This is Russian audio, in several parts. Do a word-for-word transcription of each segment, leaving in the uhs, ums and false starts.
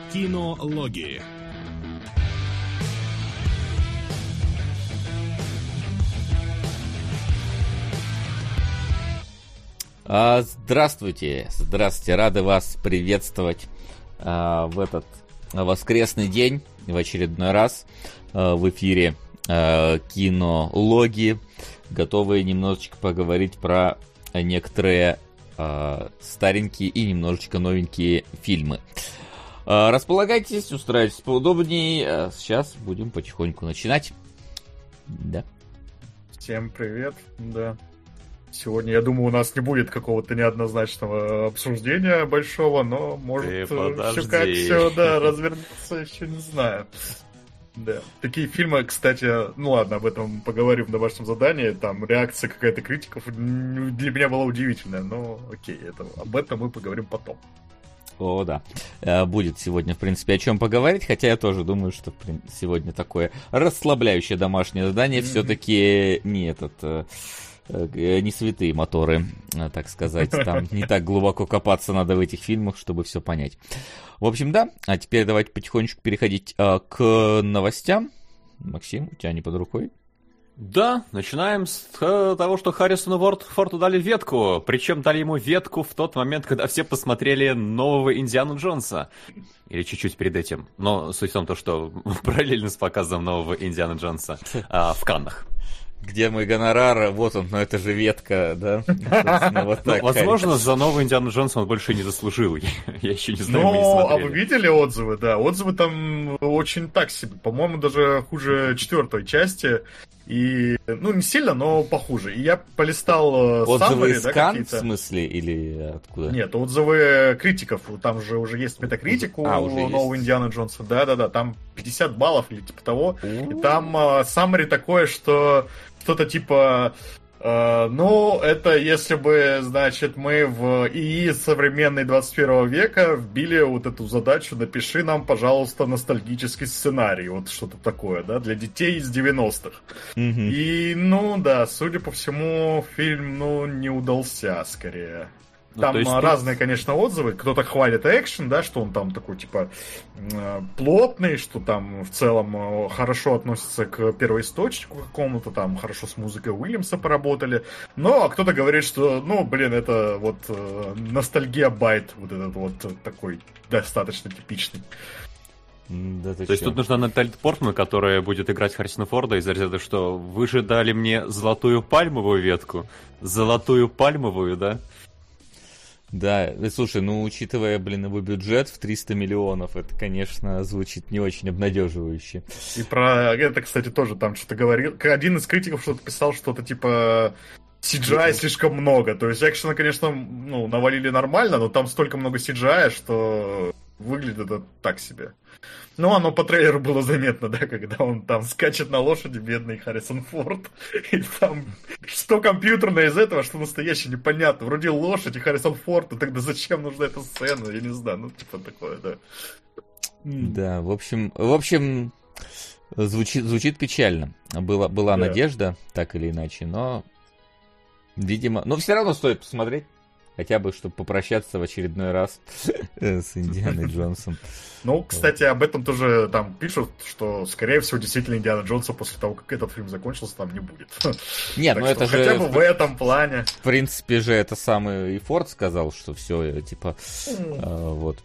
Кинологии. Здравствуйте, здравствуйте, рады вас приветствовать а, в этот воскресный день в очередной раз а, в эфире а, Кинологии, готовые немножечко поговорить про некоторые а, старенькие и немножечко новенькие фильмы. А, располагайтесь, устраивайтесь поудобнее, а сейчас будем потихоньку начинать. Да. Всем привет, да. Сегодня, я думаю, у нас не будет какого-то неоднозначного обсуждения большого, но может все как все, да, развернется, еще не знаю. Да. Такие фильмы, кстати, ну ладно, об этом поговорим в домашнем задании, там реакция какая-то критиков для меня была удивительная, но окей, это, об этом мы поговорим потом. О, да. Будет сегодня, в принципе, о чем поговорить, хотя я тоже думаю, что сегодня такое расслабляющее домашнее задание, mm-hmm. все-таки не этот... не святые моторы, так сказать. Там не так глубоко копаться надо в этих фильмах, чтобы все понять. В общем, да. А теперь давайте потихонечку переходить а, к новостям. Максим, у тебя не под рукой? Да, начинаем с того, что Харрисону Форду дали ветку. Причем дали ему ветку в тот момент, когда все посмотрели нового Индиану Джонса. Или чуть-чуть перед этим. Но суть в том, что параллельно с показом нового Индиана Джонса а, в Каннах. Где мой гонорар? Вот он, но это же ветка, да? Вот так, ну, возможно, за нового Индиану Джонса он больше не заслужил. Я еще не знаю, ну, мы не смотрели. А вы видели отзывы? Да, отзывы там очень так себе. По-моему, даже хуже четвертой части. И, ну, не сильно, но похуже. И я полистал отзывы summary, из да, Кан, какие-то. В смысле, или откуда? Нет, отзывы критиков. Там же уже есть метакритик у а, уже нового есть. Индиана Джонса. Да-да-да, там пятьдесят баллов или типа того. И там uh, summary такое, что что-то типа... Uh, ну, это если бы, значит, мы в ИИ современной двадцать первого века вбили вот эту задачу: напиши нам, пожалуйста, ностальгический сценарий, вот что-то такое, да, для детей из девяностых. Mm-hmm. И, ну, да, судя по всему, фильм, ну, не удался, скорее. Там ну, есть, разные, тут... конечно, отзывы. Кто-то хвалит экшен, да, что он там такой, типа, плотный, что там в целом хорошо относится к первоисточнику какому-то, там хорошо с музыкой Уильямса поработали. Но а кто-то говорит, что, ну, блин, это вот ностальгия байт, вот этот вот такой достаточно типичный. Да, То есть тут нужна Наталья Портман, которая будет играть Харрисона Форда из разряда, что вы же дали мне золотую пальмовую ветку. Золотую пальмовую, да? Да, слушай, ну, учитывая, блин, его бюджет в триста миллионов, это, конечно, звучит не очень обнадеживающе. И про это, кстати, тоже там что-то говорил. Один из критиков что-то писал, что-то типа си джи ай слишком много. То есть экшена, конечно, ну, навалили нормально, но там столько много си джи ай, что выглядит это так себе. Ну, оно по трейлеру было заметно, да, когда он там скачет на лошади, бедный Харрисон Форд, и там что компьютерное из этого, что настоящее, непонятно. Вроде лошадь и Харрисон Форд, и тогда зачем нужна эта сцена, я не знаю, ну, типа такое, да. Да, в общем, в общем, звучит, звучит печально. Была, была да. надежда, так или иначе, но, видимо, но все равно стоит посмотреть. Хотя бы, чтобы попрощаться в очередной раз с Индианой Джонсом. Ну, кстати, об этом тоже там пишут, что, скорее всего, действительно Индиана Джонса после того, как этот фильм закончился, там не будет. Нет, ну это же... Хотя бы в этом плане. В принципе же это самый и Форд сказал, что все, типа, вот.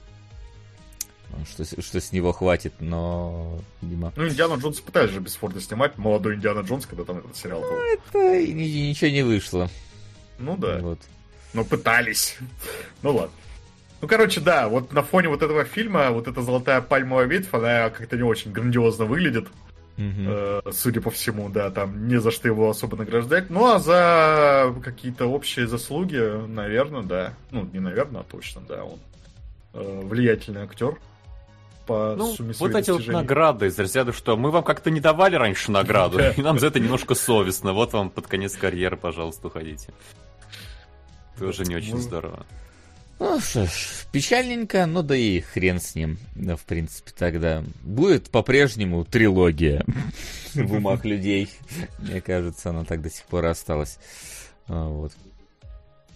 Что, что с него хватит, но, видимо... Ну, Индиана Джонс пытались же без Форда снимать, молодой Индиана Джонс, когда там этот сериал был. Ну, это ничего не вышло. Ну да. Вот. Ну, пытались. Ну, ладно. Ну, короче, да, вот на фоне вот этого фильма вот эта золотая пальмовая ветвь, она как-то не очень грандиозно выглядит. Mm-hmm. Э, судя по всему, да, там не за что его особо награждать. Ну, а за какие-то общие заслуги, наверное, да. Ну, не наверное, а точно, да, он э, влиятельный актер. По ну, сумме вот эти вот награды из разряда, что мы вам как-то не давали раньше награду, и нам за это немножко совестно. Вот вам под конец карьеры, пожалуйста, уходите. Тоже не очень здорово. Ну что ж, печальненько, но да и хрен с ним. Да, в принципе, тогда будет по-прежнему трилогия в умах людей. Мне кажется, она так до сих пор осталась. Вот.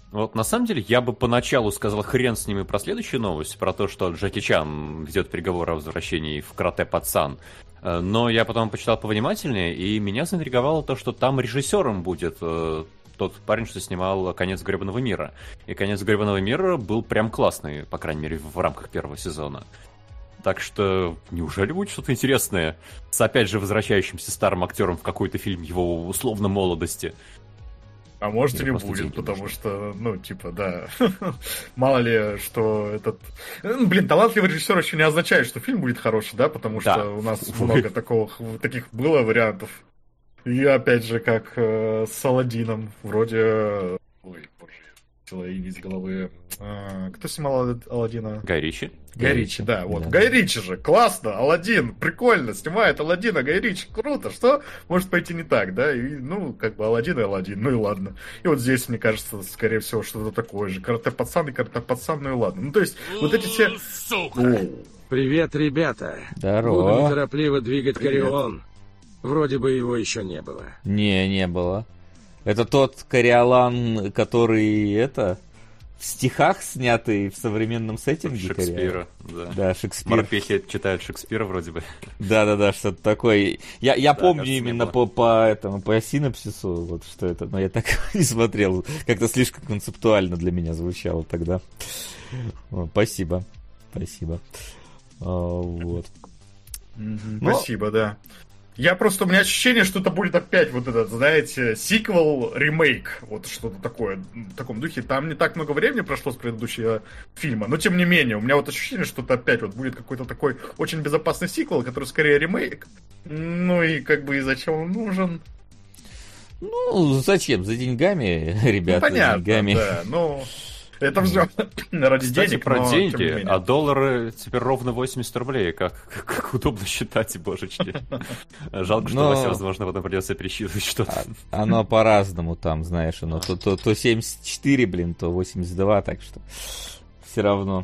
Вот на самом деле я бы поначалу сказал хрен с ними про следующую новость, про то, что Джеки Чан ведет переговоры о возвращении в карате пацан. Но я потом почитал повнимательнее, и меня заинтриговало то, что там режиссером будет э, тот парень, что снимал «Конец гребаного мира». И «Конец гребаного мира» был прям классный, по крайней мере, в рамках первого сезона. Так что неужели будет что-то интересное с опять же возвращающимся старым актером в какой-то фильм его условно молодости? А может и не просто будет, потому нужно. Что, ну, типа, да, мало ли, что этот... Ну, блин, талантливый режиссер еще не означает, что фильм будет хороший, да, потому да. что у нас много такого, таких было вариантов. И опять же, как э, с Аладдином, вроде... Ой, боже, целое имя из головы. А, кто снимал Аладдина? Гай Ричи. Гай Ричи, да, вот. Да. Гай Ричи же, классно, Аладдин, прикольно, снимает Аладдина, Гай Ричи, круто, что может пойти не так, да, и, ну, как бы Аладдин и Аладдин, ну и ладно. И вот здесь, мне кажется, скорее всего, что-то такое же, карате-пацан и карате-пацан, ну и ладно. Ну, то есть, вот эти все... Сука! Привет, ребята. Здорово. Буду неторопливо двигать Кориолан. Вроде бы его еще не было. Не, не было. Это тот Кориолан, который, это... В стихах, снятый в современном сеттинге. Шекспира, да. Да, Шекспир. Морпехи читают Шекспира вроде бы. Да-да-да, что-то такое. Я, я да, помню именно по, по этому, по синопсису, вот что это, но я так не смотрел. Как-то слишком концептуально для меня звучало тогда. Вот, спасибо. Спасибо. А, вот. Mm-hmm, но... Спасибо, да. Я просто, у меня ощущение, что это будет опять вот этот, знаете, сиквел, ремейк, вот что-то такое, в таком духе. Там не так много времени прошло с предыдущего фильма, но тем не менее, у меня вот ощущение, что это опять вот будет какой-то такой очень безопасный сиквел, который скорее ремейк. Ну и как бы и зачем он нужен? Ну, зачем? За деньгами, ребята, ну, понятно, за деньгами. Да, ну... Это все ради Кстати, денег, про но, деньги, а доллары теперь ровно восемьдесят рублей. Как, как, как удобно считать, божечки. Жалко, что но... Вася, возможно, потом придется пересчитывать что-то. А, оно по-разному там, знаешь, оно то, то, то семьдесят четыре, блин, то восемьдесят два, так что все равно.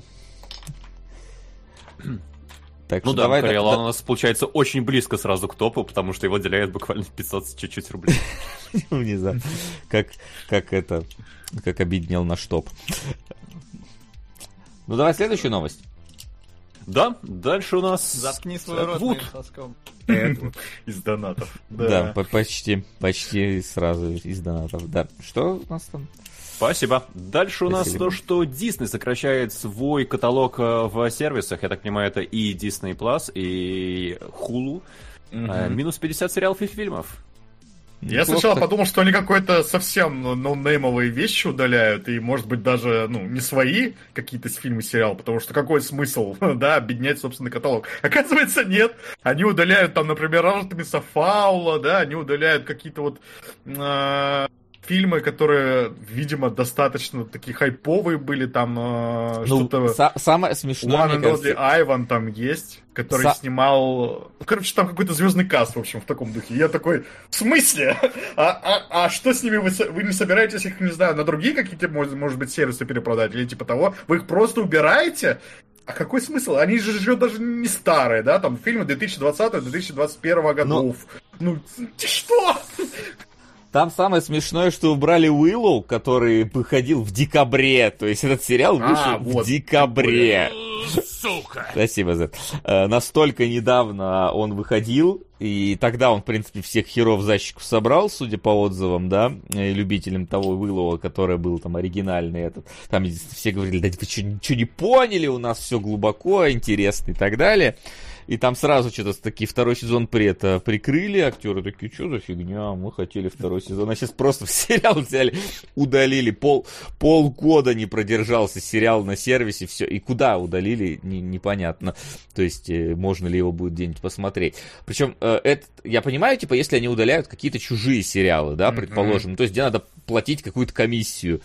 Так ну да, давай, Кориолан да, у нас получается очень близко сразу к топу, потому что его отделяют буквально пятьсот с чуть-чуть рублей. Не знаю, как, как это, как объединил наш топ. Ну давай следующую новость. Да, дальше у нас... Заткни свой рот моим соском. Из донатов. Да, почти, почти сразу из донатов. Да, что у нас там? Спасибо. Дальше у Спасибо. нас то, что Disney сокращает свой каталог в сервисах. Я так понимаю, это и Disney Plus, и Hulu. Mm-hmm. Минус пятьдесят сериалов и фильмов. Я Неплохо. Сначала подумал, что они какой-то совсем ноунеймовые вещи удаляют, и, может быть, даже, ну, не свои какие-то фильмы, сериалы, потому что какой смысл, да, объединять собственный каталог? Оказывается, нет. Они удаляют там, например, Артемиса Фаула, да, они удаляют какие-то вот... Э- фильмы, которые, видимо, достаточно такие хайповые были, там э, ну, что-то... Са- самое смешное, One and Only Ivan там есть, который Са- снимал... Ну, короче, там какой-то звездный каст, в общем, в таком духе. И я такой, в смысле? А, а, а что с ними? Вы, вы не собираетесь их, не знаю, на другие какие-то, может, может быть, сервисы перепродать или типа того? Вы их просто убираете? А какой смысл? Они же живут даже не старые, да? Там фильмы две тысячи двадцатого - две тысячи двадцать первого годов. Но... Ну, что? Там самое смешное, что убрали Уиллоу, который выходил в декабре. То есть этот сериал вышел а, вот, в декабре. Сука! Спасибо, Зет. Э, настолько недавно он выходил, и тогда он, в принципе, всех херов в защитку собрал, судя по отзывам, да, любителям того Уиллоу, который был там оригинальный этот. Там все говорили, да вы что, ничего не поняли, у нас все глубоко, интересно и так далее. И там сразу что-то такие второй сезон при это прикрыли, актеры такие, что за фигня, мы хотели второй сезон, а сейчас просто в сериал взяли, удалили, пол, полгода не продержался сериал на сервисе, все, и куда удалили, не, непонятно, то есть можно ли его будет где-нибудь посмотреть. Причем, это, я понимаю, типа, если они удаляют какие-то чужие сериалы, да, предположим, mm-hmm. то есть где надо платить какую-то комиссию,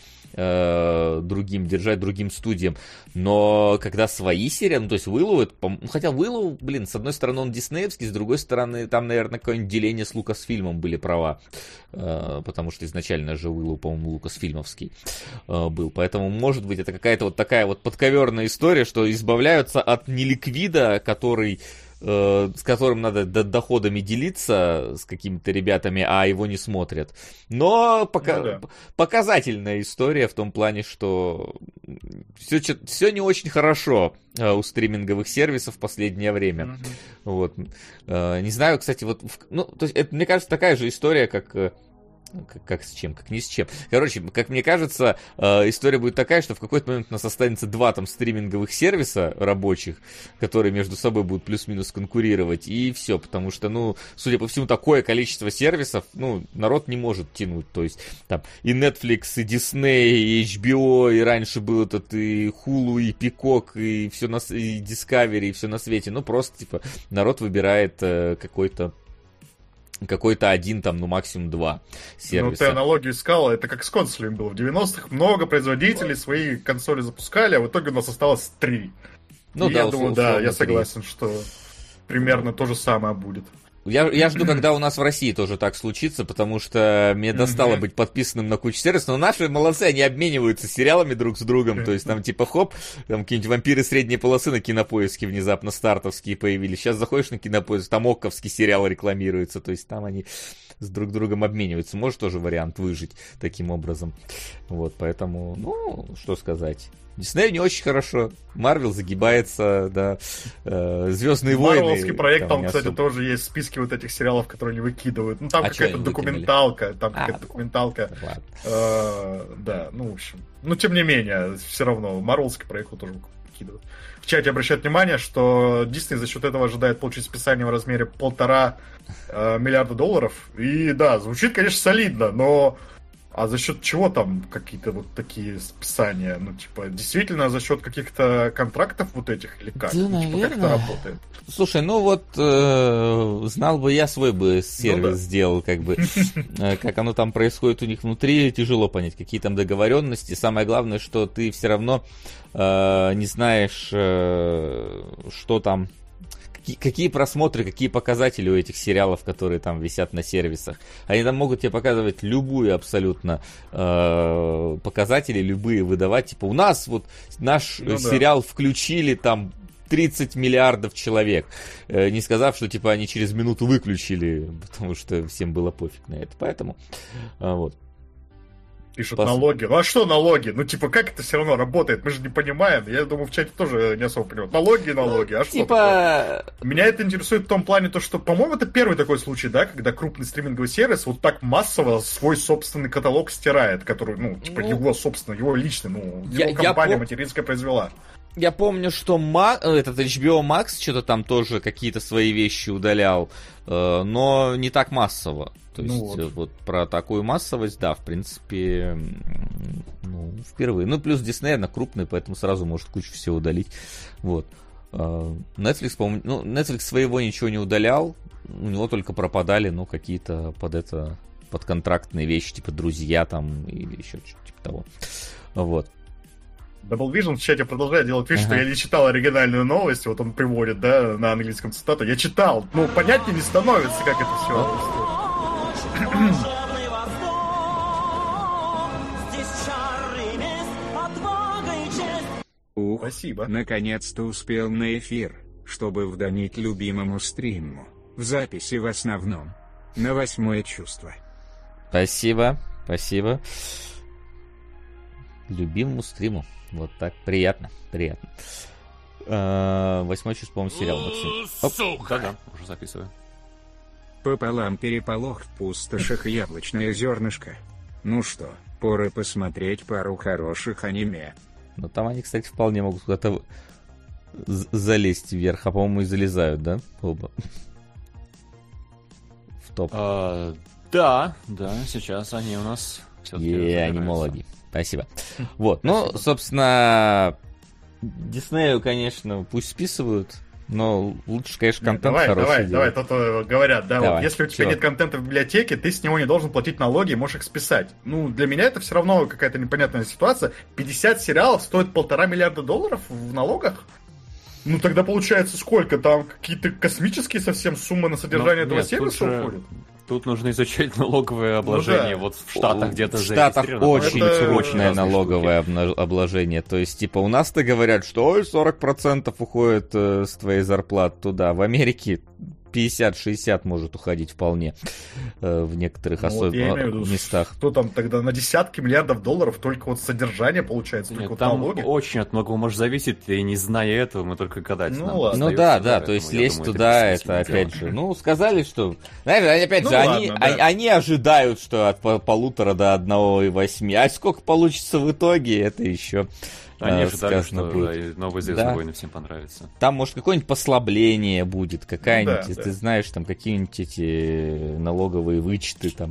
другим, держать другим студиям. Но когда свои сериалы, ну, то есть Уиллоу, это, ну, хотя Уиллоу, блин, с одной стороны он диснеевский, с другой стороны там, наверное, какое-нибудь деление с Лукасфильмом были права, э, потому что изначально же Уиллоу, по-моему, Лукасфильмовский э, был. Поэтому, может быть, это какая-то вот такая вот подковерная история, что избавляются от неликвида, который э, с которым надо доходами делиться с какими-то ребятами, а его не смотрят. Но пока, ну, да. показательная история в том плане, что все, все не очень хорошо э, у стриминговых сервисов в последнее время. Mm-hmm. Вот. Э, не знаю, кстати, вот, ну, то есть это, мне кажется, такая же история, как... Как, как с чем, как ни с чем. Короче, как мне кажется, э, история будет такая, что в какой-то момент у нас останется два там стриминговых сервиса рабочих, которые между собой будут плюс-минус конкурировать, и все, потому что, ну, судя по всему, такое количество сервисов, ну, народ не может тянуть, то есть там и Netflix, и Disney, и эйч би о, и раньше был этот и Hulu, и Peacock, и все на, и Discovery, и все на свете, ну, просто, типа, народ выбирает э, какой-то какой-то один, там, ну, максимум два сервиса. Ну, ты аналогию искал, это как с консолями было. В девяностых много производителей свои консоли запускали, а в итоге у нас осталось три. Ну, и да, я условно, думаю, да, условно, я согласен, три. Что примерно то же самое будет. Я, я жду, когда у нас в России тоже так случится, потому что мне достало быть подписанным на кучу сервисов, но наши молодцы, они обмениваются сериалами друг с другом, то есть там типа хоп, там какие-нибудь вампиры средней полосы на Кинопоиске внезапно стартовские появились, сейчас заходишь на Кинопоиск, там окковский сериал рекламируется, то есть там они с друг другом обмениваются, может тоже вариант выжить таким образом, вот, поэтому, ну, что сказать. Дисней не очень хорошо. Марвел загибается, да. Э, Звездные войны. Марвелский проект, там, там кстати, особо... тоже есть списки вот этих сериалов, которые они выкидывают. Ну, там а какая-то документалка. Там а, какая-то документалка. Э, да, ну, в общем. Но, тем не менее, все равно, Марвелский проект тоже выкидывают. В чате обращают внимание, что Дисней за счет этого ожидает получить списание в размере полтора э, миллиарда долларов. И да, звучит, конечно, солидно, но... А за счет чего там какие-то вот такие списания? Ну, типа, действительно за счет каких-то контрактов вот этих или как? Да, ну, типа, как это работает? Слушай, ну вот, э, знал бы я, свой бы сервис ну, да. сделал, как бы. Как оно там происходит у них внутри, тяжело понять, какие там договоренности. Самое главное, что ты все равно э, не знаешь, э, что там... Какие просмотры, какие показатели у этих сериалов, которые там висят на сервисах. Они там могут тебе показывать любую абсолютно э, показатели, любые выдавать. Типа у нас вот наш ну, сериал да. включили там тридцать миллиардов человек. Э, не сказав, что типа они через минуту выключили, потому что всем было пофиг на это. Поэтому э, вот. Пишут Пос... налоги. Ну а что налоги? Ну типа как это все равно работает? Мы же не понимаем. Я думаю, в чате тоже не особо понимают. Налоги и налоги. А что типа... такое? Меня это интересует в том плане, то, что, по-моему, это первый такой случай, да, когда крупный стриминговый сервис вот так массово свой собственный каталог стирает, который, ну, типа ну... его собственный, его личный, ну, его я, компания я материнская произвела. Я помню, что Ма... этот эйч би о Max что-то там тоже какие-то свои вещи удалял, но не так массово. То есть, ну вот. вот про такую массовость, да, в принципе, ну, впервые. Ну, плюс Disney, наверное, крупный, поэтому сразу может кучу всего удалить. Вот. Netflix, по-моему, ну, Netflix своего ничего не удалял, у него только пропадали, ну, какие-то под это, под контрактные вещи, типа друзья там, или еще что-то типа того. Вот. Double Vision в чате продолжает делать вид, ага. что я не читал оригинальную новость, вот он приводит, да, на английском цитату. Я читал, ну, понятнее не становится, как это все. Ух, спасибо. Наконец-то успел на эфир, чтобы вдонить любимому стриму. В записи в основном. На восьмое чувство. Спасибо, спасибо. Любимому стриму. Вот так. Приятно, приятно. А, восьмой чувство, по-моему, сериал, Максим. Сука! Да-да, уже записываю. Пополам переполох в пустошах яблочное зернышко. Ну что, пора посмотреть пару хороших аниме. Ну там они, кстати, вполне могут куда-то залезть вверх, а по-моему и залезают, да? Оба. В топ. А, да, да, сейчас они у нас... Е, анимологи. Спасибо. Вот, ну, собственно, Диснею, конечно, пусть списывают. Но лучше, конечно, контент давай, хороший. Давай, делать. давай, то говорят, да, давай, вот, если у тебя все. нет контента в библиотеке, ты с него не должен платить налоги, можешь их списать. Ну, для меня это все равно какая-то непонятная ситуация. пятьдесят сериалов стоит полтора миллиарда долларов в налогах? Ну, тогда получается сколько? Там какие-то космические совсем суммы на содержание Но, этого нет, сервиса же... уходят? Тут нужно изучать налоговое обложение. Ну, да. Вот в Штатах где-то В Штатах очень Это срочное разные налоговое обна- обложение. То есть, типа, у нас-то говорят, что ой, сорок процентов уходит э, с твоей зарплаты туда. В Америке пятьдесят-шестьдесят может уходить вполне э, в некоторых Ну, вот я особо имею в виду, местах. Что там тогда на десятки миллиардов долларов только вот содержание получается, только Нет, вот там налоги? очень от многого может зависеть, и не зная этого, мы только гадать Ну нам ладно. Ну остается, да, да, то поэтому есть я лезть думаю, туда, это бессмысленное опять дело. же, ну, сказали, что, знаешь, опять Ну же, ладно, они, да. они, они ожидают, что от по- полутора до одного и восьми, а сколько получится в итоге, это еще Они э, ожидали, сказано что будет. да, и новые «Звездные Да. войны» всем понравится. Там, может, какое-нибудь послабление будет, какая-нибудь, Ну да, ты да. знаешь, там какие-нибудь эти налоговые вычеты там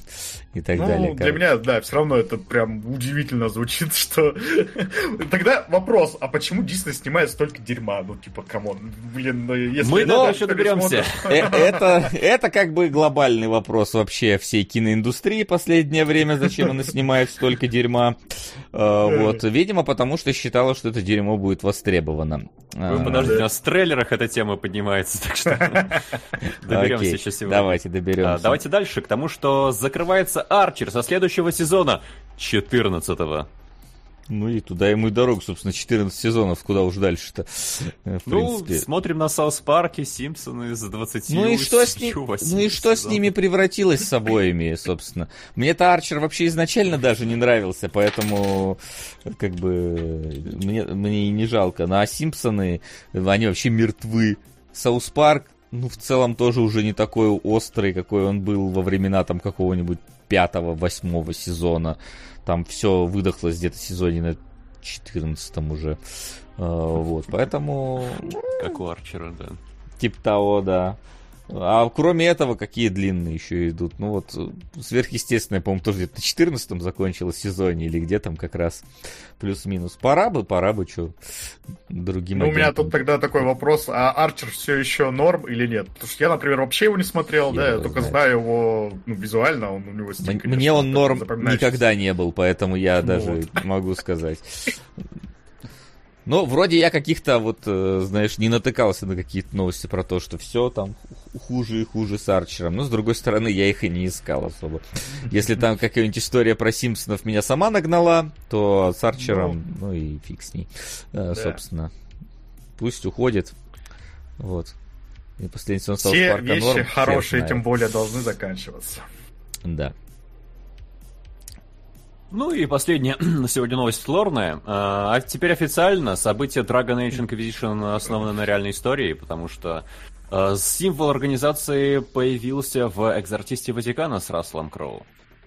и так Ну, далее. для короче. меня, да, все равно это прям удивительно звучит, что... Тогда вопрос, а почему Дисней снимает столько дерьма? Ну, типа, камон, блин, ну, если... Мы это до так еще доберемся. Э, Это, это как бы глобальный вопрос вообще всей киноиндустрии последнее время, зачем она снимает столько дерьма. Э, Вот, видимо, потому что считала, что это дерьмо будет востребовано. Вы А, подождите, у нас в трейлерах эта тема поднимается, так что доберемся окей, еще сегодня. Давайте А, доберемся. Давайте дальше, к тому, что закрывается Арчер со следующего сезона, четырнадцатого. Ну и туда ему и дорогу, собственно, четырнадцать сезонов, куда уж дальше-то, э, в Ну, принципе. смотрим на Саус Парке, Симпсоны за двадцатью. Ну и что с, ним, восемью ну и что с сезонами. ними превратилось с обоими, собственно. Мне-то Арчер вообще изначально даже не нравился, поэтому как бы мне, мне и не жалко. Ну а Симпсоны, они вообще мертвы. Саус Парк, ну в целом тоже уже не такой острый, какой он был во времена там какого-нибудь пятого, восьмого сезона. Там все выдохлось где-то в сезоне на четырнадцатом уже. А, вот, поэтому... Как у Арчера, да. Типа того, да. А кроме этого, какие длинные еще идут? Ну вот, сверхъестественное, по-моему, тоже где-то на четырнадцатом закончилось сезоне, или где там как раз плюс-минус. Пора бы, пора бы, что другим Ну, у меня агентам. тут тогда такой вопрос, а Арчер все еще норм или нет? Потому что я, например, вообще его не смотрел, Я да, я его только знаю. знаю его ну, визуально, он у него стиль, М- конечно, Мне он такой норм запоминающийся. никогда не был, поэтому я Ну даже вот. могу сказать. Ну, вроде я каких-то, вот, э, знаешь, не натыкался на какие-то новости про то, что все там ху- хуже и хуже с Арчером. Но, с другой стороны, я их и не искал особо. Если там какая-нибудь история про Симпсонов меня сама нагнала, то с Арчером, ну, и фиг с ней. Э, Да. Собственно, пусть уходит. Вот. И последний сезон Саус Все Парка вещи норм, хорошие, всех тем знают. более, должны заканчиваться. Да. Ну и последняя на сегодня новость флорная. А теперь официально события Dragon Age Inquisition основаны на реальной истории, потому что э, символ организации появился в «Экзортисте Ватикана» с Расселом Кроу.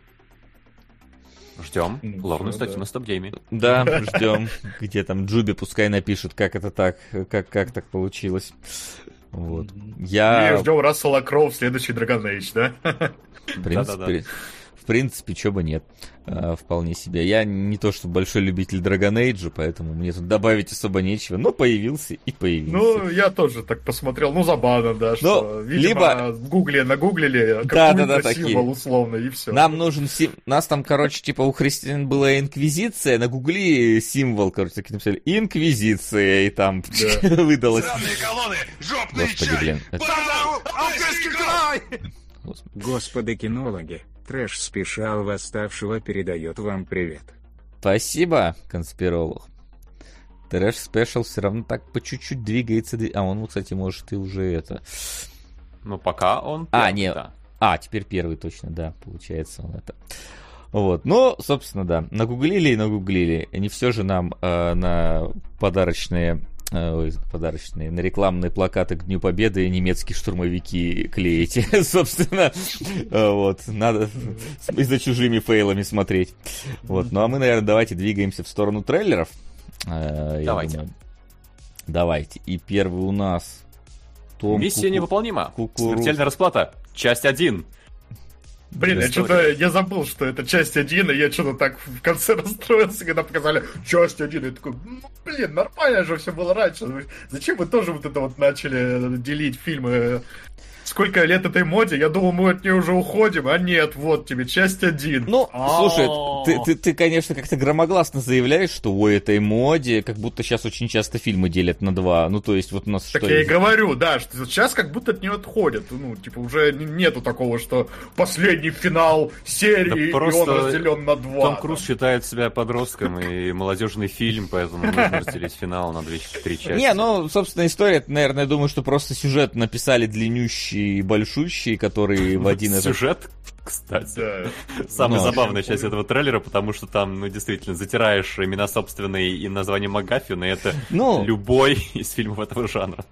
Ждем Ну, лорную всё, статью да. на стоп-гейме. Да, ждем. Где там Джуби пускай напишет, как это так, как, как так получилось. Вот. И Я, ждем Рассела Кроу в следующий Dragon Age, да? в принципе, в принципе, чё бы нет. А, вполне себе. Я не то, что большой любитель Dragon Age, поэтому мне тут добавить особо нечего. Но появился и появился. Ну, я тоже так посмотрел, ну, забавно, да, что, видимо, либо- в гугле нагуглили Да, да, да, какой-то такие. символ условно, и все. Нам нужен сим... Нас там, короче, типа у христиан была инквизиция, на гугле символ, короче, такие написали инквизиция, и там выдалось. Сраные колонны! Жопный Господи, чай! блин. это- Подал! Алтайский край! Господи. Господи кинологи, трэш спешал восставшего передает вам привет. Спасибо, конспиролог. Трэш Спешл все равно так по чуть-чуть двигается. дви- А он, кстати, может и уже это... Но пока он... А, первый, не, да. А, теперь первый точно, да, получается он это. Вот, ну, собственно, да, нагуглили и нагуглили. Не все же нам э, на подарочные, э, ой, подарочные, на рекламные плакаты к Дню Победы немецкие штурмовики клеите. Собственно, э, вот, надо и за чужими фейлами смотреть. Вот, ну а мы, наверное, давайте двигаемся в сторону трейлеров. Э, я Давайте. думаю. Давайте. И первый у нас... Том Миссия Куку- невыполнима. Кукуруз. Смертельная расплата. Часть один. Блин, я История. что-то, я забыл, что это часть один, и я что-то так в конце расстроился, когда показали часть один, и я такой, ну, блин, нормально же все было раньше, зачем вы тоже вот это вот начали делить фильмы? сколько лет этой моде, я думал, мы от нее уже уходим, а нет, вот тебе часть один. Ну, слушай, ты, ты, ты, конечно, как-то громогласно заявляешь, что ой, этой моде, как будто сейчас очень часто фильмы делят на два. Ну, то есть, вот у нас так что... я и говорю, да, что сейчас как будто от нее отходят. Ну, типа, уже нету такого, что последний финал серии, да и он разделен на два. Том Круз считает себя подростком, и молодежный фильм, поэтому нужно разделить финал на две-три части. Не, ну, собственно, история, наверное, я думаю, что просто сюжет написали длиннющий и большущий, который в один... Сюжет, кстати. Да. Самая Ну, забавная часть этого трейлера, потому что там, ну, действительно, затираешь имена собственные и название МакГаффина, и это Ну. любой из фильмов этого жанра.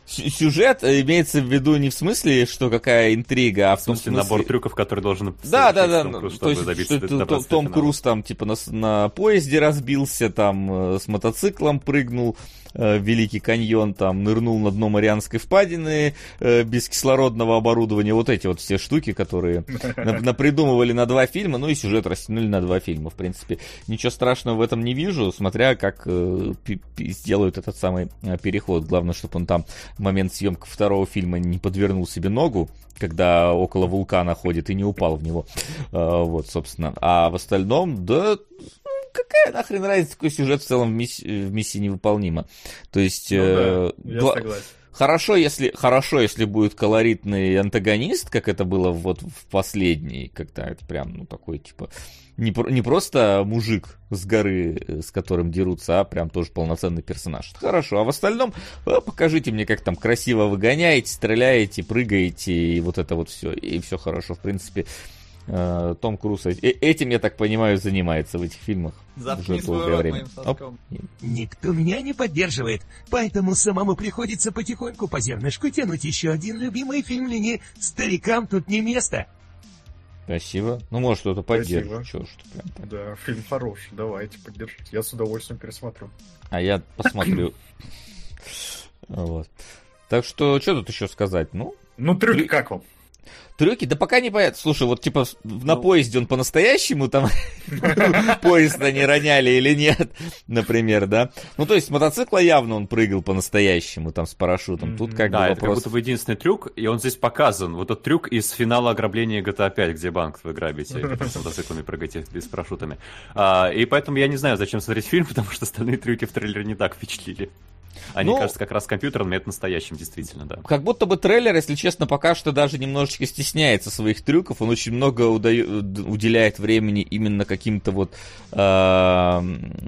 Сюжет имеется в виду не в смысле, что какая интрига, а в, В том смысле, смысле... набор трюков, который должен Да, да, да. Том Круз, То чтобы есть, добиться, что добраться Том до финала. Круз там типа на, на поезде разбился, там э, с мотоциклом прыгнул э, в Великий каньон, там нырнул на дно Марианской впадины э, без кислородного оборудования. Вот эти вот все штуки, которые на- напридумывали на два фильма, ну и сюжет растянули на два фильма. В принципе, ничего страшного в этом не вижу, смотря как э, пи- пи- сделают этот самый э, переход. Главное, чтобы он там в момент съемки второго фильма не подвернул себе ногу, когда около вулкана ходит, и не упал в него. А, вот, собственно. А в остальном, да, ну, какая нахрен разница, какой сюжет в целом в миссии, в миссии невыполнима. То есть... Ну, э, да, я гла- согласен. Хорошо, если, хорошо, если будет колоритный антагонист, как это было вот в последней, когда это прям, ну, такой, типа, не, про- не просто мужик с горы, с которым дерутся, а прям тоже полноценный персонаж. Хорошо, а в остальном э, покажите мне, как там красиво вы гоняете, стреляете, прыгаете, и вот это вот все, и все хорошо, в принципе. э, Том Круз э- этим, я так понимаю, занимается в этих фильмах. Заткни уже свой долгое рот время. моим соском. Оп. Никто меня не поддерживает, поэтому самому приходится потихоньку по зернышку тянуть еще один любимый фильм Лени. Старикам тут не место. Спасибо. Ну, может, кто-то поддержит. Чего ж ты прям так. Да, фильм хороший, давайте поддержите. Я с удовольствием пересмотрю. А я посмотрю. Вот. Так что, что тут еще сказать? Ну, Ну, трюки Трю- как вам? трюки, да пока не понятно. Слушай, вот типа на поезде он по-настоящему там поезд они роняли или нет, например, да? Ну, то есть с мотоцикла явно он прыгал по-настоящему там с парашютом. Тут как бы Да, это как вопрос... будто бы единственный трюк, и он здесь показан. Вот этот трюк из финала ограбления джи ти эй пять, где банк вы грабите, и с мотоциклами прыгаете и с парашютами. А, и поэтому я не знаю, зачем смотреть фильм, потому что остальные трюки в трейлере не так впечатлили. Они Ну, кажутся как раз компьютерными, это настоящим, действительно, да. Как будто бы трейлер, если честно, пока что даже немножечко стесняется своих трюков. Он очень много удаю- уделяет времени именно каким-то вот, э,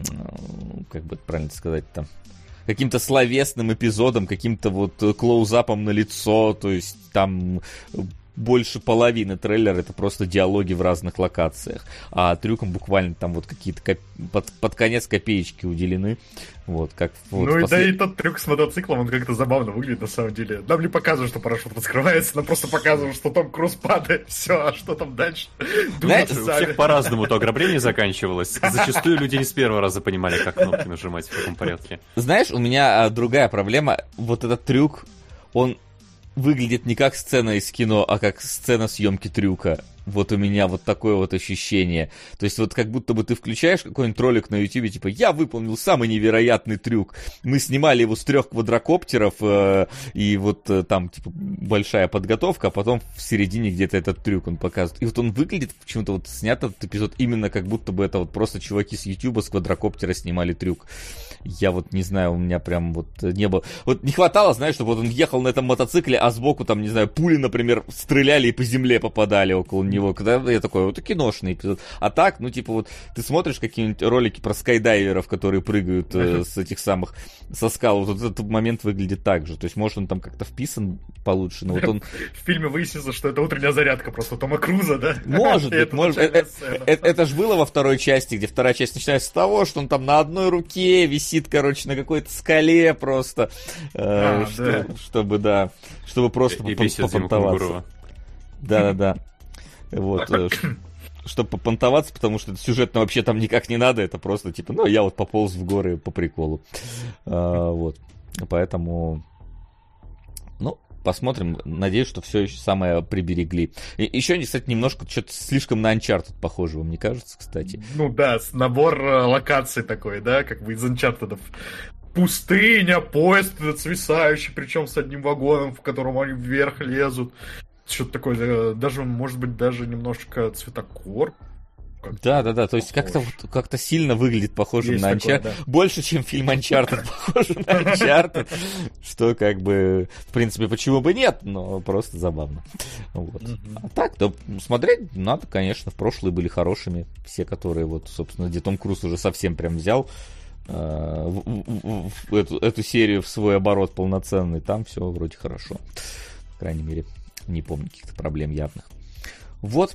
как бы это правильно сказать там, каким-то словесным эпизодом, каким-то вот клоузапом на лицо, то есть там больше половины трейлера это просто диалоги в разных локациях, а трюкам буквально там вот какие-то коп... под, под конец копеечки уделены, вот как вот Ну и послед... да и тот трюк с мотоциклом, он как-то забавно выглядит на самом деле. Нам не показывают, что парашют раскрывается, нам просто показывают, что Том Круз падает. Все, а что там дальше? Знаете, Думайте У сами. всех по-разному то ограбление заканчивалось. Зачастую люди не с первого раза понимали, как кнопки нажимать, в каком порядке. Знаешь, у меня а, другая проблема. Вот этот трюк, он выглядит не как сцена из кино, а как сцена съемки трюка. Вот у меня вот такое вот ощущение. То есть вот как будто бы ты включаешь какой-нибудь ролик на ютубе, типа, я выполнил самый невероятный трюк. Мы снимали его с трех квадрокоптеров, э, и вот э, там, типа, большая подготовка, а потом в середине где-то этот трюк он показывает. И вот он выглядит, почему-то вот снят этот эпизод именно как будто бы это вот просто чуваки с ютуба, с квадрокоптера снимали трюк. Я вот не знаю, у меня прям вот не было... Вот не хватало, знаешь, чтобы вот он ехал на этом мотоцикле, а сбоку там, не знаю, пули, например, стреляли и по земле попадали около него. Когда я такой, вот киношный эпизод. А так, ну, типа вот, ты смотришь какие-нибудь ролики про скайдайверов, которые прыгают э, с этих самых, со скал, вот этот момент выглядит так же. То есть, может, он там как-то вписан получше, но вот он... В фильме выяснится, что это утренняя зарядка просто Тома Круза, да? Может быть, Это может. начальная Это, сцена. это- это ж было во второй части, где вторая часть начинается с того, что он там на одной руке висит, короче, на какой-то скале просто, э, А, что- да. чтобы, да, чтобы просто И попон- бесит Зиму попонтоваться. Кунгурова. Да-да-да. Вот, э, ш- чтобы попонтоваться, потому что сюжетно вообще там никак не надо, это просто типа, ну, я вот пополз в горы по приколу. А, вот, поэтому, ну, посмотрим. Надеюсь, что все еще самое приберегли. И, еще, кстати, немножко что-то слишком на Uncharted похоже, вам не кажется, кстати? Ну да, с- набор э, локаций такой, да, как бы из Uncharted. пустыня, поезд этот свисающий, причем с одним вагоном, в котором они вверх лезут. Что-то такое, даже, может быть, даже немножко цветокор. Да, да, да, то есть как-то, как-то сильно выглядит похожим Есть на такое, Uncharted. да. Больше, чем фильм Uncharted похож на Uncharted. Что как бы, в принципе, почему бы нет, но просто забавно. Вот. А так, да, смотреть надо, конечно, в прошлые были хорошими. Все, которые вот, собственно, где Том Круз уже совсем прям взял э, в, в, в эту, эту серию в свой оборот полноценный, там все вроде хорошо. По крайней мере, не помню каких-то проблем явных. Вот.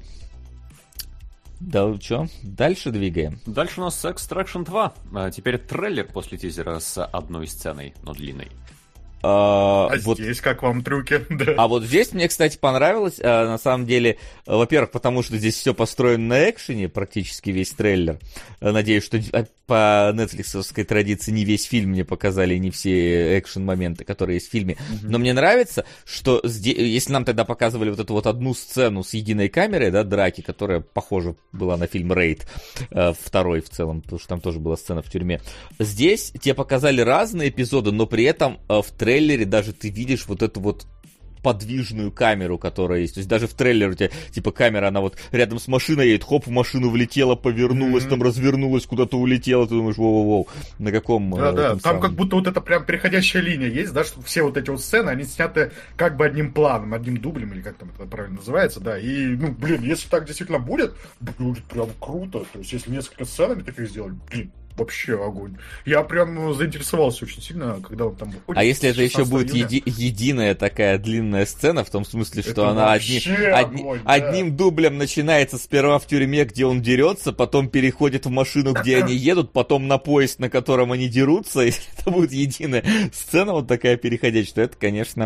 Да, что? Дальше двигаем. Дальше у нас Extraction два. А теперь трейлер после тизера с одной сценой, но длинной. А, А вот, здесь как вам трюки? Да. а вот здесь мне, кстати, понравилось, а, на самом деле, а, во-первых, потому что здесь все построено на экшене, практически весь трейлер. А, надеюсь, что а, по нетфликсовской традиции не весь фильм мне показали, не все экшен-моменты, которые есть в фильме. Mm-hmm. Но мне нравится, что здесь, если нам тогда показывали вот эту вот одну сцену с единой камерой, да, драки, которая похожа была на фильм «Рейд», а, второй в целом, потому что там тоже была сцена в тюрьме. Здесь тебе показали разные эпизоды, но при этом а, в трейлере В трейлере даже ты видишь вот эту вот подвижную камеру, которая есть. То есть даже в трейлере у тебя, типа, камера, она вот рядом с машиной едет, хоп, в машину влетела, повернулась, mm-hmm. там развернулась, куда-то улетела, ты думаешь, воу-воу-воу, на каком... Да-да, там самом... как будто вот это прям переходящая линия есть, да, что все вот эти вот сцены, они сняты как бы одним планом, одним дублем, или как там это правильно называется, да, и, ну, блин, если так действительно будет, будет прям круто, то есть если несколько сцен они таких сделали, блин, вообще огонь. Я прям заинтересовался очень сильно, когда он там выходит. А если это еще будет июня. еди- единая такая длинная сцена, в том смысле, что это она одни, одни, огонь, да. одним дублем начинается сперва в тюрьме, где он дерется, потом переходит в машину, где они едут, потом на поезд, на котором они дерутся. Если это будет единая сцена вот такая переходящая, то это, конечно,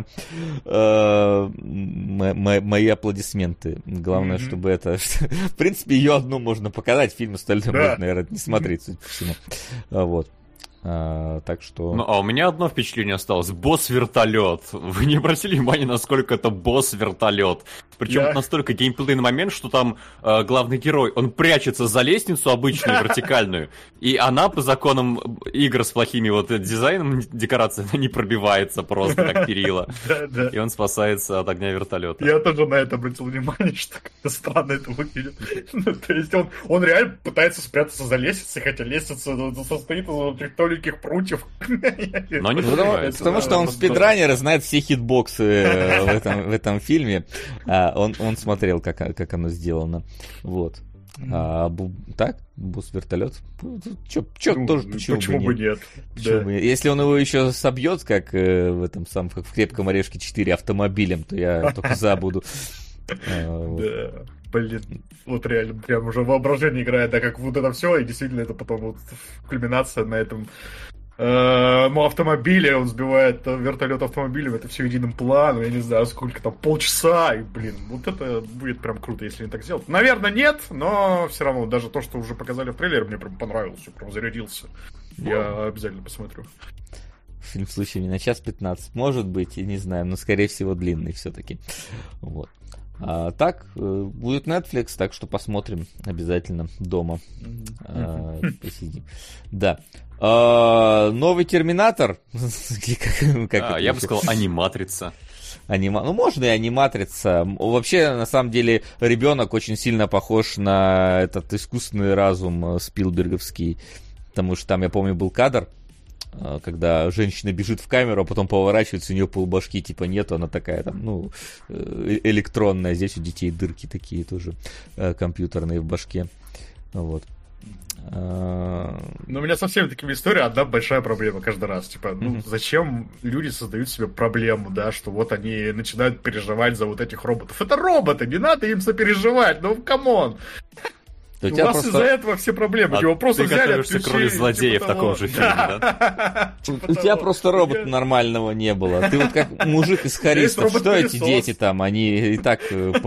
э, мои аплодисменты. Главное, чтобы это... В принципе, ее одну можно показать, фильм остальное можно, наверное, не смотреть, судя по всему. Вот. А, так что... Ну, а у меня одно впечатление осталось. Босс-вертолет. Вы не обратили внимания, насколько это босс-вертолет? Причем Я... настолько геймплейный момент, что там э, главный герой, он прячется за лестницу обычную, вертикальную, и она по законам игр с плохими вот дизайном декорации, она не пробивается просто, как перила. И он спасается от огня вертолета. Я тоже на это обратил внимание, что как-то странно это выглядит. То есть он, он реально пытается спрятаться за лестницей, хотя лестница состоит из этих тоненьких прутьев. Но не потому, потому что он спидранер и знает все хитбоксы в этом, в этом фильме. Он, он смотрел, как, как оно сделано. Вот. А, бу, так, босс-вертолет. Чё, чё, ну, тоже, почему, почему бы нет? Почему Да. бы нет? Если он его еще собьет, как э, в этом самом, как в «Крепком орешке четыре» автомобилем, то я только за буду. Да. Блин, вот реально, прям уже воображение играет, да, как вот это все, и действительно это потом вот кульминация на этом э, автомобиле, он сбивает вертолет автомобилем, это все единым планом, я не знаю, сколько там, полчаса, и, блин, вот это будет прям круто, если они так сделают. Наверное, нет, но все равно, даже то, что уже показали в трейлере, мне прям понравилось, я прям зарядился. Я обязательно посмотрю. Фильм в случае не на час пятнадцать, может быть, я не знаю, но, скорее всего, длинный все-таки. Вот. А, так, будет Netflix, так что посмотрим обязательно дома. А, посидим. Да. А, новый Терминатор. как, как а, я бы сказал, аниматрица. Анима... Ну, можно и аниматрица. Вообще, на самом деле, ребенок очень сильно похож на этот искусственный разум спилберговский. Потому что там, я помню, был кадр, когда женщина бежит в камеру, а потом поворачивается, у нее полбашки типа нету, она такая там, ну, электронная. Здесь у детей дырки такие тоже компьютерные в башке. Вот. Но у меня со всеми такими историями одна большая проблема каждый раз. Типа, ну, mm-hmm. зачем люди создают себе проблему, да, что вот они начинают переживать за вот этих роботов. Это роботы, не надо им сопереживать, ну, камон. У, у вас просто... из-за этого все проблемы. А Его просто ты взяли, готовишься к роли злодея в таком же фильме, да? У тебя просто робота нормального не было. Ты вот как мужик из харистов. Что эти дети там? Они и так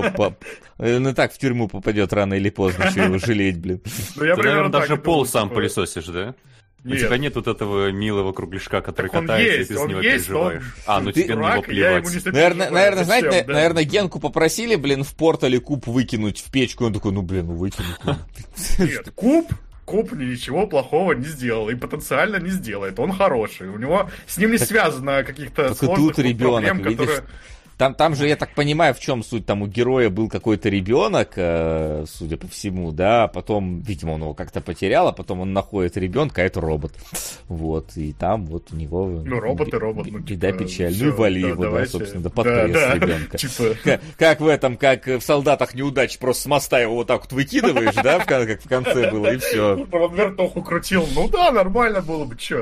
и так в тюрьму попадет рано или поздно. Что его жалеть, блин? Ты, наверное, даже пол сам пылесосишь, да? У тебя нет вот этого милого кругляшка, который катается, и ты с него переживаешь. А, ну тебе на него плевать. Наверное, знаете, наверное, Генку попросили, блин, в портале куб выкинуть в печку. Он такой, ну, блин, ну выкину. Нет, куб... Куб ничего плохого не сделал и потенциально не сделает. Он хороший. У него с ним не так, связано каких-то сложных тут ребенок, проблем, видишь? которые... Там, там же, я так понимаю, в чем суть, там у героя был какой-то ребенок, э, судя по всему, да, потом, видимо, он его как-то потерял, а потом он находит ребенка, а это робот. Вот, и там вот у него... Ну, робот и робот. Ну, беда, типа, печаль. Все, ну и вали да, его, давайте. да, собственно, да, подкрес да, ребенка. Да, типа... как, как в этом, как в «Солдатах неудач», просто с моста его вот так вот выкидываешь, да, как в конце было, и все. Вертуху крутил, ну да, нормально было бы, чё.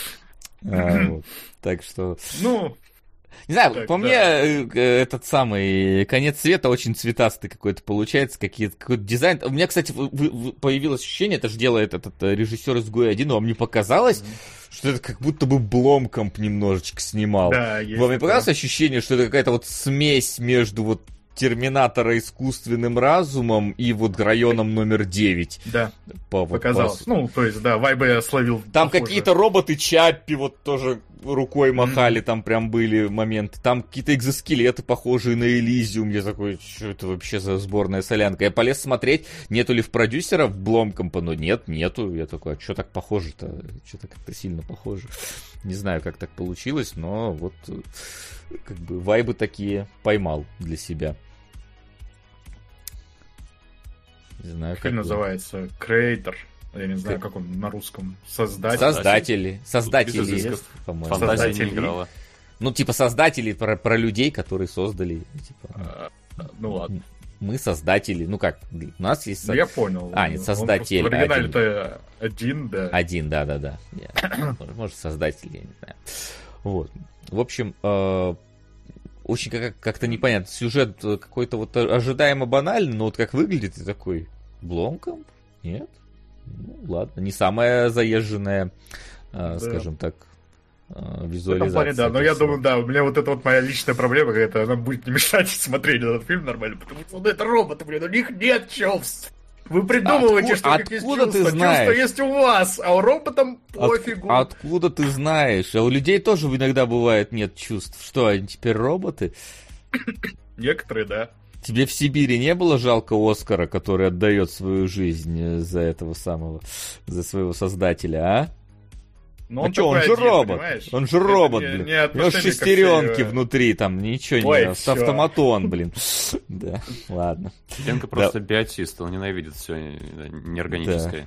Так что... Ну... Не знаю, так, по да. мне, этот самый конец света очень цветастый какой-то получается, какие-то, какой-то дизайн. У меня, кстати, в, в, появилось ощущение, это же делает этот режиссер изгой один, но мне показалось, mm-hmm. что это как будто бы Бломкомп немножечко снимал. Да, есть. Вам не показалось ощущение, что это какая-то вот смесь между вот Терминатора искусственным разумом и вот районом номер девять. Да, по, показалось. По... Ну, то есть, да, вайбы я словил. Там похоже. какие-то роботы Чаппи вот тоже рукой махали, mm-hmm. там прям были моменты. Там какие-то экзоскелеты, похожие на Элизиум. Я такой, что это вообще за сборная солянка? Я полез смотреть, нету ли в продюсеров Бломкомпа, но нет, нету. Я такой, а что так похоже-то? Что-то как-то сильно похоже. Не знаю, как так получилось, но вот как бы вайбы такие поймал для себя. Не знаю, как называется? Creator. Я не знаю, как он на русском. Создатель. Создатели. Создатели есть, по-моему. Фантазия не играла. Ну, типа создатели про, про людей, которые создали. Типа, а, ну ладно. Мы создатели. Ну как, у нас есть... Ну, я понял. А, нет, создатель. В оригинале-то один, да. Один, да-да-да. Может, создатель, я не знаю. Вот. В общем, э, очень как- как-то непонятно. Сюжет какой-то вот ожидаемо банальный, но вот как выглядит, и такой, Бломкомп? Нет? Ну, ладно. Не самая заезженная, э, да. скажем так, э, визуализация. В этом плане, да. Но я думаю, да, у меня вот это вот моя личная проблема какая-то, она будет не мешать смотреть этот фильм нормально, потому что ну, это роботы, блин, у них нет чувств. Вы придумываете, Отку... что есть чувства. Ты знаешь? Чувства есть у вас, а у роботам пофигу. От... Откуда ты знаешь? А у людей тоже иногда бывает нет чувств. Что, они теперь роботы? Некоторые, да. Тебе в Сибири не было жалко Оскара, который отдает свою жизнь за этого самого, за своего создателя, а? Но он а что, он же один, робот, понимаешь? Он же это робот, не, блин. Не у него шестеренки все... внутри, там ничего Ой, не... Все. Автоматон, блин. Да, ладно. Ленка просто биотист, он ненавидит все неорганическое.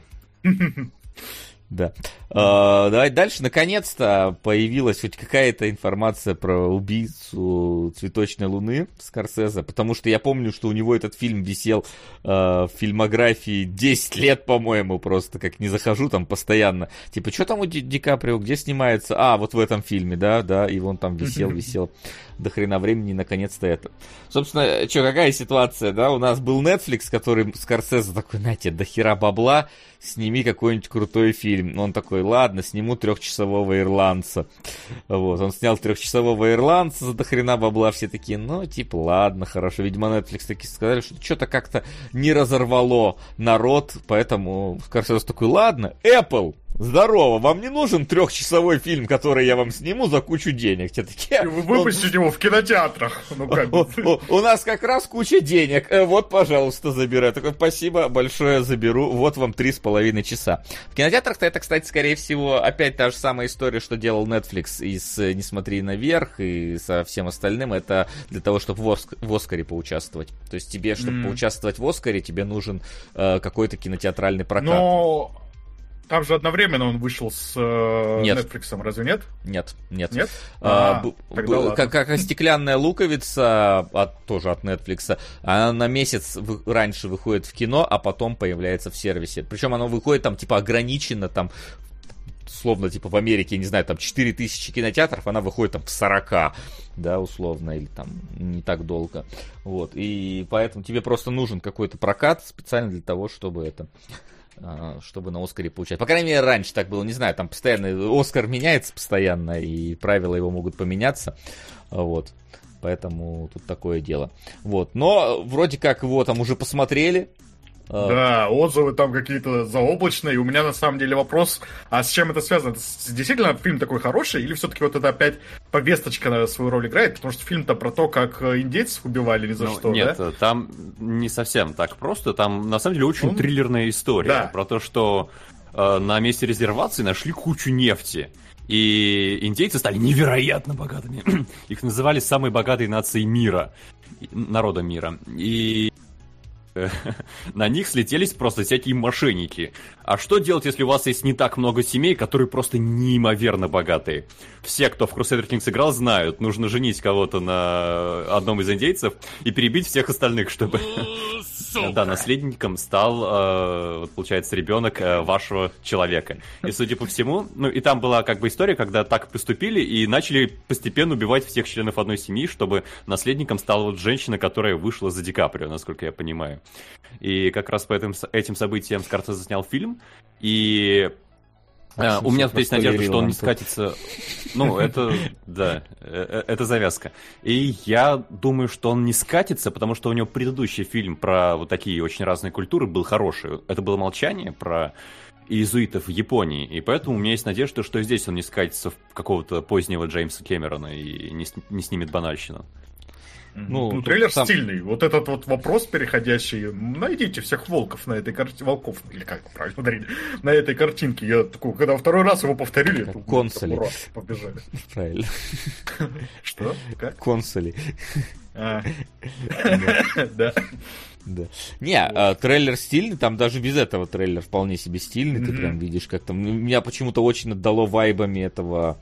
Да. Uh, давай дальше. Наконец-то появилась хоть какая-то информация про убийцу «Цветочной луны» Скорсезе, потому что я помню, что у него этот фильм висел uh, в фильмографии десять лет, по-моему, просто как не захожу там постоянно. Типа, что там у Ди, Ди Каприо, где снимается? А, вот в этом фильме, да, да, и он там висел, висел до хрена времени, и наконец-то это. Собственно, что, какая ситуация, да? У нас был Netflix, который Скорсезе такой, знаете, до хера бабла, сними какой-нибудь крутой фильм. Он такой, ладно, сниму трехчасового ирландца. Вот, он снял трехчасового ирландца за дохрена бабла, все такие, ну, типа, ладно, хорошо. Видимо, Netflix таки сказали, что что-то как-то не разорвало народ, поэтому Скорсезе такой, ладно, Apple, здорово, вам не нужен трехчасовой фильм, который я вам сниму за кучу денег? Те такие, вы выпустите он... его в кинотеатрах. Ну, как у, у, у нас как раз куча денег. Вот, пожалуйста, забирай. Такой, спасибо большое, заберу. Вот вам три с половиной часа. В кинотеатрах-то это, кстати, скорее всего, опять та же самая история, что делал Netflix и с «Не смотри наверх», и со всем остальным. Это для того, чтобы в, Оск... в Оскаре поучаствовать. То есть тебе, чтобы mm. поучаствовать в Оскаре, тебе нужен э, какой-то кинотеатральный прокат. Но... Там же одновременно он вышел с э, нет. Netflix, разве нет? Нет, нет. Нет? А, а, б- б- как, как «Стеклянная луковица», от, тоже от Netflix, она на месяц вы, раньше выходит в кино, а потом появляется в сервисе. Причем оно выходит там типа ограничено, там, условно, типа в Америке, я не знаю, там четыре тысячи кинотеатров, она выходит там в сорок, да, условно, или там не так долго. Вот, и поэтому тебе просто нужен какой-то прокат специально для того, чтобы это... чтобы на Оскаре получать. По крайней мере, раньше так было, не знаю, там постоянно Оскар меняется постоянно, и правила его могут поменяться, вот, поэтому тут такое дело. Вот, но вроде как его там уже посмотрели. Да, отзывы там какие-то заоблачные, и у меня на самом деле вопрос, а с чем это связано? Это действительно фильм такой хороший, или все-таки вот это опять повесточка на свою роль играет? Потому что фильм-то про то, как индейцев убивали ни за ну, что, нет, да? Там не совсем так просто, там на самом деле очень ну, триллерная история, да. про то, что э, на месте резервации нашли кучу нефти. И индейцы стали невероятно богатыми. Их называли самой богатой нацией мира, народа мира. И на них слетелись просто всякие мошенники. А что делать, если у вас есть не так много семей, которые просто неимоверно богатые? Все, кто в Crusader Kings играл, знают, нужно женить кого-то на одном из индейцев и перебить всех остальных, чтобы... Да, наследником стал, получается, ребенок вашего человека. И, судя по всему, ну и там была как бы история, когда так поступили и начали постепенно убивать всех членов одной семьи, чтобы наследником стала вот женщина, которая вышла за Ди Каприо, насколько я понимаю. И как раз по этим, этим событиям Скорсезе заснял фильм, и... А, у меня тут есть надежда, что он не скатится. Ну, это, да, это завязка. И я думаю, что он не скатится, потому что у него предыдущий фильм про вот такие очень разные культуры был хороший. Это было «Молчание» про иезуитов в Японии. И поэтому у меня есть надежда, что здесь он не скатится в какого-то позднего Джеймса Кэмерона и не, не снимет банальщину. Ну, ну трейлер сам... стильный. Вот этот вот вопрос переходящий. Найдите всех волков на этой картинке. Волков, или как правильно говорить, на этой картинке. Я такой, когда второй раз его повторили, то консоли. Побежали. Правильно. Что? Как? Консоли. Да. Да. Не, а, трейлер стильный, там даже без этого трейлер вполне себе стильный. Ты прям видишь, как там. Меня почему-то очень отдало вайбами этого.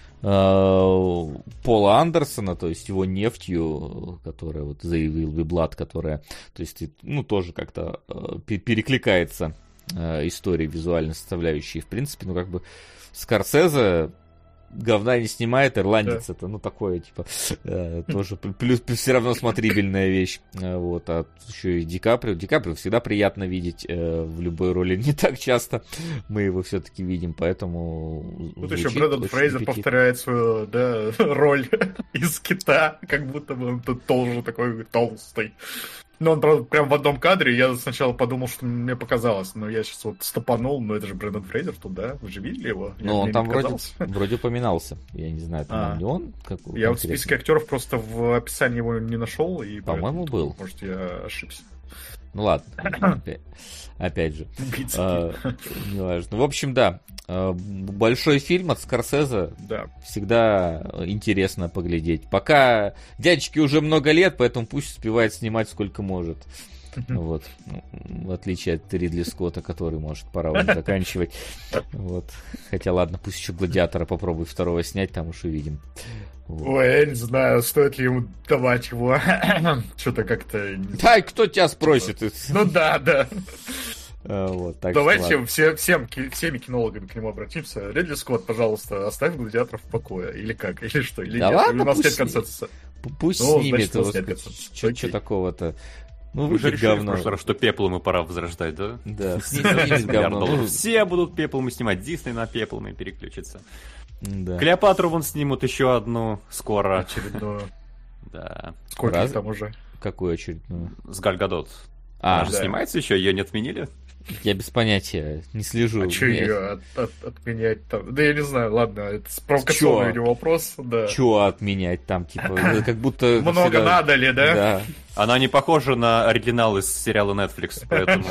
Пола Андерсона, то есть его «Нефтью», которая вот заявил Виблад, которая, то есть, ну, тоже как-то э, перекликается э, история визуальной составляющей. В принципе, ну, как бы Скорсезе говна не снимает, ирландец да. это, ну, такое, типа, э, тоже плюс, плюс все равно смотрибельная вещь. Э, вот, а еще и Ди Каприо. Ди Каприо всегда приятно видеть э, в любой роли. Не так часто мы его все-таки видим, поэтому... Тут еще Брэндон Фрейзер аппетитно. Повторяет свою, да, роль из Кита, как будто бы он тут тоже такой толстый. Ну, он, правда, прям в одном кадре, я сначала подумал, что мне показалось, но я сейчас вот стопанул, но это же Брэндон Фрейзер тут, да? Вы же видели его? Ну, он там вроде, вроде упоминался, я не знаю, там а, не он? Как, я вот в списке актеров просто в описании его не нашел, и по-моему, был. Может, я ошибся. Ну, ладно, опять, опять же, а, не важно. В общем, да, большой фильм от Скорсезе, да. Всегда интересно поглядеть. Пока дядечке уже много лет, поэтому пусть успевает снимать сколько может. Вот. В отличие от Ридли Скотта, который может пора уже заканчивать. Вот. Хотя ладно, пусть еще «Гладиатора» попробует второго снять, там уж увидим. Вот. Ой, я не знаю, стоит ли ему давать его. Что-то как-то... Да, кто тебя спросит? Ну да, да. Вот, так давайте все, всем, всеми кинологами к нему обратимся. Ридли Скотт, пожалуйста, оставь «Гладиаторов» в покое. Или как? Или что? Или да нет? ладно, у нас пусть нет консенсуса. Пусть ну, снимет его. Что такого-то? Ну, вы же решили в прошлый раз, что пеплом и пора возрождать, да? Да, снимет говно. Все будут пеплом снимать, Дисней на пеплом и переключится. Да. Клеопатру вон снимут еще одну скоро. Очередную. Да. Сколько Раз... там уже? Какую очередную? С Галь Гадот. А, Она же да. снимается еще, ее не отменили? Я без понятия, не слежу. А что ее от, от, отменять там? Да я не знаю, ладно, это провокационный чё? Вопрос. Да. Чего отменять там, типа, как будто... Много всегда... надо ли, да? Да. Она не похожа на оригинал из сериала Netflix, поэтому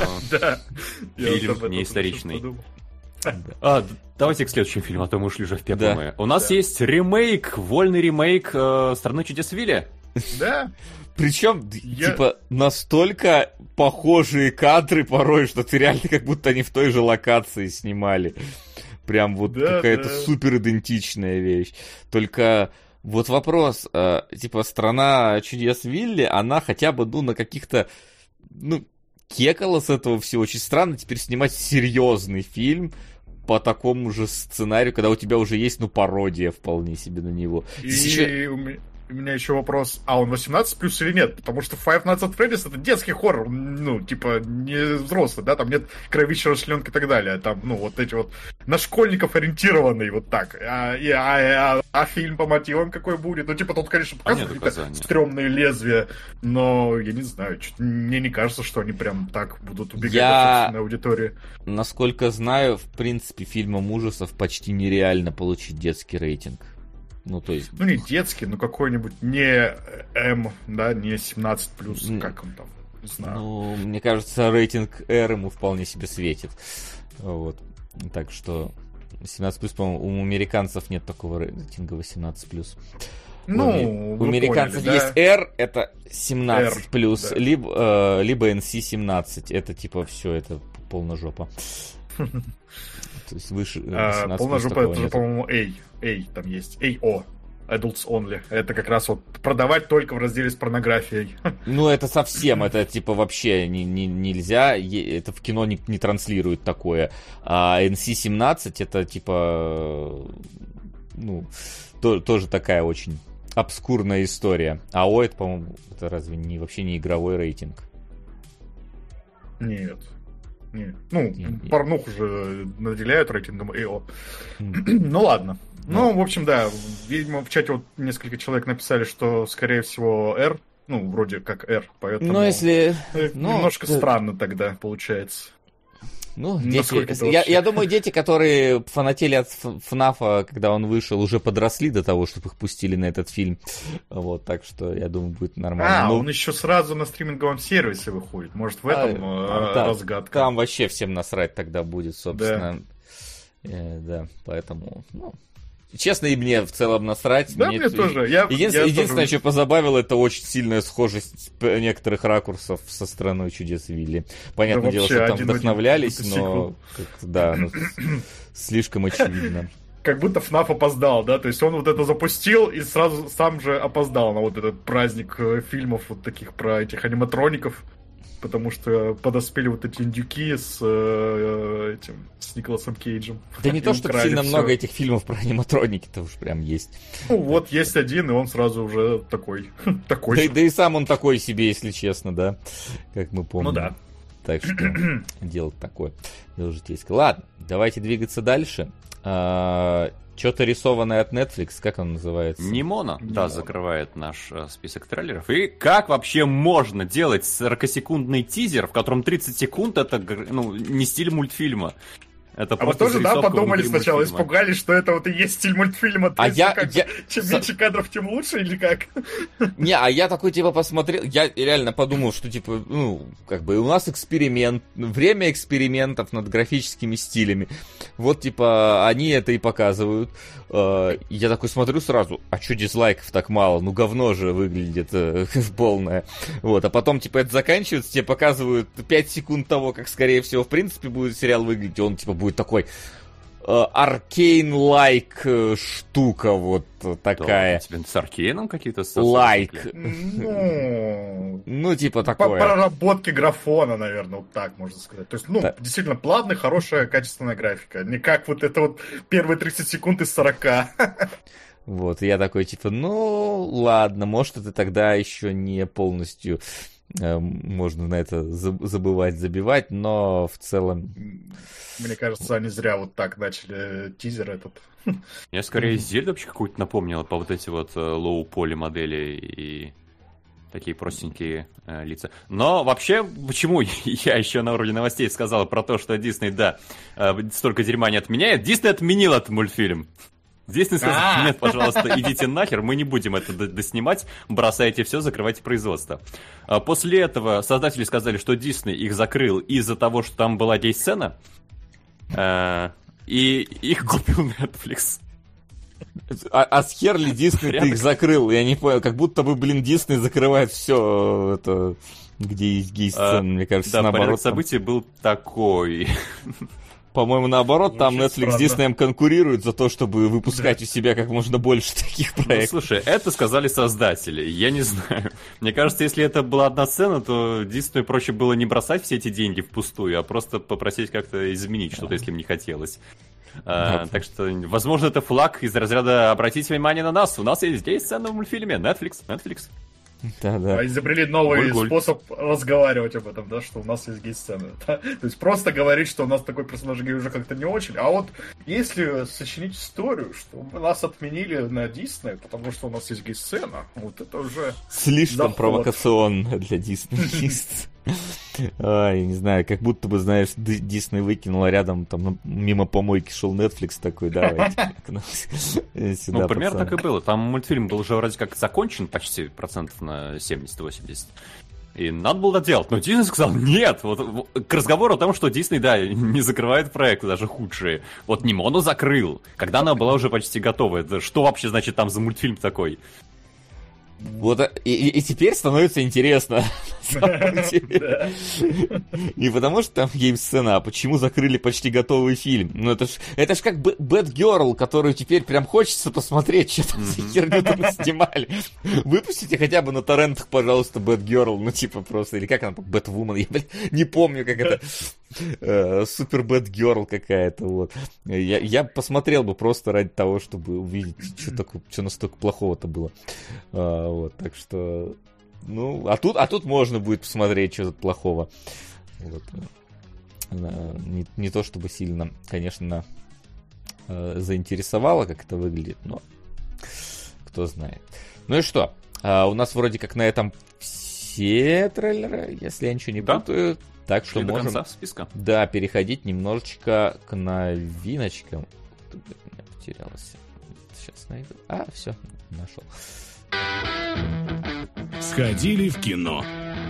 фильм не историчный. А, давайте к следующему фильму, а то мы ушли уже в пепломы. У нас есть ремейк, вольный ремейк «Страны чудес Вилли». Да. Причем, я... типа, настолько похожие кадры порой, что ты реально как будто они в той же локации снимали. Прям вот да, какая-то да. супер идентичная вещь. Только вот вопрос, э, типа, «Страна чудес Вилли», она хотя бы, ну, на каких-то, ну, кекала с этого всего. Очень странно теперь снимать серьезный фильм по такому же сценарию, когда у тебя уже есть, ну, пародия вполне себе на него. И... Еще... У меня еще вопрос, а он восемнадцать плюс или нет? Потому что Five Nights at Freddy's это детский хоррор, ну, типа, не взрослый, да, там нет кровища, расчленка и так далее. Там, ну, вот эти вот на школьников ориентированный вот так. А, и, а, а, а фильм по мотивам какой будет? Ну, типа, тут, конечно, показывают какие-то стрёмные лезвия, но я не знаю, мне не кажется, что они прям так будут убегать я... от собственной аудитории. Насколько знаю, в принципе, фильмом ужасов почти нереально получить детский рейтинг. Ну, то есть... Ну, не детский, но какой-нибудь не М, да, не семнадцать плюс, mm. как он там, не знаю. Ну, мне кажется, рейтинг R ему вполне себе светит. Вот. Так что семнадцать плюс, по-моему, у американцев нет такого рейтинга восемнадцать плюс. Ну, у американцев поняли, есть да? R, это семнадцать плюс, да. либо, э, либо эн си семнадцать, это типа все, это полная жопа. То есть выше полная жопа, это же, по-моему, A, A там есть, эй о. Adults Only. Это как раз вот продавать только в разделе с порнографией. Ну, это совсем, это типа вообще не, не, нельзя, это в кино не, не транслирует такое. А эн си семнадцать это типа, ну, то, тоже такая очень обскурная история. А О, это, по-моему, это разве не, вообще не игровой рейтинг? Нет. Нет. Ну, нет, порнуху же наделяют рейтингом эй о. Ну, ладно. Ну, в общем, да, видимо, в чате вот несколько человек написали, что, скорее всего, R, ну, вроде как R, поэтому... Ну, если... Немножко ну, странно тогда получается. Ну, дети... я, я думаю, дети, которые фанатели от ФНАФа, когда он вышел, уже подросли до того, чтобы их пустили на этот фильм. Вот, так что, я думаю, будет нормально. А, ну... он еще сразу на стриминговом сервисе выходит. Может, в этом а, да, разгадка. Там вообще всем насрать тогда будет, собственно. Да, э, да поэтому... Ну... Честно, и мне в целом насрать. Да, мне, мне тоже. Я, Един... я Единственное, тоже... что позабавило, это очень сильная схожесть некоторых ракурсов со «Страной чудес» Вилли. Понятное да дело, что там вдохновлялись, но да, ну, слишком очевидно. Как будто ФНАФ опоздал, да? То есть он вот это запустил и сразу сам же опоздал на вот этот праздник фильмов вот таких про этих аниматроников. Потому что подоспели вот эти индюки с э, этим, с Николасом Кейджем. Да не то, что сильно все. Много этих фильмов про аниматроники-то уж прям есть. Ну вот, есть один, и он сразу уже такой. такой. Да, да и сам он такой себе, если честно, да. Как мы помним. Ну да. Так что дело такое. Дело житейское. Ладно, давайте двигаться дальше. А, что-то рисованное от Netflix, как он называется? Нимона, да, закрывает наш э, список трейлеров. И как вообще можно делать сорокасекундный тизер, в котором тридцать секунд это, ну, не стиль мультфильма? Это а вы тоже, да, подумали сначала, мультфильма. Испугались, что это вот и есть стиль мультфильма. А я, как я... Чем С... меньше кадров, тем лучше, или как? Не, а я такой, типа, посмотрел, я реально подумал, что, типа, ну, как бы у нас эксперимент, время экспериментов над графическими стилями. Вот, типа, они это и показывают. Я такой смотрю сразу, а чё дизлайков так мало? Ну, говно же выглядит э, полное. Вот, а потом, типа, это заканчивается, тебе показывают пять секунд того, как, скорее всего, в принципе, будет сериал выглядеть. Он, типа, будет такой аркейн-лайк uh, штука вот такая. Да, тебе с аркейном какие-то лайк. Ну, ну, типа такое. По проработке графона, наверное, вот так можно сказать. То есть, ну, да. Действительно, плавная, хорошая, качественная графика. Не как вот это вот первые тридцать секунд из сорока. Вот, я такой, типа, ну, ладно, может, это тогда еще не полностью э, можно на это забывать, забивать, но в целом... Мне кажется, они зря вот так начали тизер этот. Я скорее Зельда вообще какую-то напомнила по вот эти вот лоу-поли модели и такие простенькие э, лица. Но вообще, почему я еще на уровне новостей сказал про то, что Дисней, да, э, столько дерьма не отменяет, Дисней отменил этот мультфильм. Дисней сказал, нет, пожалуйста, идите нахер, мы не будем это доснимать, бросайте все, закрывайте производство. После этого создатели сказали, что Дисней их закрыл из-за того, что там была гей-сцена, и их купил Netflix. А, а с хер ли Дисней ты их закрыл? Я не понял, как будто бы, блин, Дисней закрывает все это, где есть гей-сцены, а, мне кажется, да, наоборот. порядок событий был такой... По-моему, наоборот, там Очень Netflix странно. с Диснеем конкурирует за то, чтобы выпускать да. у себя как можно больше таких проектов. Ну, слушай, это сказали создатели, я не знаю. Мне кажется, если это была одна сцена, то Диснею проще было не бросать все эти деньги впустую, а просто попросить как-то изменить что-то, если им не хотелось. А, так что, возможно, это флаг из разряда «обратите внимание на нас, у нас есть здесь сцена в мультфильме, Netflix, Netflix». Да, да. А изобрели новый Гуль-гуль. способ разговаривать об этом, да, что у нас есть гей-сцена. Да? То есть просто говорить, что у нас такой персонаж гей уже как-то не очень. А вот если сочинить историю, что нас отменили на Дисней, потому что у нас есть гей-сцена, вот это уже... Слишком заход. провокационно для Дисней. Я не знаю, как будто бы, знаешь, Дисней выкинула рядом, там, мимо помойки шел Netflix такой, давайте. Ну, примерно так и было. Там мультфильм был уже вроде как закончен почти процентов на семьдесят-восемьдесят. И надо было это делать. Но Дисней сказал, нет. Вот к разговору о том, что Дисней, да, не закрывает проекты, даже худшие. Вот Нимону закрыл, когда она была уже почти готова. Это что вообще значит там за мультфильм такой? Вот, и, и, и теперь становится интересно. Не потому, что там гейм-сцена, а почему закрыли почти готовый фильм. Ну, это ж, это ж как Bad Girl, которую теперь прям хочется посмотреть, что там за херню там снимали. Выпустите хотя бы на торрентах, пожалуйста, Bad Girl, ну, типа просто, или как она, Bad Woman, я, блядь, не помню, как это, Супер Bad Girl какая-то, вот. Я, я посмотрел бы просто ради того, чтобы увидеть, что, такое, что настолько плохого-то было. Вот, так что, ну, а тут, а тут можно будет посмотреть, что тут плохого. Вот. Не, не то чтобы сильно, конечно, заинтересовало, как это выглядит, но кто знает. Ну и что, у нас вроде как на этом все трейлеры, если я ничего не да? путаю. Так что до можем, конца списка. Да, переходить немножечко к новиночкам. Тут у меня потерялось. Сейчас найду. А, все, нашел. Сходили в кино.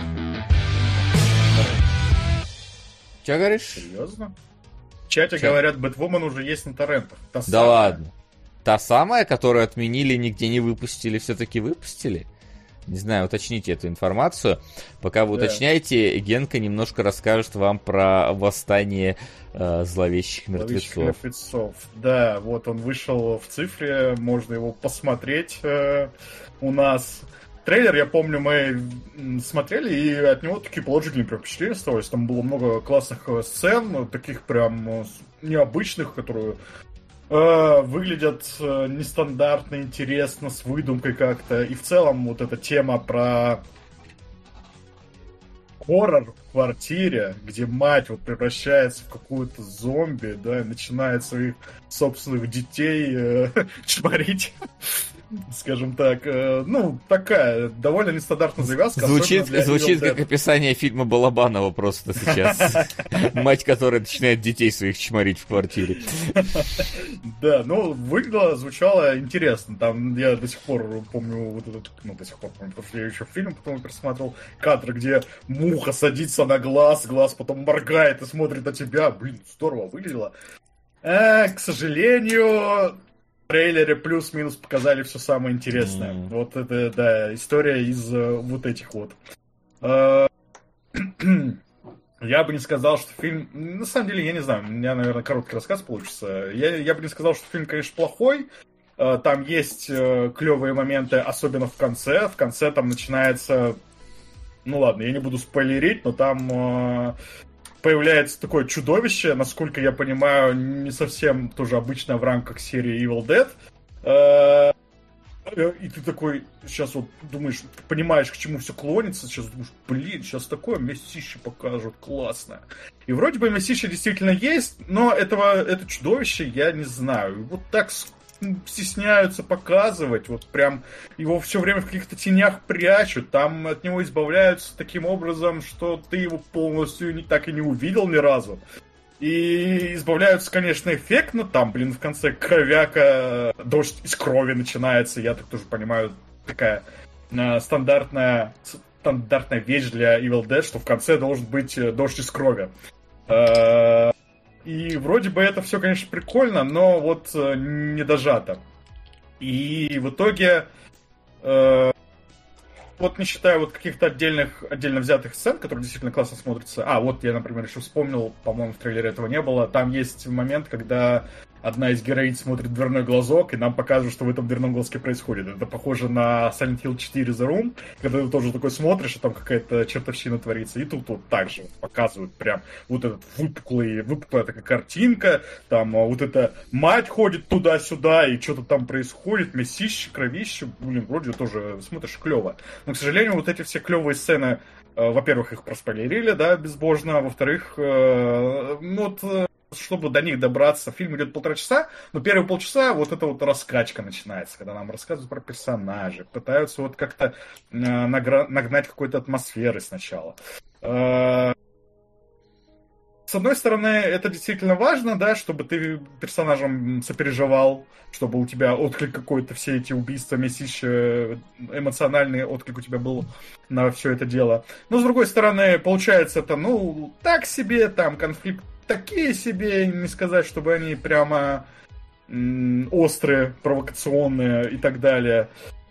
Че говоришь? Серьезно? В чате Чё? говорят, Бэтвумен уже есть на торрентах. Та Да самая. ладно. Та самая, которую отменили, нигде не выпустили, все-таки выпустили? Не знаю, уточните эту информацию. Пока вы Да. уточняете, Генка немножко расскажет вам про восстание э, зловещих Зловещих мертвецов. мертвецов. Да, вот он вышел в цифре, можно его посмотреть э, у нас. Трейлер, я помню, мы смотрели, и от него такие положительные прям впечатления оставались. Там было много классных сцен, таких прям необычных, которые э, выглядят э, нестандартно, интересно, с выдумкой как-то. И в целом вот эта тема про хоррор в квартире, где мать вот превращается в какую-то зомби, да, и начинает своих собственных детей э, чморить. Скажем так, э, ну, такая довольно нестандартная завязка. Звучит, для звучит Evil как Dead. описание фильма Балабанова просто сейчас. Мать, которая начинает детей своих чморить в квартире. Да, ну, выглядело, звучало интересно. Там я до сих пор помню вот этот, ну, до сих пор помню, потому что я еще фильм потом пересмотрел, кадр, где муха садится на глаз, глаз потом моргает и смотрит на тебя. Блин, здорово выглядело. А, к сожалению, в трейлере плюс-минус показали все самое интересное. Mm. Вот это, да, история из э, вот этих вот. Э, Я бы не сказал, что фильм... На самом деле, я не знаю, у меня, наверное, короткий рассказ получится. Я, я бы не сказал, что фильм, конечно, плохой. Э, Там есть э, клевые моменты, особенно в конце. В конце там начинается... Ну ладно, я не буду спойлерить, но там э, появляется такое чудовище, насколько я понимаю, не совсем тоже обычное в рамках серии Evil Dead. Э, И ты такой, сейчас вот думаешь, понимаешь, к чему все клонится, сейчас думаешь, блин, сейчас такое мясище покажут, классно. И вроде бы мясище действительно есть, но этого, это чудовище я не знаю. Вот так стесняются показывать, вот прям его все время в каких-то тенях прячут, там от него избавляются таким образом, что ты его полностью не, так и не увидел ни разу. И избавляются, конечно, эффектно, там, блин, в конце кровяка, дождь из крови начинается, я так тоже понимаю, такая э, стандартная, стандартная вещь для Evil Dead, что в конце должен быть дождь из крови. Э, и вроде бы это все, конечно, прикольно, но вот э, не дожато. И в итоге... Э, Вот не считая вот каких-то отдельных, отдельно взятых сцен, которые действительно классно смотрятся. А, вот я, например, еще вспомнил, по-моему, в трейлере этого не было. Там есть момент, когда одна из героинь смотрит в дверной глазок, и нам показывают, что в этом дверном глазке происходит. Это похоже на Silent Hill четыре The Room, когда ты тоже такой смотришь, и там какая-то чертовщина творится. И тут вот так же показывают прям вот этот выпуклый, выпуклая такая картинка, там вот эта мать ходит туда-сюда, и что-то там происходит, мясище, кровище, блин, вроде тоже смотришь клево. Но, к сожалению, вот эти все клевые сцены, э, во-первых, их проспойлерили, да, безбожно, а во-вторых, э, ну вот... Э, чтобы до них добраться, фильм идет полтора часа, но первые полчаса вот эта вот раскачка начинается, когда нам рассказывают про персонажей, пытаются вот как-то э, награ- нагнать какой-то атмосферы сначала. Э- с одной стороны, это действительно важно, да, чтобы ты персонажем сопереживал, чтобы у тебя отклик какой-то, все эти убийства, месище, эмоциональный отклик у тебя был на все это дело. Но, с другой стороны, получается это, ну, так себе, там, конфликт такие себе, не сказать, чтобы они прямо м- острые, провокационные и так далее.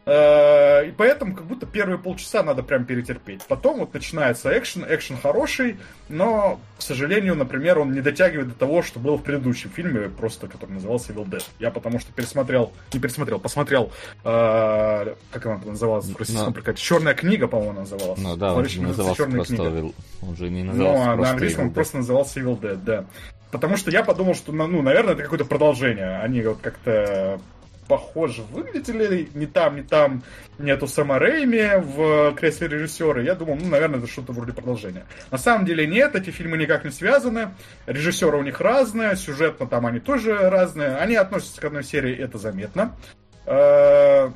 И поэтому как будто первые полчаса надо прям перетерпеть. Потом вот начинается экшен, экшен хороший, но, к сожалению, например, он не дотягивает до того, что было в предыдущем фильме, просто который назывался Evil Dead. Я потому что пересмотрел, не пересмотрел, посмотрел, э, как она называлась в российском прокате, «Черная книга», по-моему, называлась. Ну да, он же назывался просто Evil. Он же не назывался ну, а просто на английском он просто назывался Evil Dead, да. Потому что я подумал, что, ну, наверное, это какое-то продолжение. Они вот как-то похоже выглядели, не там, не там нету Сэма Рэйми в кресле режиссера. Я думал, ну, наверное, это что-то вроде продолжения. На самом деле нет, эти фильмы никак не связаны. Режиссеры у них разные, сюжетно там они тоже разные. Они относятся к одной серии, это заметно. То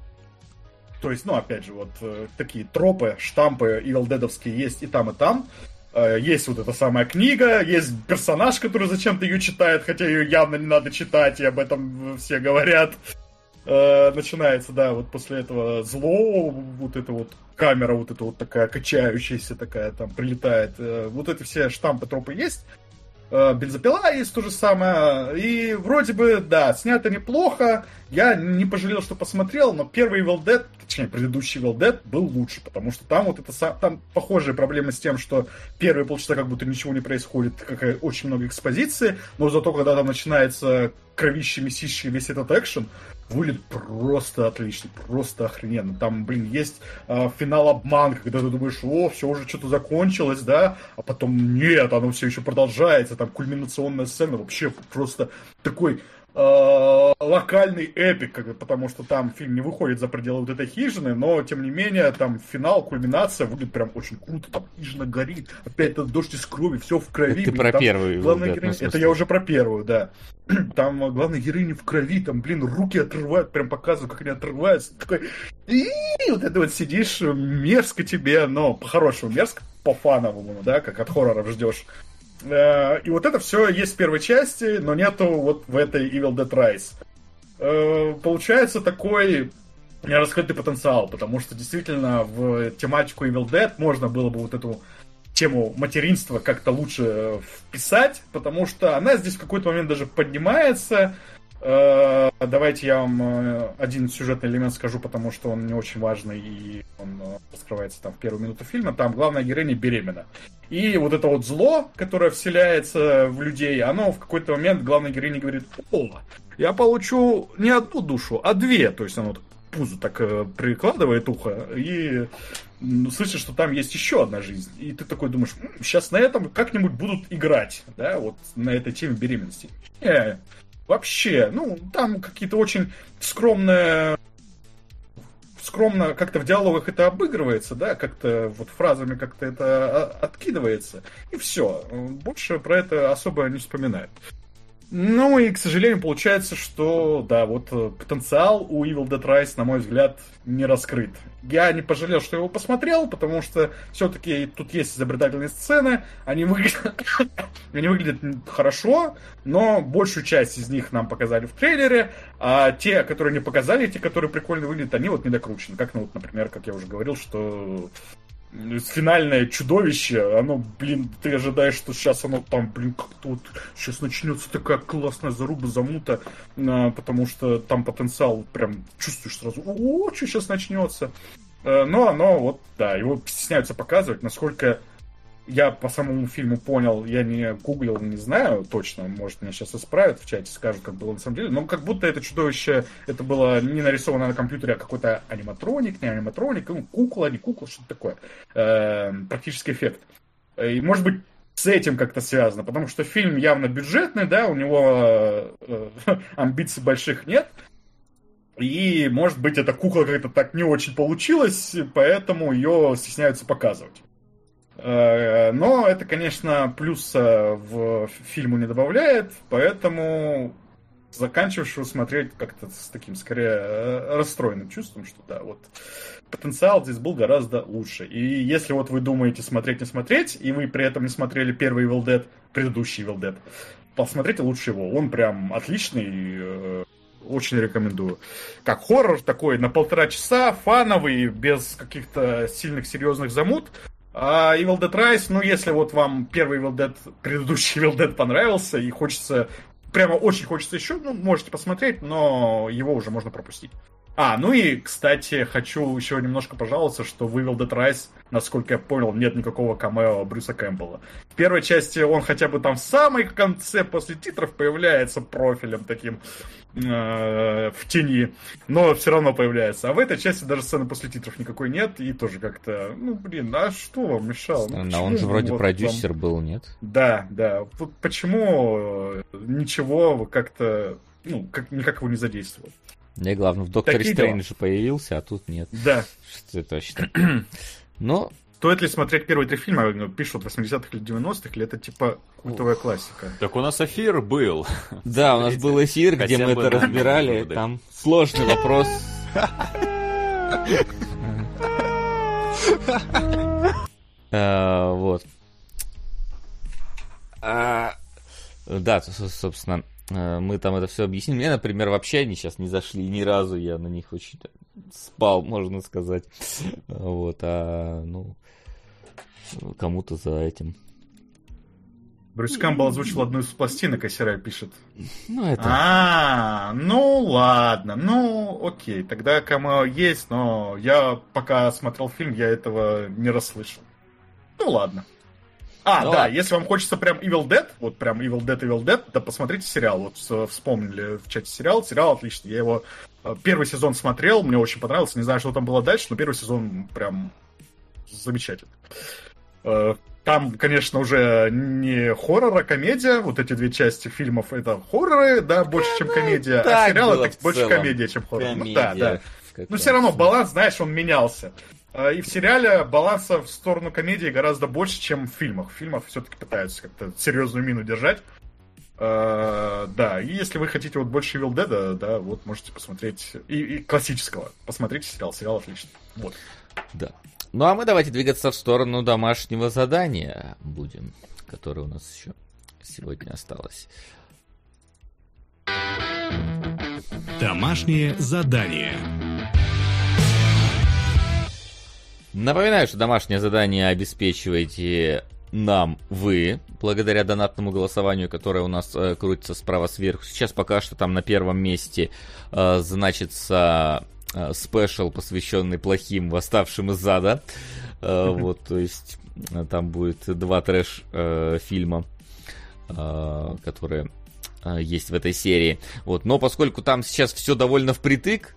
есть, ну, опять же, вот такие тропы, штампы Evil Dead'овские есть и там, и там. Есть вот эта самая книга, есть персонаж, который зачем-то ее читает, хотя ее явно не надо читать, и об этом все говорят. Начинается, да, вот после этого зло, вот эта вот камера, вот эта вот такая качающаяся такая, там, прилетает. Вот эти все штампы, тропы есть. Бензопила есть то же самое. И вроде бы, да, снято неплохо. Я не пожалел, что посмотрел, но первый Evil Dead, точнее, предыдущий Evil Dead был лучше, потому что там вот это там похожие проблемы с тем, что первые полчаса как будто ничего не происходит, как очень много экспозиции, но зато когда там начинается кровище, месище, весь этот экшен, выглядит просто отлично, просто охрененно. Там, блин, есть э, финал-обман, когда ты думаешь, о, все уже что-то закончилось, да, а потом нет, оно все еще продолжается, там кульминационная сцена, вообще просто такой э, локальный эпик, как, потому что там фильм не выходит за пределы вот этой хижины, но, тем не менее, там финал, кульминация выглядит прям очень круто, там хижина горит, опять этот дождь из крови, все в крови. Это ты про первую. Главная героиня... Это я уже про первую, да. Там главная героиня в крови, там, блин, руки отрывают, прям показывают, как они отрываются. Такой, и вот это вот сидишь, мерзко тебе, но по-хорошему мерзко, по-фановому, да, как от хорроров ждешь. И вот это все есть в первой части, но нету вот в этой Evil Dead Rise. Получается такой нераскрытый потенциал, потому что действительно в тематику Evil Dead можно было бы вот эту тему материнства как-то лучше вписать, потому что она здесь в какой-то момент даже поднимается. Давайте я вам один сюжетный элемент скажу, потому что он не очень важный, и он раскрывается там в первую минуту фильма. Там главная героиня беременна. И вот это вот зло, которое вселяется в людей, оно в какой-то момент главной героине говорит: о, я получу не одну душу, а две. То есть оно пузо так прикладывает ухо и слышишь, что там есть еще одна жизнь. И ты такой думаешь, сейчас на этом как-нибудь будут играть, да, вот на этой теме беременности. Не, вообще, ну, там какие-то очень скромные, скромно как-то в диалогах это обыгрывается, да, как-то вот фразами как-то это откидывается, и все. Больше про это особо не вспоминают. Ну и, к сожалению, получается, что, да, вот потенциал у Evil Dead Rise, на мой взгляд, не раскрыт. Я не пожалел, что его посмотрел, потому что все-таки тут есть изобретательные сцены, они выглядят, они выглядят хорошо, но большую часть из них нам показали в трейлере, а те, которые не показали, те, которые прикольно выглядят, они вот недокручены. Как, ну вот, например, как я уже говорил, что финальное чудовище, оно, блин, ты ожидаешь, что сейчас оно там, блин, как-то вот сейчас начнется такая классная заруба, замута, а, потому что там потенциал, прям чувствуешь сразу, о, что сейчас начнется. А, но оно, вот, да, его стесняются показывать, насколько я по самому фильму понял, я не гуглил, не знаю точно, может, меня сейчас исправят в чате, скажут, как было на самом деле, но как будто это чудовище, это было не нарисовано на компьютере, а какой-то аниматроник, не аниматроник, ну, кукла, не кукла, что-то такое, э, практический эффект. И, может быть, с этим как-то связано, потому что фильм явно бюджетный, да, у него э, амбиций больших нет, и, может быть, эта кукла как-то так не очень получилась, поэтому ее стесняются показывать. Но это, конечно, плюса в фильму не добавляет, поэтому заканчиваешь его смотреть как-то с таким, скорее, расстроенным чувством, что да, вот потенциал здесь был гораздо лучше. И если вот вы думаете смотреть, не смотреть, и вы при этом не смотрели первый Evil Dead, предыдущий Evil Dead, посмотрите лучше его. Он прям отличный, очень рекомендую. Как хоррор такой, на полтора часа, фановый, без каких-то сильных серьезных замут. А Evil Dead Rise, ну, если вот вам первый Evil Dead, предыдущий Evil Dead понравился, и хочется, прямо очень хочется еще, ну, можете посмотреть, но его уже можно пропустить. А, ну и, кстати, хочу еще немножко пожаловаться, что в Evil Dead Rise, насколько я понял, нет никакого камео Брюса Кэмпбелла. В первой части он хотя бы там в самой конце после титров появляется профилем таким э, в тени, но все равно появляется. А в этой части даже сцены после титров никакой нет, и тоже как-то, ну, блин, а что вам мешало? Ну, а он же вроде вот продюсер вам... был, нет? Да, да. Вот почему ничего как-то, ну, как, никак его не задействовал? Мне главное, в Докторе Стрэндже появился, а тут нет. Да. Что это вообще такое? Но... Стоит ли смотреть первые три фильма, пишут восьмидесятых или девяностых, или это типа культовая классика? Так у нас эфир был. Да, у нас был эфир, где мы это разбирали. Там сложный вопрос. Вот. Да, собственно... Мы там это все объяснили. Мне, например, вообще они сейчас не зашли ни разу. Я на них очень спал, можно сказать. Вот, а, ну, кому-то за этим. Брюс Кэмпбелл озвучил одну из пластинок, Асирай пишет. Ну, это... А, ну, ладно. Ну, окей. Тогда камео есть, но я пока смотрел фильм, я этого не расслышал. Ну, ладно. А, ну, да, ладно. Если вам хочется прям Evil Dead, вот прям Evil Dead, Evil Dead, да посмотрите сериал. Вот вспомнили в чате сериал. Сериал отличный. Я его первый сезон смотрел, мне очень понравился. Не знаю, что там было дальше, но первый сезон прям замечательный. Там, конечно, уже не хоррор, а комедия. Вот эти две части фильмов — это хорроры, да, больше, чем комедия. А сериал — это больше комедия, чем хоррор. Ну да, да. Но все равно баланс, знаешь, он менялся. И в сериале баланса в сторону комедии гораздо больше, чем в фильмах. В фильмах все-таки пытаются как-то серьезную мину держать. Uh, да, и если вы хотите вот больше Evil Dead, да, вот можете посмотреть и, и классического. Посмотрите сериал, сериал отличный. Вот. Да. Ну а мы давайте двигаться в сторону домашнего задания будем, которое у нас еще сегодня осталось. Домашнее задание. Напоминаю, что домашнее задание обеспечиваете нам вы, благодаря донатному голосованию, которое у нас э, крутится справа сверху. Сейчас пока что там на первом месте э, значится э, спешл, посвященный плохим восставшим из ада. Э, вот, то есть э, там будет два трэш-фильма, э, э, которые э, есть в этой серии. Вот, но поскольку там сейчас все довольно впритык,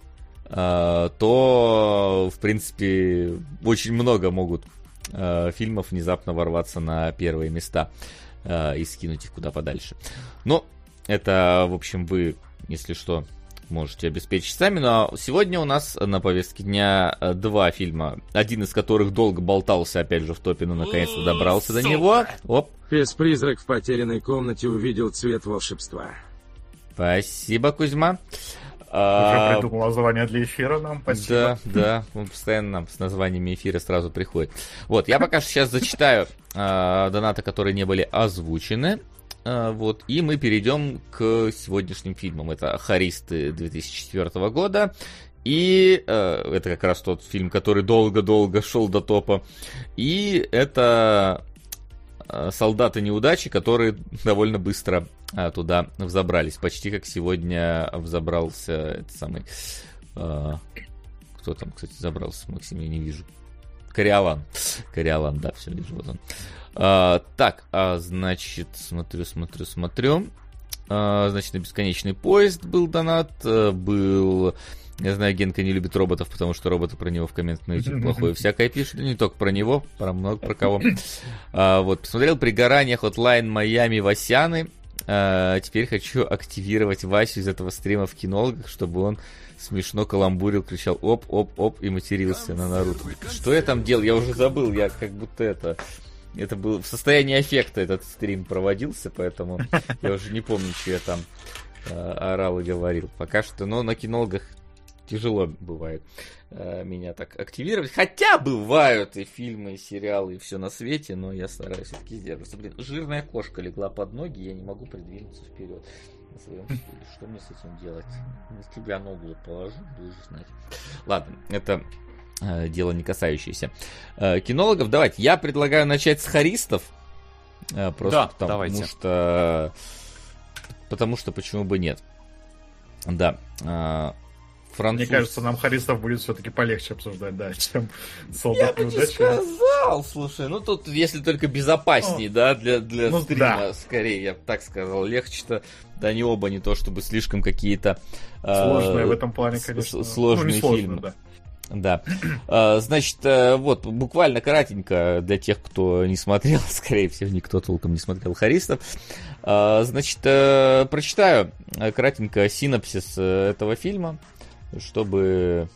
то, в принципе, очень много могут э, фильмов внезапно ворваться на первые места э, и скинуть их куда подальше. Но это, в общем, вы, если что, можете обеспечить сами. Но сегодня у нас на повестке дня два фильма, один из которых долго болтался, опять же, в топе, но наконец-то добрался до него. Оп. Пес-призрак в потерянной комнате увидел цвет волшебства. Спасибо, Кузьма. Уже придумал название для эфира нам, спасибо. Да, да, он постоянно нам с названиями эфира сразу приходит. Вот, я пока что сейчас зачитаю э, донаты, которые не были озвучены. Э, вот, и мы перейдем к сегодняшним фильмам. Это «Хористы» две тысячи четвёртого года. И э, это как раз тот фильм, который долго-долго шел до топа. И это «Солдаты неудачи», которые довольно быстро а, туда взобрались. Почти как сегодня взобрался этот самый... А, кто там, кстати, забрался? Максим, я не вижу. Кориолан. Кориолан, да, все, вижу, вот он. А, так, а, значит, смотрю, смотрю, смотрю. А, значит, на «Бесконечный поезд» был донат, был... Я знаю, Генка не любит роботов, потому что роботы про него в комментах на YouTube плохое всякое пишут. Не только про него, про много про кого. А, вот, посмотрел «Пригорание», «Hotline Miami», «Васяны». А, теперь хочу активировать Васю из этого стрима в кинологах, чтобы он смешно каламбурил, кричал «оп-оп-оп» и матерился на Наруто. Что я там делал? Я уже забыл, я как будто это... Это был в состоянии аффекта этот стрим проводился, поэтому я уже не помню, что я там орал и говорил. Пока что, но на кинологах тяжело бывает меня так активировать. Хотя бывают и фильмы, и сериалы, и все на свете, но я стараюсь все-таки сдерживаться. Блин, жирная кошка легла под ноги, я не могу придвинуться вперед на своем стуле. Что мне с этим делать? На тебя ногу положу, будешь знать. Ладно, это э, дело не касающееся э, кинологов. Давайте, я предлагаю начать с харистов. Э, просто да, потому давайте. что... Потому что почему бы нет. Да. Э, Француз... Мне кажется, нам харистов будет все-таки полегче обсуждать, да, чем Я солдат бы не неудачи. сказал, слушай, ну тут если только безопасней, О, да, для, для ну, стрима, да. скорее, я бы так сказал, легче-то, да не оба не то, чтобы слишком какие-то... Сложные э, в этом плане, с- конечно. с- сложные ну, не сложно, фильмы. да. Да. А, значит, э, вот, буквально кратенько для тех, кто не смотрел, скорее всего, никто толком не смотрел харистов. А, значит, э, прочитаю э, кратенько синопсис э, этого фильма, чтобы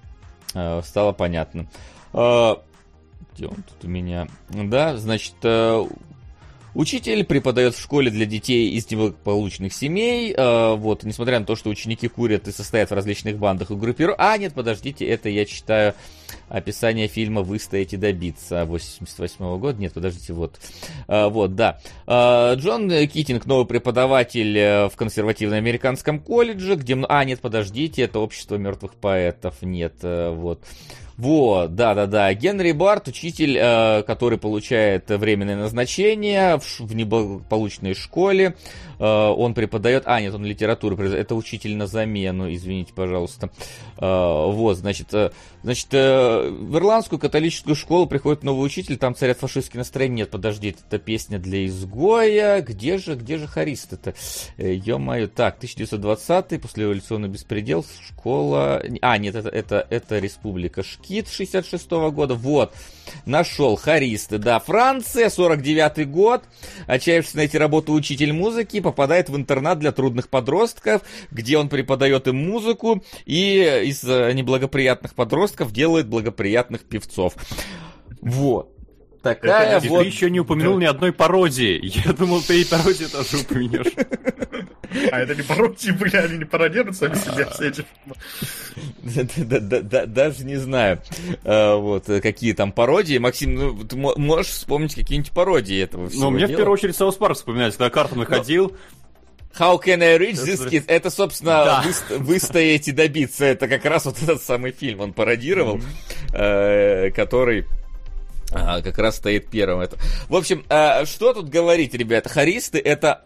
э, стало понятно. Э, где он тут у меня? Да, значит, э, учитель преподает в школе для детей из неблагополучных семей. Э, вот, несмотря на то, что ученики курят и состоят в различных бандах и группировках. А, нет, подождите, это я читаю описание фильма «Выстоять и добиться» восемьдесят восьмого года. Нет, подождите, вот. А, вот, да. А, Джон Китинг, новый преподаватель в консервативно-американском колледже, где... А, нет, подождите, это общество мертвых поэтов. Нет, вот. Вот, да-да-да. Генри Барт, учитель, э, который получает временное назначение в, ш- в неблагополучной школе. Э, он преподает... А, нет, он литературу преподает. Это учитель на замену, извините, пожалуйста. Э, вот, значит... Э, значит, э, в ирландскую католическую школу приходит новый учитель, там царят фашистские настроения. Нет, подожди, это песня для изгоя. Где же, где же харист-то? Э, ё-моё. Так, тысяча девятьсот двадцатый, послереволюционный беспредел, школа... А, нет, это, это, это Республика Шкит шестьдесят шестого года. Вот, нашел харисты. Да, Франция, сорок девятый год. Отчаявшись найти работу учитель музыки, попадает в интернат для трудных подростков, где он преподает им музыку и из неблагоприятных подростков делает благоприятных певцов. Вот. Такая Это, И вот... ты еще не упомянул ни одной пародии. Я думал, ты и пародию тоже упомянешь. А это не пародии были, они не пародируют сами себя все эти Да-да-да, даже не знаю, э, вот, какие там пародии. Максим, ну, ты мо- можешь вспомнить какие-нибудь пародии этого всего Ну, мне в дела? первую очередь Саус Парк вспоминается, когда Картон выходил. How can I reach this kid? Это, собственно, Да. выст- выстоять и добиться. Это как раз вот этот самый фильм он пародировал, э, который... а, как раз стоит первым. Это. В общем, э, что тут говорить, ребята? Харисты — это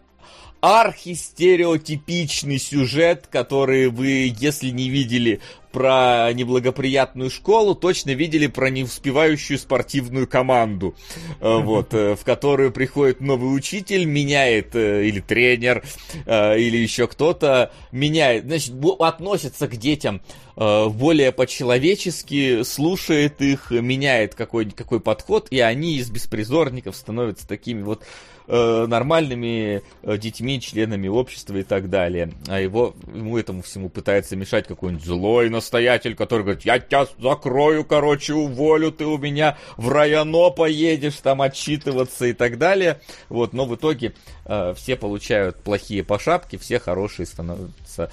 архистереотипичный сюжет, который вы, если не видели про неблагоприятную школу, точно видели про неуспевающую спортивную команду, э, вот, э, в которую приходит новый учитель, меняет, э, или тренер, э, или еще кто-то, меняет, значит, бо- относится к детям э, более по-человечески, слушает их, меняет какой, какой подход, и они из беспризорников становятся такими вот э, нормальными э, детьми, членами общества и так далее. А его, ему этому всему пытается мешать какой-нибудь злой настоятель, который говорит: я тебя закрою, короче, уволю, ты у меня в районо поедешь там отчитываться и так далее. Вот, но в итоге э, все получают плохие по шапке, все хорошие становятся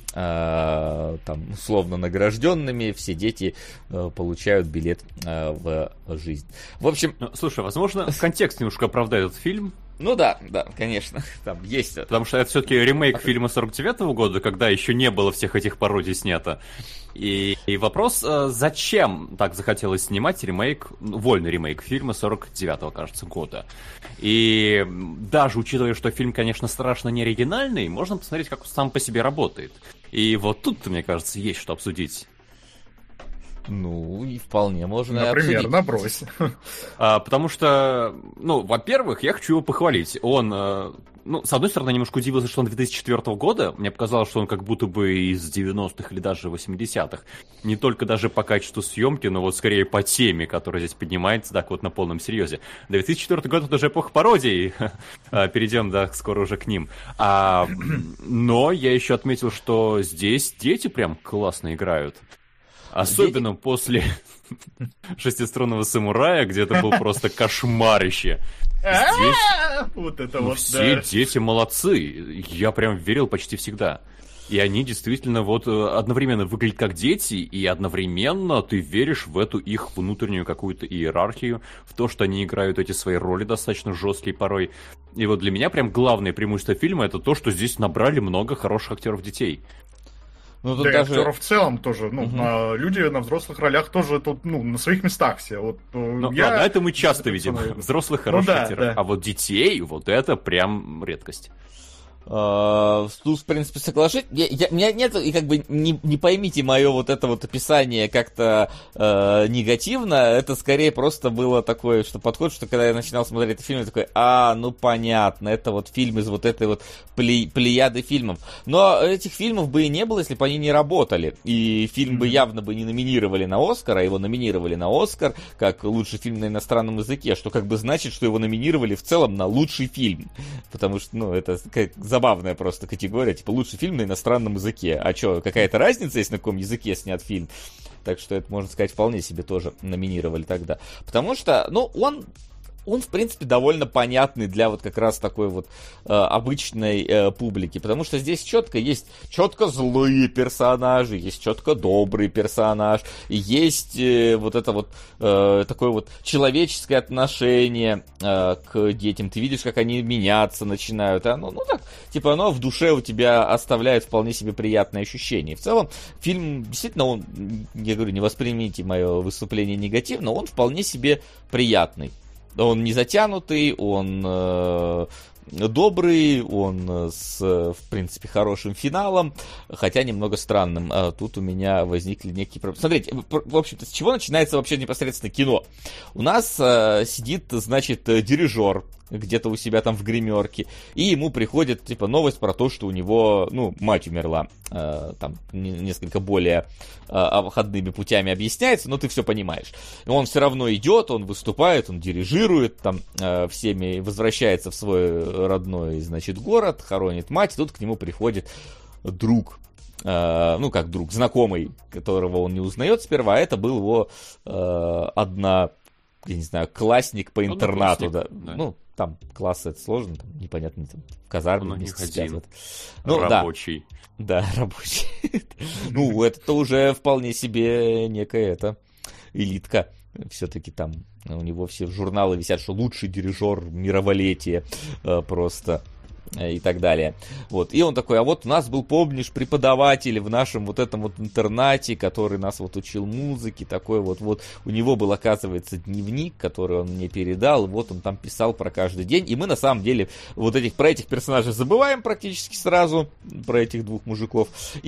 э, там условно награжденными, все дети э, получают билет э, в жизнь. В общем... Ну, слушай, возможно, контекст немножко оправдает этот фильм. Ну да, да, конечно, там есть это. Потому что это все-таки ремейк фильма сорок девятого года, когда еще не было всех этих пародий снято. И, и вопрос, зачем так захотелось снимать ремейк, вольный ремейк фильма сорок девятого, кажется, года. И даже учитывая, что фильм, конечно, страшно не оригинальный, можно посмотреть, как он сам по себе работает. И вот тут, мне кажется, есть что обсудить. Ну, и вполне можно Например, обсудить. набрось. А, потому что, ну, во-первых, я хочу его похвалить. Он, э, ну, с одной стороны, немножко удивился, что он две тысячи четвёртого года. Мне показалось, что он как будто бы из девяностых или даже восьмидесятых. Не только даже по качеству съемки, но вот скорее по теме, которая здесь поднимается, так вот на полном серьезе. две тысячи четвёртый год — это уже эпоха пародий. Перейдем, да, скоро уже к ним. А, но я еще отметил, что здесь дети прям классно играют. Особенно после шестиструнного самурая, где это был просто кошмарище. Здесь вот это ну, вот, все да. дети молодцы. Я прям верил почти всегда. И они действительно вот одновременно выглядят как дети, и одновременно ты веришь в эту их внутреннюю какую-то иерархию, в то, что они играют эти свои роли достаточно жесткие порой. И вот для меня прям главное преимущество фильма — это то, что здесь набрали много хороших актеров детей. Ну, тут Да, даже... и актеров в целом тоже, ну, Мгм. на- люди на взрослых ролях тоже тут, ну, на своих местах все. Вот, э, Ну, я... ладно, это мы часто видим. Взрослых хороших Ну да, актеров. да. А вот детей, вот это прям редкость. Uh, тут, в принципе, соглашусь. Я, я, у меня нет, и как бы не, не поймите мое вот это вот описание как-то uh, негативно. Это скорее просто было такое, что подход, что когда я начинал смотреть этот фильм, я такой, а, ну понятно, это вот фильм из вот этой вот пле- плеяды фильмов. Но этих фильмов бы и не было, если бы они не работали. И фильм бы явно бы не номинировали на Оскар, а его номинировали на Оскар как лучший фильм на иностранном языке, что как бы значит, что его номинировали в целом на лучший фильм. Потому что, ну, это как забавная просто категория, типа лучший фильм на иностранном языке. А что, какая-то разница, если на каком языке снят фильм? Так что это, можно сказать, вполне себе тоже номинировали тогда. Потому что, ну, он... Он, в принципе, довольно понятный для вот как раз такой вот э, обычной э, публики, потому что здесь четко есть четко злые персонажи, есть четко добрый персонаж, и есть э, вот это вот э, такое вот человеческое отношение э, к детям. Ты видишь, как они меняться начинают, а? ну, ну так, типа оно в душе у тебя оставляет вполне себе приятное ощущение. В целом, фильм, действительно, он, я говорю, не воспримите мое выступление негативно, он вполне себе приятный. Он не затянутый, он э, добрый, он с, в принципе, хорошим финалом, хотя немного странным. А тут у меня возникли некие проблемы. Смотрите, в общем-то, с чего начинается вообще непосредственно кино? У нас э, сидит, значит, дирижер где-то у себя там в гримерке, и ему приходит, типа, новость про то, что у него, ну, мать умерла. Э, там не, несколько более э, обходными путями объясняется, но ты все понимаешь. И он все равно идет, он выступает, он дирижирует, там, э, всеми возвращается в свой родной, значит, город, хоронит мать, и тут к нему приходит друг. Uh, ну, как друг, знакомый, которого он не узнает сперва, а это был его uh, одна, я не знаю, классник по интернату, да. да. Ну, там классы это сложно, там непонятно, там в казарме вместе спят. Ну, рабочий. Да, да, рабочий. Ну, это уже вполне себе некая это элитка. Все-таки там у него все журналы висят, что лучший дирижер мироволетия просто. И так далее. Вот. И он такой, а вот у нас был, помнишь, преподаватель в нашем вот этом вот интернате, который нас вот учил музыке, такой вот, вот. У него был, оказывается, дневник, который он мне передал, вот он там писал про каждый день. И мы, на самом деле, вот этих, про этих персонажей забываем практически сразу, про этих двух мужиков.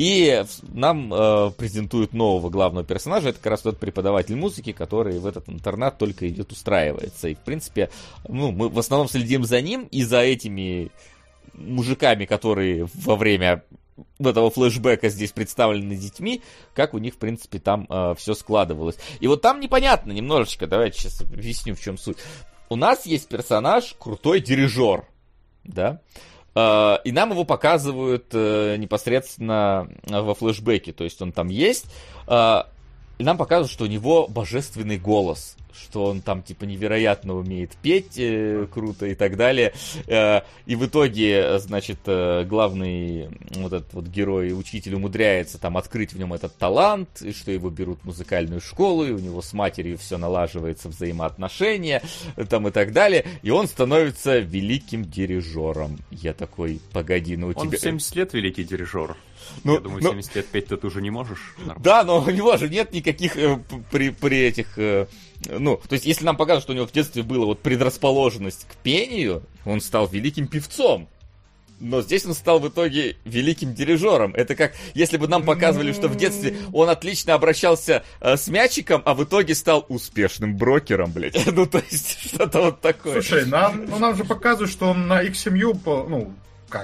И нам э, презентуют нового главного персонажа, это как раз тот преподаватель музыки, который в этот интернат только идет устраивается. И, в принципе, ну, мы в основном следим за ним и за этими мужиками, которые во время этого флешбека здесь представлены детьми, как у них, в принципе, там э, все складывалось. И вот там непонятно немножечко, давайте сейчас объясню, в чем суть. У нас есть персонаж, крутой дирижер, да, э, и нам его показывают э, непосредственно во флешбеке, то есть он там есть, э, и нам показывают, что у него божественный голос, что он там, типа, невероятно умеет петь э, круто и так далее. Э, и в итоге, значит, э, главный вот этот вот герой, учитель, умудряется там открыть в нем этот талант, и что его берут в музыкальную школу, и у него с матерью все налаживается, взаимоотношения, там и так далее. И он становится великим дирижером. Я такой, погоди, ну у Он тебя... в семьдесят лет великий дирижер. Ну, Я думаю, ну... семьдесят лет петь ты уже не можешь. Нормально. Да, но у него же нет никаких э, при, при этих... Э, ну, то есть, если нам покажут, что у него в детстве была вот предрасположенность к пению, он стал великим певцом. Но здесь он стал в итоге великим дирижером. Это как, если бы нам показывали, что в детстве он отлично обращался э, с мячиком, а в итоге стал успешным брокером, блядь. Ну, то есть, что-то вот такое. Слушай, нам, ну, нам же показывают, что он на их семью, по, ну, как...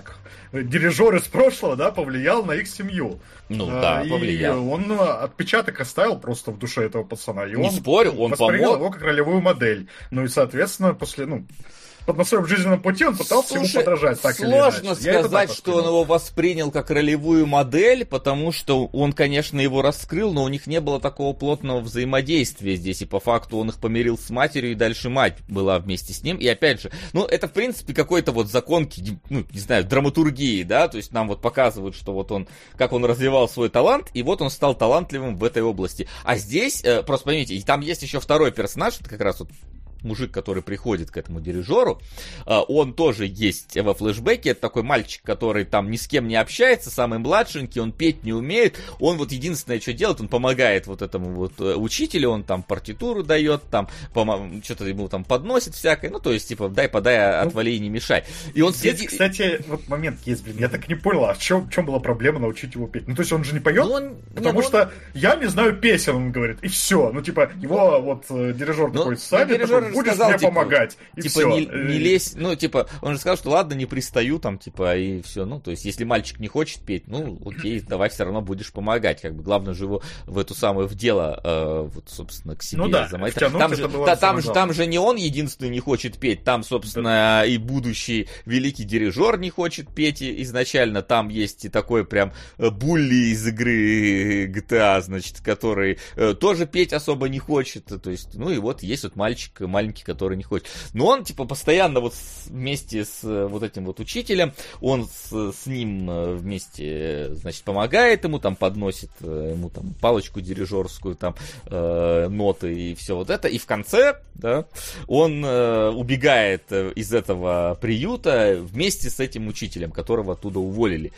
дирижер из прошлого, да, повлиял на их семью. Ну а, да, и повлиял. он отпечаток оставил просто в душе этого пацана. И Не он спорю, он воспринял помог. его как ролевую модель. Ну и, соответственно, после, ну, на своем жизненном пути он пытался Слушай, ему подражать, так или сложно иначе. Я это сказать, так что он его воспринял как ролевую модель, потому что он, конечно, его раскрыл, но у них не было такого плотного взаимодействия здесь, и по факту он их помирил с матерью, и дальше мать была вместе с ним, и опять же, ну, это, в принципе, какой-то вот закон, ну, не знаю, драматургии, да, то есть нам вот показывают, что вот он, как он развивал свой талант, и вот он стал талантливым в этой области. А здесь, э, просто поймите, и там есть еще второй персонаж, это как раз вот мужик, который приходит к этому дирижеру, он тоже есть во флешбеке, это такой мальчик, который там ни с кем не общается, самый младшенький, он петь не умеет, он вот единственное, что делает, он помогает вот этому вот учителю, он там партитуру дает, там что-то ему там подносит всякое, ну то есть типа дай подай, отвали и не мешай. И он Здесь, следит... кстати, вот момент есть, блин, я так не понял, а в чем, в чем была проблема научить его петь? Ну то есть он же не поет, ну, он... потому не, что он... я не знаю песен, он говорит, и все, ну типа его вот дирижер ну, такой сами, ну, такой, будешь сказал, мне типа, помогать. И типа, все. не, не лезь, ну, типа, он же сказал, что ладно, не пристаю, там, типа, и все. Ну, то есть, если мальчик не хочет петь, ну, окей, давай все равно будешь помогать. Как бы главное же его в эту самую, в дело, э, вот, собственно, к себе ну, да, заманить. Там же, та, там, же, там же не он единственный не хочет петь, там, собственно, да. и будущий великий дирижер не хочет петь изначально. Там есть и такой прям булли из игры джи ти эй, значит, который э, тоже петь особо не хочет. То есть, ну, и вот есть вот мальчик маленький, который не хочет. Но он, типа, постоянно вот вместе с вот этим вот учителем, он с, с ним вместе, значит, помогает ему, там, подносит ему, там, палочку дирижерскую, там, э, ноты и все вот это. И в конце, да, он э, убегает из этого приюта вместе с этим учителем, которого оттуда уволили.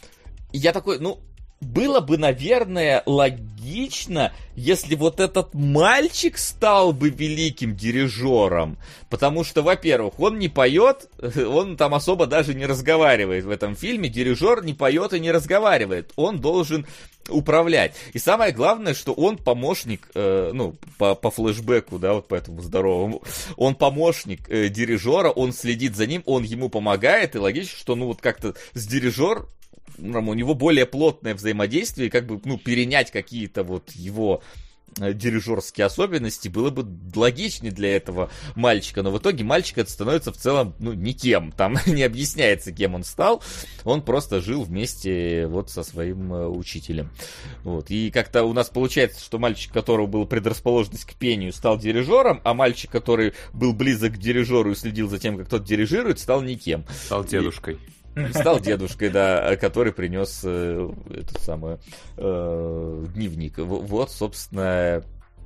И я такой, ну, было бы, наверное, логично, если вот этот мальчик стал бы великим дирижером. Потому что, во-первых, он не поет, он там особо даже не разговаривает в этом фильме. Дирижер не поет и не разговаривает. Он должен управлять. И самое главное, что он помощник, э, ну, по, по флешбеку, да, вот по этому здоровому, он помощник э, дирижера, он следит за ним, он ему помогает, и логично, что, ну, вот как-то с дирижер у него более плотное взаимодействие, и как бы, ну, перенять какие-то вот его дирижерские особенности было бы логичнее для этого мальчика, но в итоге мальчик это становится в целом, ну, никем, там не объясняется, кем он стал, он просто жил вместе вот со своим учителем, вот, и как-то у нас получается, что мальчик, у которого была предрасположенность к пению, стал дирижером, а мальчик, который был близок к дирижеру и следил за тем, как тот дирижирует, стал никем. Стал дедушкой. И стал дедушкой, да, который принес э, этот самый э, дневник. Вот, собственно,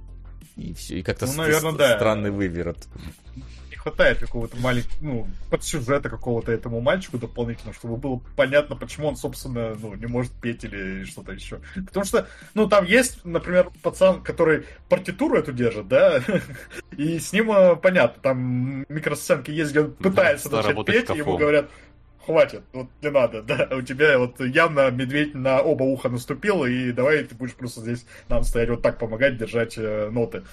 и все. И как-то ну, наверное, да. странный выверот. Не хватает какого-то маленького, ну, подсюжета какого-то этому мальчику дополнительно, чтобы было понятно, почему он, собственно, ну, не может петь или что-то еще. Потому что, ну, там есть, например, пацан, который партитуру эту держит, да, и с ним понятно, там микросценки есть, где он пытается начать петь, и ему говорят: хватит, вот не надо, да, у тебя вот явно медведь на оба уха наступил, и давай ты будешь просто здесь нам стоять вот так, помогать, держать э, ноты.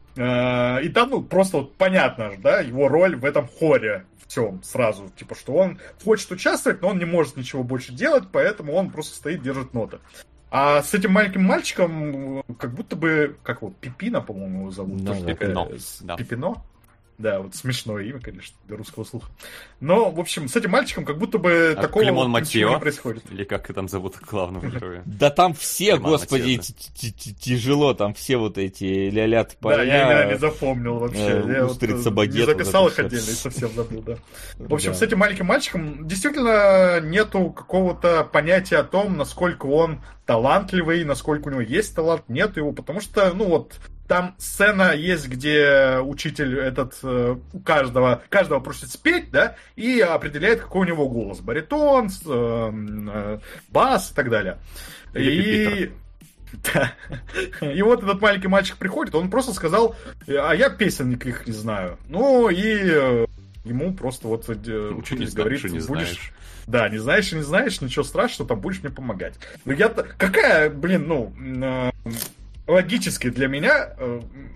Э, и там, ну, просто вот понятно же, да, его роль в этом хоре всем сразу, типа, что он хочет участвовать, но он не может ничего больше делать, поэтому он просто стоит, держит ноты. А с этим маленьким мальчиком, как будто бы, как вот, Пипино, по-моему, его зовут. Да, тоже Пипино. Такая, Да. Пипино? Да, вот смешное имя, конечно, для русского слуха. Но, в общем, с этим мальчиком как будто бы а такого Климон ничего Матьё? не происходит. Или как там зовут главного героя? Да там все, Климон господи, тяжело, там все вот эти ля-ля поля. Да, я именно не запомнил вообще. Я устрица вот багет. не записал вот их отдельно и совсем забыл, да. В общем, Да. с этим маленьким мальчиком действительно нету какого-то понятия о том, насколько он талантливый, насколько у него есть талант, нет его, потому что, ну вот, там сцена есть, где учитель этот э, у каждого, каждого просит спеть, да, и определяет, какой у него голос. Баритон, э, э, бас и так далее. Или и... Да. И вот этот маленький мальчик приходит, он просто сказал: а я песен никаких не знаю. Ну и э, ему просто вот э, учитель не говорит: знаешь, не будешь... знаешь. Да, не знаешь и не знаешь, ничего страшного, там будешь мне помогать. Ну я-то... Какая, блин, ну... Э, логически для меня, э,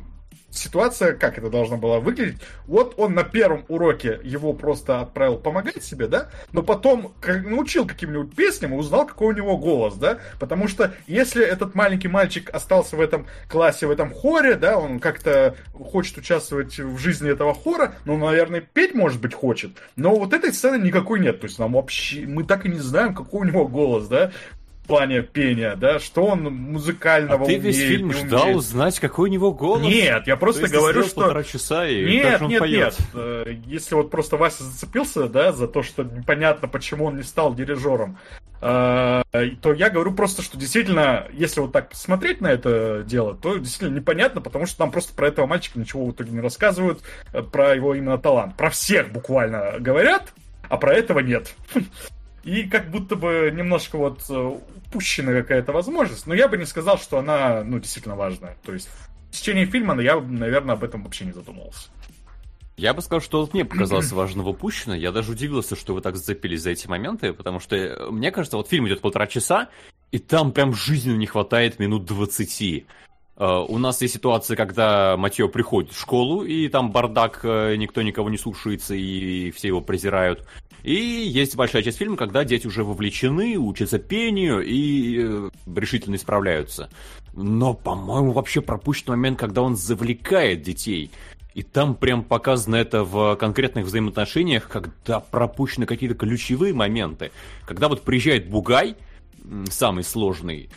ситуация, как это должна была выглядеть. Вот он на первом уроке его просто отправил помогать себе, да, но потом как, научил каким-нибудь песням и узнал, какой у него голос, да, потому что если этот маленький мальчик остался в этом классе, в этом хоре, да, он как-то хочет участвовать в жизни этого хора, ну, наверное, петь, может быть, хочет, но вот этой сцены никакой нет, то есть нам вообще, мы так и не знаем, какой у него голос, да, в плане пения, да, что он музыкального а ты весь умеет, фильм ждал умеет. узнать, какой у него голос? Нет, я просто То есть говорю, ты что... полтора часа, и нет, как же он нет, поет? нет. Если вот просто Вася зацепился, да, за то, что непонятно, почему он не стал дирижером, то я говорю просто, что действительно, если вот так смотреть на это дело, то действительно непонятно, потому что нам просто про этого мальчика ничего в итоге не рассказывают, про его именно талант. Про всех буквально говорят, а про этого нет. И как будто бы немножко вот упущена какая-то возможность, но я бы не сказал, что она, ну, действительно важная. То есть в течение фильма я, наверное, об этом вообще не задумывался. Я бы сказал, что вот мне показалось важным упущено. Я даже удивился, что вы так зацепились за эти моменты, потому что, мне кажется, вот фильм идет полтора часа, и там прям жизненно не хватает минут двадцати. Uh, у нас есть ситуация, когда Матьё приходит в школу, и там бардак, никто никого не слушается, и все его презирают. И есть большая часть фильма, когда дети уже вовлечены, учатся пению и э, решительно исправляются. Но, по-моему, вообще пропущен момент, когда он завлекает детей. И там прям показано это в конкретных взаимоотношениях, когда пропущены какие-то ключевые моменты. Когда вот приезжает Бугай, самый сложный,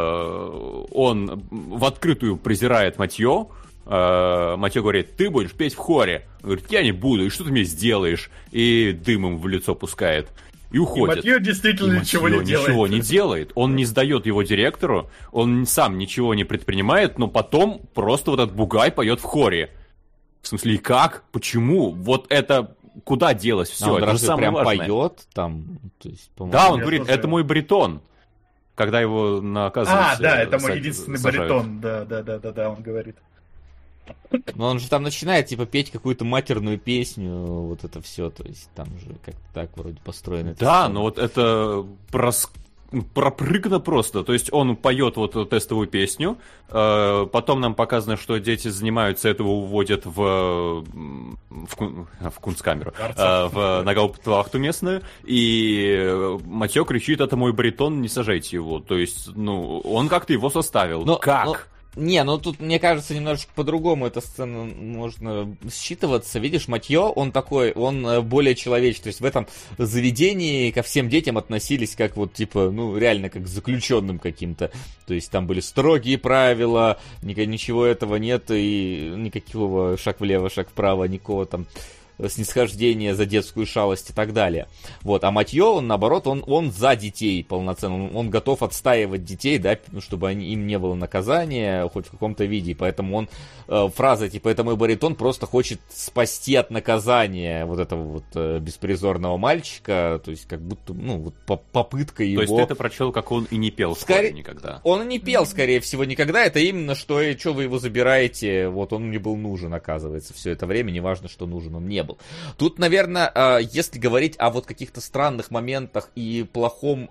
он в открытую презирает Матьё. Матьё говорит: ты будешь петь в хоре. Он говорит: я не буду, и что ты мне сделаешь? И дымом в лицо пускает. И уходит. И Матьё действительно и ничего Матьё не делает. ничего не делает. Он не сдает его директору, он сам ничего не предпринимает, но потом просто вот этот Бугай поет в хоре. В смысле, и как? Почему? Вот это... Куда делось все? А он это разве же самое прям важное. поет там? То есть, Да, он Я говорит: тоже- это мой баритон. Когда его наказывают. А, да, это мой единственный баритон. Да, да, да, да, да, он говорит. Но он же там начинает, типа, петь какую-то матерную песню, вот это все, то есть там же как-то так вроде построено. Да, но вот это прос... пропрыгно просто. То есть он поет вот эту тестовую песню, э, потом нам показано, что дети занимаются, этого уводят в, в, кун... в кунсткамеру, э, в нагауптвахту местную, и Матьё кричит: это мой баритон, не сажайте его. То есть, ну, он как-то его составил. Но, как? но... Не, ну тут, мне кажется, немножечко по-другому эта сцена можно считываться. Видишь, Матьё, он такой, он более человечный. То есть в этом заведении ко всем детям относились как вот, типа, ну, реально как к заключенным каким-то. То есть там были строгие правила, ничего этого нет, и никакого шаг влево, шаг вправо, никакого там снисхождения за детскую шалость и так далее. Вот. А Матьё, он наоборот, он, он за детей полноценно. Он, он готов отстаивать детей, да, чтобы они, им не было наказания хоть в каком-то виде. И поэтому он, э, фраза типа «это мой баритон» просто хочет спасти от наказания вот этого вот э, беспризорного мальчика. То есть как будто, ну, вот по- попытка его... То есть ты это прочел, как он и не пел в Скорее... хоре никогда. Он и не пел, скорее всего, никогда. Это именно, что, э, что вы его забираете, вот он мне был нужен, оказывается, все это время. Неважно, что нужен он не был. Тут, наверное, если говорить о вот каких-то странных моментах и плохом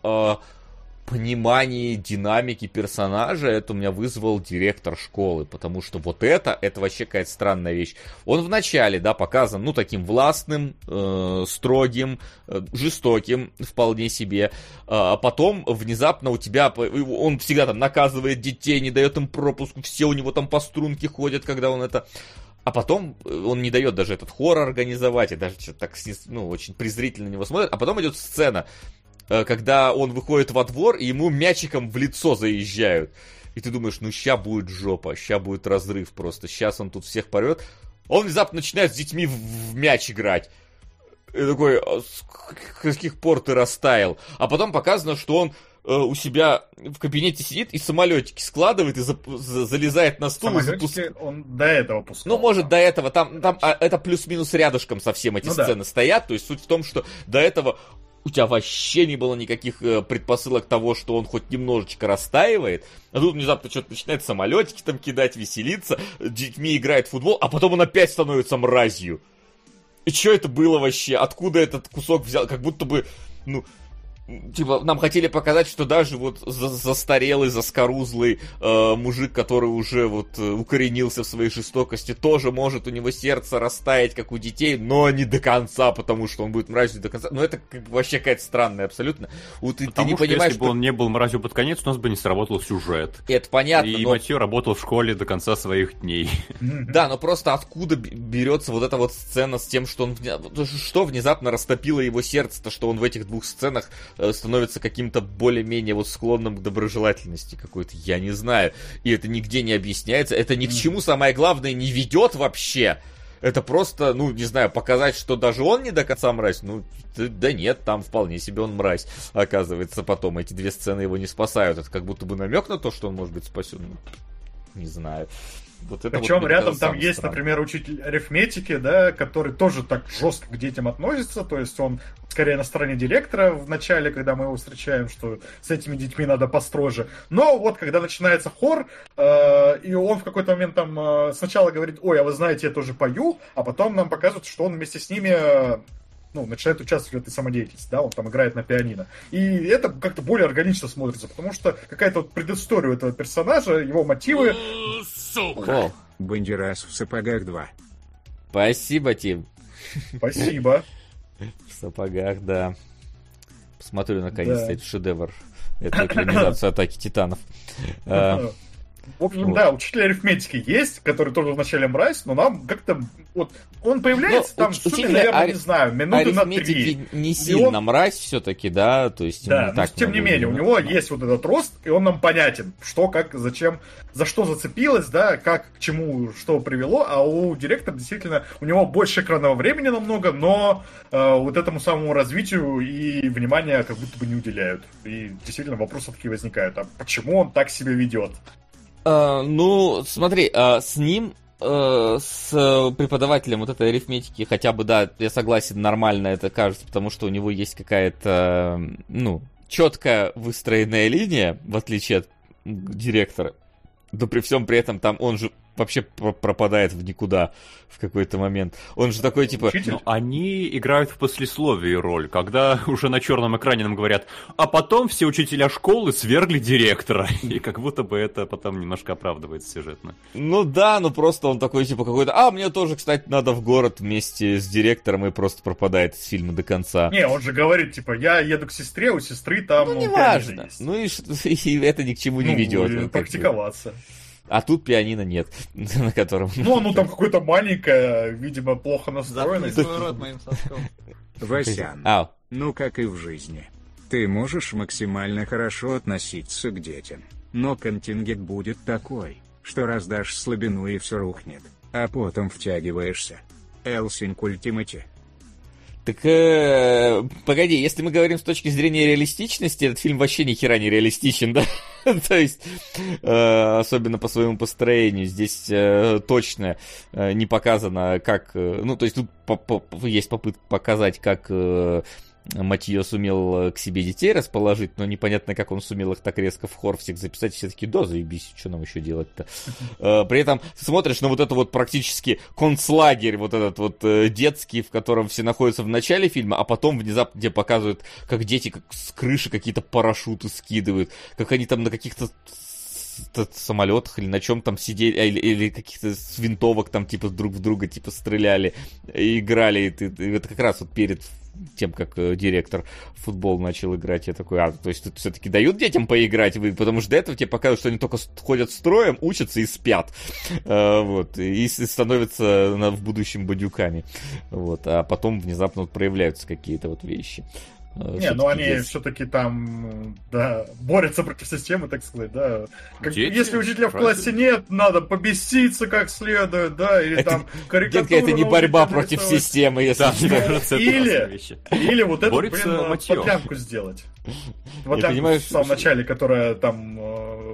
понимании динамики персонажа, это у меня вызвал директор школы, потому что вот это, это вообще какая-то странная вещь. Он вначале, да, показан, ну, таким властным, э, строгим, э, жестоким, вполне себе, а потом внезапно у тебя, он всегда там наказывает детей, не дает им пропуск, все у него там по струнке ходят, когда он это... А потом он не дает даже этот хор организовать, и даже что-то так, ну, очень презрительно на него смотрит. А потом идет сцена, когда он выходит во двор, и ему мячиком в лицо заезжают. И ты думаешь, ну ща будет жопа, ща будет разрыв просто, сейчас он тут всех порет. Он внезапно начинает с детьми в, в мяч играть. И такой, с каких пор ты растаял? А потом показано, что он у себя в кабинете сидит и самолетики складывает и за, за, залезает на стул. Самолетики запуск... он до этого пускал. Ну, может, до этого. Там, там а, это плюс-минус рядышком совсем эти ну, сцены да. стоят. То есть суть в том, что до этого у тебя вообще не было никаких э, предпосылок того, что он хоть немножечко растаивает. А тут внезапно что-то начинает самолетики там кидать, веселиться, детьми играет в футбол, а потом он опять становится мразью. И что это было вообще? Откуда этот кусок взял? Как будто бы, ну... типа, нам хотели показать, что даже вот за- застарелый, заскорузлый э, мужик, который уже вот э, укоренился в своей жестокости, тоже может у него сердце растаять, как у детей, но не до конца, потому что он будет мразью до конца. Ну, это как бы вообще какая-то странная абсолютно. Вот, ты, ты не что понимаешь, если бы он не был мразью под конец, у нас бы не сработал сюжет. Это понятно, И но... Матьё работал в школе до конца своих дней. Да, но просто откуда берется вот эта вот сцена с тем, что он... Что внезапно растопило его сердце-то, что он в этих двух сценах становится каким-то более-менее вот склонным к доброжелательности какой-то, я не знаю. И это нигде не объясняется, это ни к чему, самое главное, не ведет вообще. Это просто, ну, не знаю, показать, что даже он не до конца мразь. Ну, да нет, там вполне себе он мразь. Оказывается, потом эти две сцены его не спасают. Это как будто бы намек на то, что он может быть спасен. Не знаю. Вот это Причем вот, рядом там самое есть, странное. например, учитель арифметики, да, который тоже так жестко к детям относится, то есть он скорее на стороне директора в начале, когда мы его встречаем, что с этими детьми надо построже. Но вот когда начинается хор, э, и он в какой-то момент там э, сначала говорит: ой, а вы знаете, я тоже пою, а потом нам показывают, что он вместе с ними... Э, ну, начинает участвовать в этой самодеятельности, да, он там играет на пианино. И это как-то более органично смотрится, потому что какая-то вот предыстория этого персонажа, его мотивы... О, Бандерас в сапогах два. спасибо, Тим. Спасибо. В сапогах, да. Посмотрю, наконец-то, Да. этот шедевр. Эту экранизацию «Атаки титанов». А, В общем, Вот. да, учитель арифметики есть, который тоже вначале мразь, но нам как-то... Вот он появляется Ну, там, уч- в сумме, учителя наверное, ари- не знаю, минуты на три. Арифметики не И сильно он- мразь все-таки, да, то есть ему Да, не но так тем не много менее, у не него надо. есть вот этот рост, и он нам понятен, что, как, зачем, за что зацепилось, да, как, к чему, что привело, а у директора действительно, у него больше экранного времени намного, но э, вот этому самому развитию и внимания как будто бы не уделяют. И действительно вопросы такие возникают, а почему он так себя ведет? А, ну, смотри, а, с ним, э, с э, преподавателем вот этой арифметики, хотя бы, да, я согласен, нормально это кажется, потому что у него есть какая-то, э, ну, четкая выстроенная линия, в отличие от директора. Но при всем при этом там он же вообще про- пропадает в никуда в какой-то момент. Он же такой, типа... Учитель? Но они играют в послесловии роль, когда уже на черном экране нам говорят, а потом все учителя школы свергли директора. И как будто бы это потом немножко оправдывается сюжетно. Ну да, ну просто он такой, типа, какой-то... А, мне тоже, кстати, надо в город вместе с директором, и просто пропадает из фильма до конца. Не, он же говорит, типа, я еду к сестре, у сестры там... Ну, ну, неважно. пианино есть. Ну и, ш- и это ни к чему не Ну, ведет. и Вот как бы. практиковаться. А тут пианино нет, на котором... Ну, оно там какое-то маленькое, видимо, плохо настроено. Заткни свой рот моим соском. Васян, А, ну как и в жизни. Ты можешь максимально хорошо относиться к детям, но контингент будет такой, что раздашь слабину и все рухнет, а потом втягиваешься. Элсинг Ультимати. так, э, погоди, если мы говорим с точки зрения реалистичности, этот фильм вообще ни хера не реалистичен, да? То есть, э, особенно по своему построению, здесь э, точно э, не показано, как... э, ну, то есть тут по- по- есть попытка показать, как... э, Матьё сумел к себе детей расположить, но непонятно, как он сумел их так резко в хор всех записать. Все таки да, заебись, что нам еще делать-то? Э, При этом смотришь на вот это вот практически концлагерь, вот этот вот э, детский, в котором все находятся в начале фильма, а потом внезапно тебе показывают, как дети как с крыши какие-то парашюты скидывают, как они там на каких-то с- самолетах или на чем там сидели, а, или, или каких-то с винтовок там типа друг в друга типа стреляли, и играли. И ты- и это как раз вот перед тем, как э, директор в футбол начал играть, я такой, а, то есть тут все-таки дают детям поиграть, вы, потому что до этого тебе показывают, что они только с- ходят строем, учатся и спят, Э, вот, и, с- становятся на- в будущем бандюками, вот, а потом внезапно вот проявляются какие-то вот вещи. Э, Не, ну всё-таки они есть. все-таки там, да, борются против системы, так сказать, да. Как- Дети, если учителя в правильно. классе нет, надо побеситься как следует, да, или Это- там Детка, это не на борьба учителя против рисовать. системы, если Да, что. мне кажется, это Или- классная вещь. Или вот эту, Борется блин, Матьё. подлянку сделать. Я Подлянку понимаю, в самом что- начале, которая там э,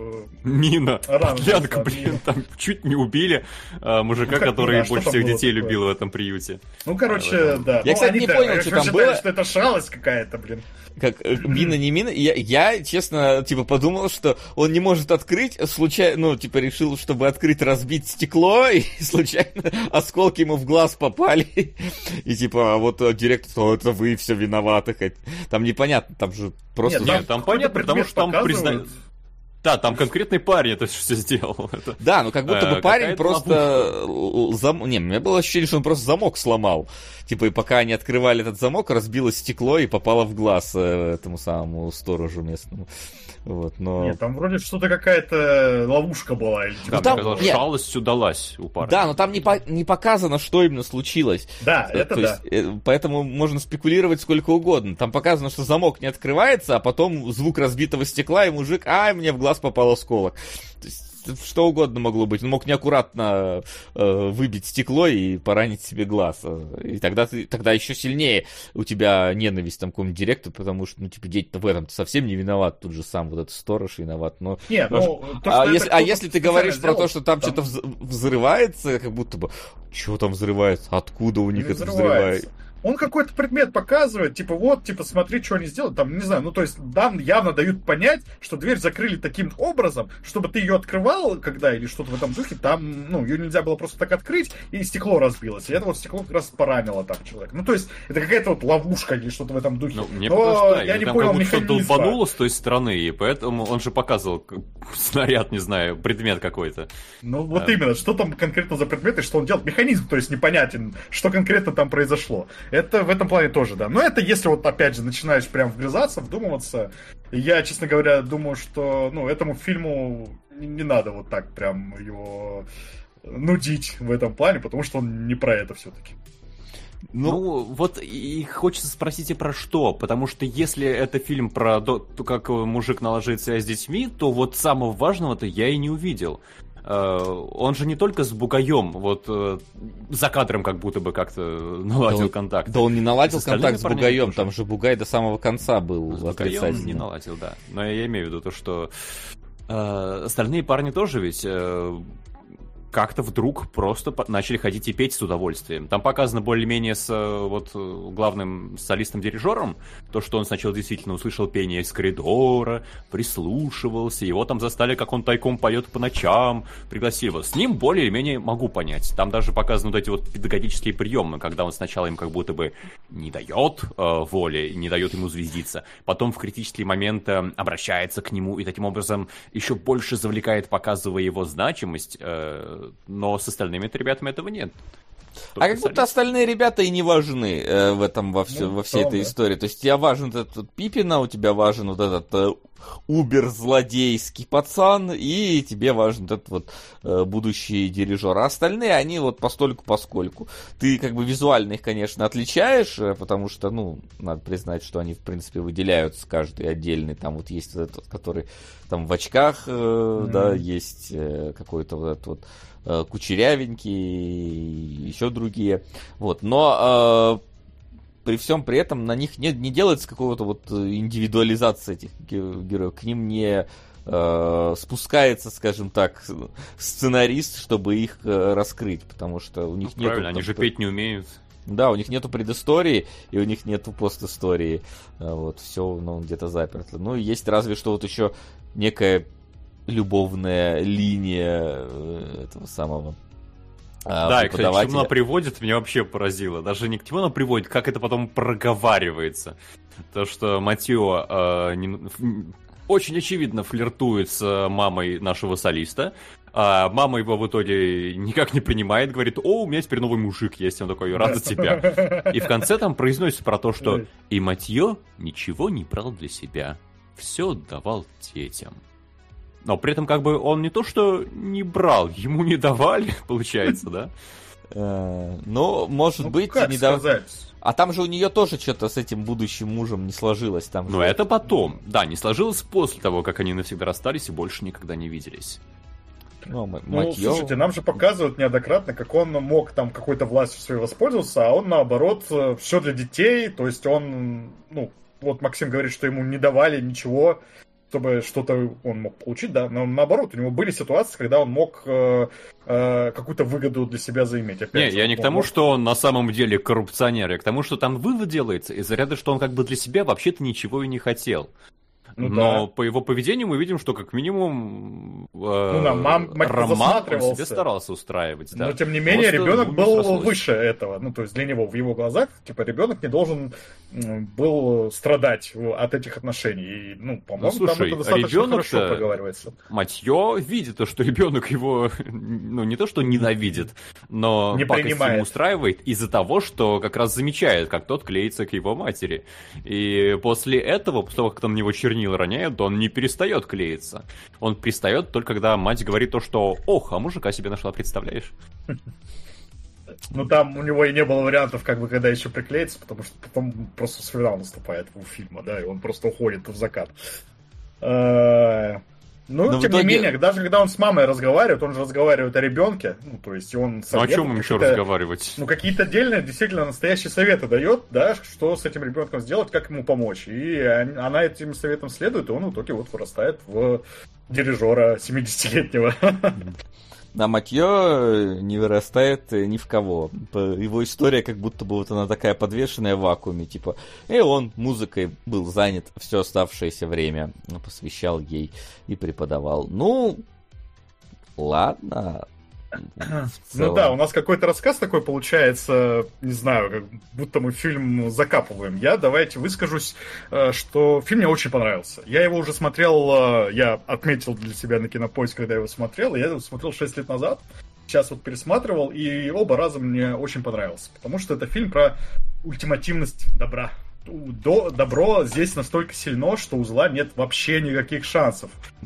Мина. Рано Подлянка, зашла, блин, мина. там чуть не убили а, мужика, Ну, как который мина? А что больше там всех было детей такое? любил в этом приюте. Ну, короче, А, да. Я, Ну, кстати, не они-то, понял, конечно, что там считали, было. что это шалость какая-то, блин. Как э, мина, не мина. Я, я, честно, типа, подумал, что он не может открыть, случайно, ну, типа, решил, чтобы открыть, разбить стекло, и случайно осколки ему в глаз попали. И, типа, а вот э, директор сказал, это вы все виноваты. Хоть- Там непонятно, там же просто... Нет, Нет, там какой-то понятно, потому предмет что там показывают. признают... Да, там конкретный парень это все сделал. Это... Да, ну как будто бы Э, парень какая-то просто... л- Зам... Не, у меня было ощущение, что он просто замок сломал. Типа, и пока они открывали этот замок, разбилось стекло и попало в глаз э, этому самому сторожу местному. Вот, но... Нет, там вроде что-то какая-то ловушка была. Или типа Да, там- мне казалось, нет. шалость удалась у парня. Да, но там не, по- не показано, что именно случилось. Да, Э, это то да. есть, э, поэтому можно спекулировать сколько угодно. Там показано, что замок не открывается, а потом звук разбитого стекла, и мужик, ай, мне в глаз попал осколок. То есть, что угодно могло быть. Он мог неаккуратно э, выбить стекло и поранить себе глаз. И тогда, ты, тогда еще сильнее у тебя ненависть там, к какому-нибудь директору, потому что, ну, типа, дети-то в этом совсем не виноват. Тут же сам вот этот сторож виноват. Но, Нет, ну, то, а, что если, это а кто-то если ты специально говоришь про то, сделал, что там, там- что-то вз- взрывается, как будто бы, что там взрывается, откуда у них не это взрывается. взрывается? Он какой-то предмет показывает, типа, вот, типа, смотри, что они сделали, там, не знаю, ну, то есть, там явно дают понять, что дверь закрыли таким образом, чтобы ты ее открывал, когда, или что-то в этом духе, там, ну, ее нельзя было просто так открыть, и стекло разбилось, и это вот стекло как раз поранило там человека. Ну, то есть, это какая-то вот ловушка или что-то в этом духе. Ну, мне Но показалось, что да, я или не там понял как будто что-то механизма. долбануло с той стороны, и поэтому он же показывал к- снаряд, не знаю, предмет какой-то. Ну, вот Да. именно, что там конкретно за предмет и что он делает. Механизм, то есть, непонятен, что конкретно там произошло. Это в этом плане тоже, да. Но это если вот, опять же, начинаешь прям вгрызаться, вдумываться. Я, честно говоря, думаю, что, ну, этому фильму не, не надо вот так прям его нудить в этом плане, потому что он не про это все-таки. Ну, вот и хочется спросить и про что, потому что если это фильм про то, как мужик наложит связь с детьми, то вот самого важного-то я и не увидел. Э, Он же не только с бугаем, вот э, за кадром как будто бы как-то наладил Да он- контакт. Да он не наладил С остальными контакт с парнями Бугаем, тоже. там же Бугай до самого конца был С бугаем отрицательным. не наладил, да. Но я имею в виду то, что э, остальные парни тоже ведь э, как-то вдруг просто по- начали ходить и петь с удовольствием. Там показано более-менее с э, вот э, главным солистом-дирижером, то, что он сначала действительно услышал пение из коридора, прислушивался, его там застали, как он тайком поет по ночам, пригласили его. С ним более-менее могу понять. Там даже показаны вот эти вот педагогические приемы, когда он сначала им как будто бы не дает э, воли, не дает ему звездиться, потом в критический момент э, обращается к нему и таким образом еще больше завлекает, показывая его значимость, э, но с остальными ребятами этого нет. А Только как будто солист. остальные ребята и не важны э, в этом, во, все, Ну, во всей в этой целом, да. истории. То есть тебе важен этот вот Пипина, у тебя важен вот этот э, убер-злодейский пацан, и тебе важен этот вот э, будущий дирижер. А остальные, они вот постольку-поскольку. Ты как бы визуально их, конечно, отличаешь, э, потому что, ну, надо признать, что они, в принципе, выделяются каждый отдельный. Там вот есть вот этот, который там в очках, э, Mm. да, есть э, какой-то вот этот вот э, кучерявенький, и еще другие. Вот, но э, при всем при этом на них не, не делается какого-то вот индивидуализации этих ге- героев. К ним не э, спускается, скажем так, сценарист, чтобы их э, раскрыть, потому что у них Ну, нет... правильно, они же петь не умеют. Да, у них нету предыстории, и у них нету постистории. А, Вот, все, ну, где-то заперто. Ну, и есть разве что вот еще некая любовная линия э, этого самого а, Да, и, кстати, к преподавателя. чему она приводит, меня вообще поразило. Даже не к чему она приводит, как это потом проговаривается. То, что Матео э, не- ф- очень очевидно флиртует с э, мамой нашего солиста, а мама его в итоге никак не принимает, говорит: о, у меня теперь новый мужик есть, он такой: рад за тебя. И в конце там произносится про то, что и Матьё ничего не брал для себя, все отдавал детям. Но при этом как бы он не то что не брал, ему не давали, получается, да? Э, Ну, может Ну, быть, как не дав- сказать? А там же у нее тоже что-то с этим будущим мужем не сложилось. Там Но же- это потом. Да, не сложилось после того, как они навсегда расстались и больше никогда не виделись. Ну, м- Ну, Матьё- слушайте, нам же показывают неоднократно, как он мог там какой-то властью своей воспользоваться, а он, наоборот, все для детей, то есть он, ну, вот Максим говорит, что ему не давали ничего, чтобы что-то он мог получить, да, но наоборот, у него были ситуации, когда он мог э, э, какую-то выгоду для себя заиметь. Опять не, же, я не к тому, мог... что он на самом деле коррупционер, я к тому, что там вывод делается из-за ряда, что он как бы для себя вообще-то ничего и не хотел. Ну, но да. по его поведению мы видим, что как минимум э, ну, да, мам, роман он себе старался устраивать. Да. Но тем не менее Просто ребенок был расслось. выше этого. Ну, то есть для него, в его глазах, типа, ребенок не должен был страдать от этих отношений. И, ну, по-моему, ну, слушай, там это достаточно хорошо ребенок-то, проговаривается. Матьё видит то, что ребенок его, ну, не то, что ненавидит, но Не пакость принимает. ему устраивает из-за того, что как раз замечает, как тот клеится к его матери. И после этого, после того, как он на него чернила роняет, он не перестает клеиться. Он пристает только когда мать говорит то, что «Ох, а мужика себе нашла, представляешь?» Ну, там у него и не было вариантов, как бы, когда еще приклеиться, потому что потом просто финал наступает у фильма, да, и он просто уходит в закат. Ну, Но тем в итоге... не менее, даже когда он с мамой разговаривает, он же разговаривает о ребенке, ну, то есть он... Ну, о чем им еще разговаривать? Ну, какие-то отдельные, действительно, настоящие советы дает, да, что с этим ребенком сделать, как ему помочь. И она этим советам следует, и он в итоге вот вырастает в дирижера семидесятилетнего. Да, Матьё не вырастает ни в кого. Его история как будто бы вот она такая подвешенная в вакууме, типа, и он музыкой был занят все оставшееся время, посвящал ей и преподавал. Ну, ладно. Ну да, у нас какой-то рассказ такой получается, не знаю, как будто мы фильм закапываем. Я давайте выскажусь, что фильм мне очень понравился. Я его уже смотрел, я отметил для себя на Кинопоиск, когда я его смотрел, я его смотрел шесть лет назад, сейчас вот пересматривал, и оба раза мне очень понравился, потому что это фильм про ультимативность добра. До, добро здесь настолько сильно, что у зла нет вообще никаких шансов.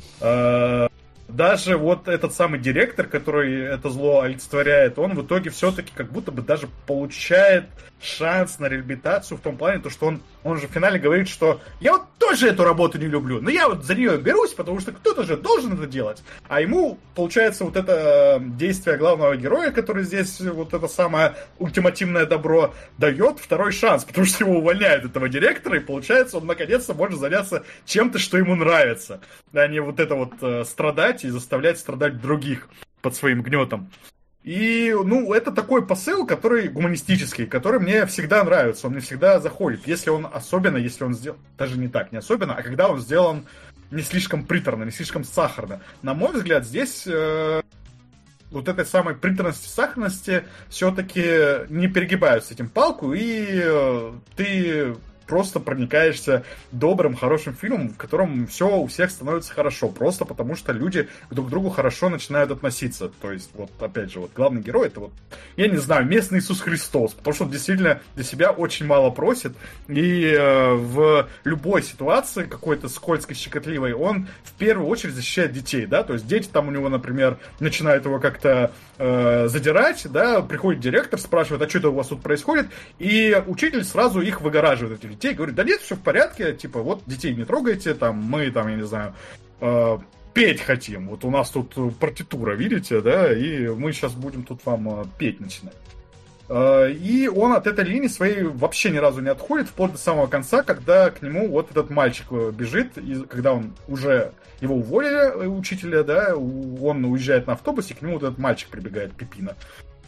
Даже вот этот самый директор, который это зло олицетворяет, он в итоге все-таки как будто бы даже получает шанс на реабилитацию в том плане, то, что он, он же в финале говорит, что я вот тоже эту работу не люблю, но я вот за нее берусь, потому что кто-то же должен это делать. А ему, получается, вот это действие главного героя, который здесь вот это самое ультимативное добро дает второй шанс, потому что его увольняют этого директора, и получается, он наконец-то может заняться чем-то, что ему нравится, а не вот это вот э, страдать и заставлять страдать других под своим гнетом. И, ну, это такой посыл, который гуманистический, который мне всегда нравится, он мне всегда заходит. Если он, особенно если он сделан, даже не так, не особенно, а когда он сделан не слишком приторно, не слишком сахарно. На мой взгляд, здесь э, вот этой самой приторности, сахарности все-таки не перегибают с этим палку, и э, ты просто проникаешься добрым, хорошим фильмом, в котором все у всех становится хорошо, просто потому что люди друг к другу хорошо начинают относиться. То есть, вот, опять же, вот главный герой, это вот, я не знаю, местный Иисус Христос, потому что он действительно для себя очень мало просит, и э, в любой ситуации, какой-то скользкой, щекотливой, он в первую очередь защищает детей, да, то есть дети там у него, например, начинают его как-то э, задирать, да, приходит директор, спрашивает, а что это у вас тут происходит, и учитель сразу их выгораживает, этих детей, говорит, да нет, все в порядке, типа, вот детей не трогайте, там, мы, там, я не знаю, э, петь хотим, вот у нас тут партитура, видите, да, и мы сейчас будем тут вам э, петь начинать. Э, и он от этой линии своей вообще ни разу не отходит, вплоть до самого конца, когда к нему вот этот мальчик бежит, и когда он уже, его уволили, учителя, да, он уезжает на автобусе, и к нему вот этот мальчик прибегает, Пипина,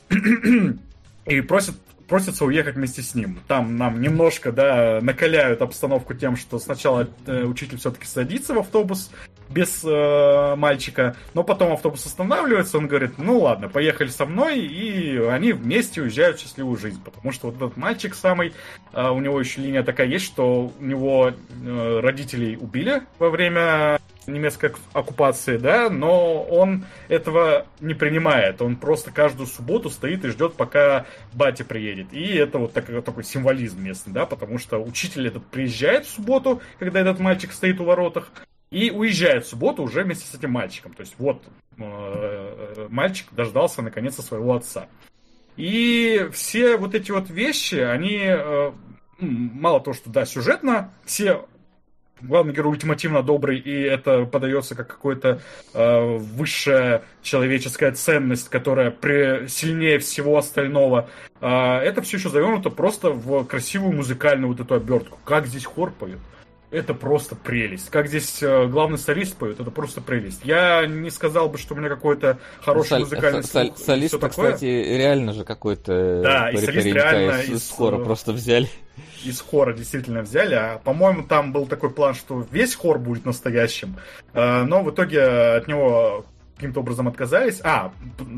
и просит просится уехать вместе с ним. Там нам немножко, да, накаляют обстановку тем, что сначала э, учитель все-таки садится в автобус без э, мальчика, но потом автобус останавливается, он говорит, ну ладно, поехали со мной, и они вместе уезжают в счастливую жизнь, потому что вот этот мальчик самый, э, у него еще линия такая есть, что у него э, родителей убили во время немецкой оккупации, да, но он этого не принимает, он просто каждую субботу стоит и ждет, пока батя приедет, и это вот такой, такой символизм местный, да, потому что учитель этот приезжает в субботу, когда этот мальчик стоит у воротах, и уезжает в субботу уже вместе с этим мальчиком, то есть вот э, мальчик дождался наконец-то своего отца. И все вот эти вот вещи, они э, мало того, что, да, сюжетно, все главный герой ультимативно добрый, и это подается как какая-то э, высшая человеческая ценность, которая при... сильнее всего остального. Э, это все еще завернуто просто в красивую музыкальную вот эту обертку. Как здесь хор поет. это просто прелесть. Как здесь э, главный солист поет, это просто прелесть. Я не сказал бы, что у меня какой-то хороший Соль, музыкальный соль, слух. Солист, кстати, реально же какой-то да, и солист реально из, из из хора просто взяли. Из хора действительно взяли. А, по-моему, там был такой план, что весь хор будет настоящим. Э, но в итоге от него каким-то образом отказались. А,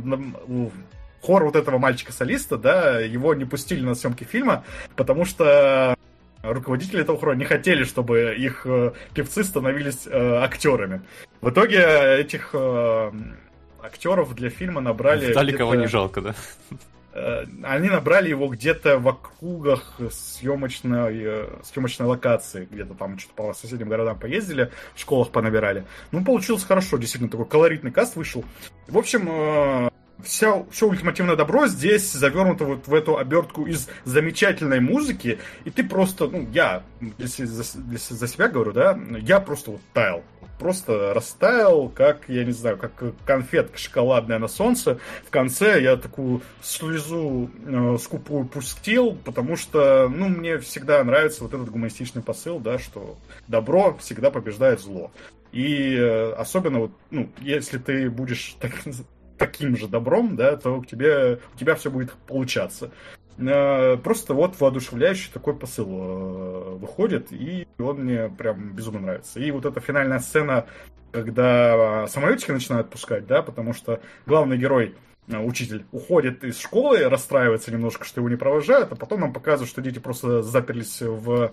хор вот этого мальчика-солиста, да, его не пустили на съемки фильма, потому что руководители этого хора не хотели, чтобы их э, певцы становились э, актерами. В итоге этих э, актеров для фильма набрали... Виталий, кого не жалко, да? Э, они набрали его где-то в округах съемочной, э, съемочной локации. Где-то там что-то по соседним городам поездили, в школах понабирали. Ну, получилось хорошо, действительно, такой колоритный каст вышел. В общем... Э, Вся, все ультимативное добро здесь завернуто вот в эту обертку из замечательной музыки, и ты просто, ну, я если за, если за себя говорю, да, я просто вот таял, просто растаял, как, я не знаю, как конфетка шоколадная на солнце. В конце я такую слезу э, скупую пустил, потому что, ну, мне всегда нравится вот этот гуманистичный посыл, да, что добро всегда побеждает зло. И э, особенно вот, ну, если ты будешь так... таким же добром, да, то у тебя, у тебя все будет получаться. Просто вот воодушевляющий такой посыл выходит, и он мне прям безумно нравится. И вот эта финальная сцена, когда самолетики начинают пускать, да, потому что главный герой, учитель, уходит из школы, расстраивается немножко, что его не провожают, а потом нам показывают, что дети просто заперлись в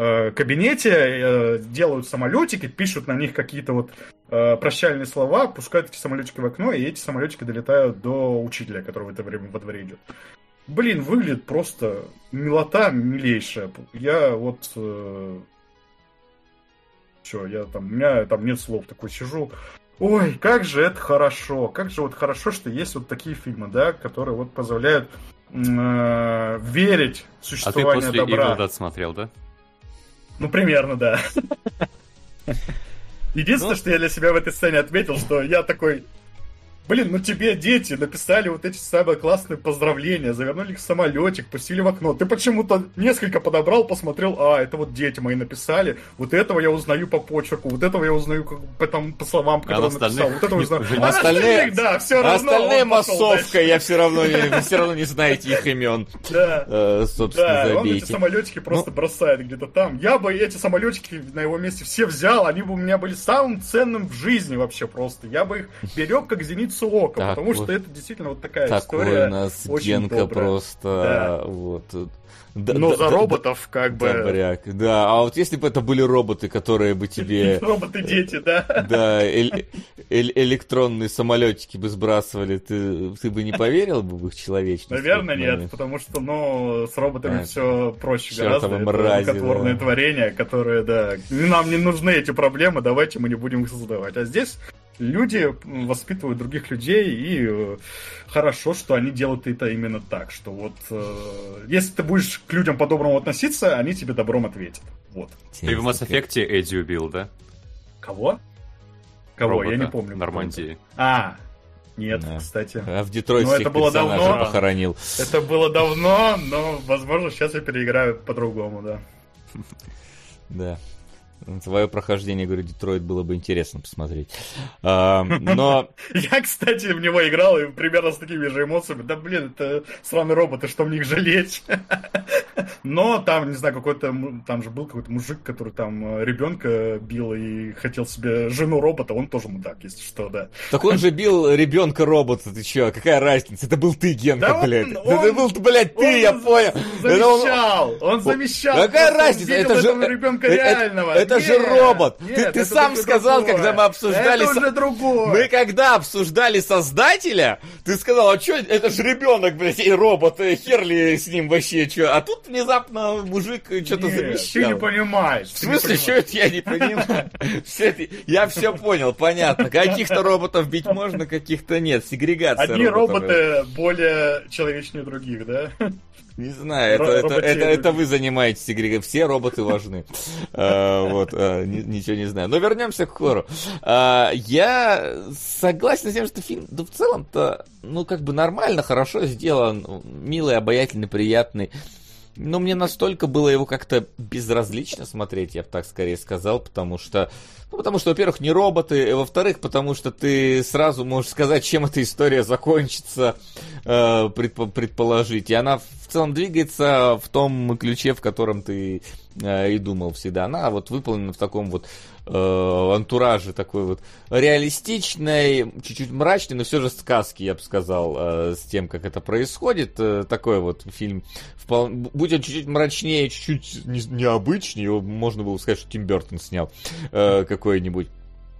кабинете, делают самолетики, пишут на них какие-то вот прощальные слова, пускают эти самолетики в окно, и эти самолетики долетают до учителя, который в это время во дворе идет. Блин, выглядит просто милота милейшая. Я вот... Э... Все, я там... У меня там нет слов, такой сижу. Ой, как же это хорошо. Как же вот хорошо, что есть вот такие фильмы, да, которые вот позволяют э... верить в существование добра. А ты после Evil Dead смотрел, да? Ну, примерно, да. Единственное, ну... что я для себя в этой сцене отметил, что я такой... Блин, ну тебе дети написали вот эти самые классные поздравления, завернули их в самолетик, пустили в окно. Ты почему-то несколько подобрал, посмотрел, а, это вот дети мои написали, вот этого я узнаю по почерку, вот этого я узнаю как, по, там, по словам, которые он написал, вот этого я узнаю. А остальные, да, все равно. Остальные массовка, я все равно, вы все равно не знаете их имен. Да, собственно, да, он эти самолетики просто бросает где-то там. Я бы эти самолетики на его месте все взял, они бы у меня были самым ценным в жизни вообще просто. Я бы их берег как зеницу ока, так потому вот, что это действительно вот такая такой история. У нас Генка просто да. Вот. Да, Но да, за роботов да, как бы... Добряк, да. А вот если бы это были роботы, которые бы тебе... Роботы-дети, да. Да, электронные самолетики бы сбрасывали, ты, ты бы не поверил бы в их человечность? Наверное, нет, потому что, ну, с роботами все проще гораздо. Это рукотворные творения, которые, да, нам не нужны эти проблемы, давайте мы не будем их создавать. А здесь... Люди воспитывают других людей, и э, хорошо, что они делают это именно так, что вот э, если ты будешь к людям по-доброму относиться, они тебе добром ответят. Вот. Ты в Mass Effect Эдди убил, да? Кого? Кого? Робота, я не помню. Нормандии. А, нет, да. Кстати. А в Детройте это было давно. Похоронил. Это было давно, но, возможно, сейчас я переиграю по-другому, да. Да. Твое прохождение, говорю, Детройт было бы интересно посмотреть. А, но... Я, кстати, в него играл и примерно с такими же эмоциями. Да, блин, это сраные роботы, что в них жалеть? Но там, не знаю, какой-то... Там же был какой-то мужик, который там ребенка бил и хотел себе жену робота. Он тоже мудак, если что, да. Так он же бил ребенка робота, ты чё? Какая разница? Это был ты, Генка, да блядь. Он, он, это был, блядь, ты, он я понял. Замещал, он, он замещал. Какая разница? Это же... ребенка реального. Это нет, же робот. Нет, ты ты сам сказал, другое. Когда мы обсуждали... Это уже другое. Мы когда обсуждали создателя, ты сказал, а что, это же ребенок, блядь, и робот, хер ли с ним вообще, что? А тут внезапно мужик что-то замещал. Ты не понимаешь. В смысле, что это я не понимаю? Я все понял, понятно. Каких-то роботов бить можно, каких-то нет. Сегрегация Одни роботы более человечнее других, да? Не знаю, это, это, это, это вы занимаетесь сегрегацией. Все роботы важны. Вот, ничего не знаю. Но вернемся к хоррору. Я согласен с тем, что фильм в целом-то, ну, как бы нормально, хорошо сделан, милый, обаятельный, приятный. ну, мне настолько было его как-то безразлично смотреть, я бы так скорее сказал, потому что, ну, потому что, во-первых, не роботы, и, во-вторых, потому что ты сразу можешь сказать, чем эта история закончится, э, предп- предположить, и она в целом двигается в том ключе, в котором ты э, и думал всегда. Она вот выполнена в таком вот э, антураже, такой вот реалистичной, чуть-чуть мрачной, но все же сказки, я бы сказал, э, с тем, как это происходит. Э, такой вот фильм, впол... будь он чуть-чуть мрачнее, чуть-чуть не, необычнее, его можно было сказать, что Тим Бёртон снял э, какой-нибудь.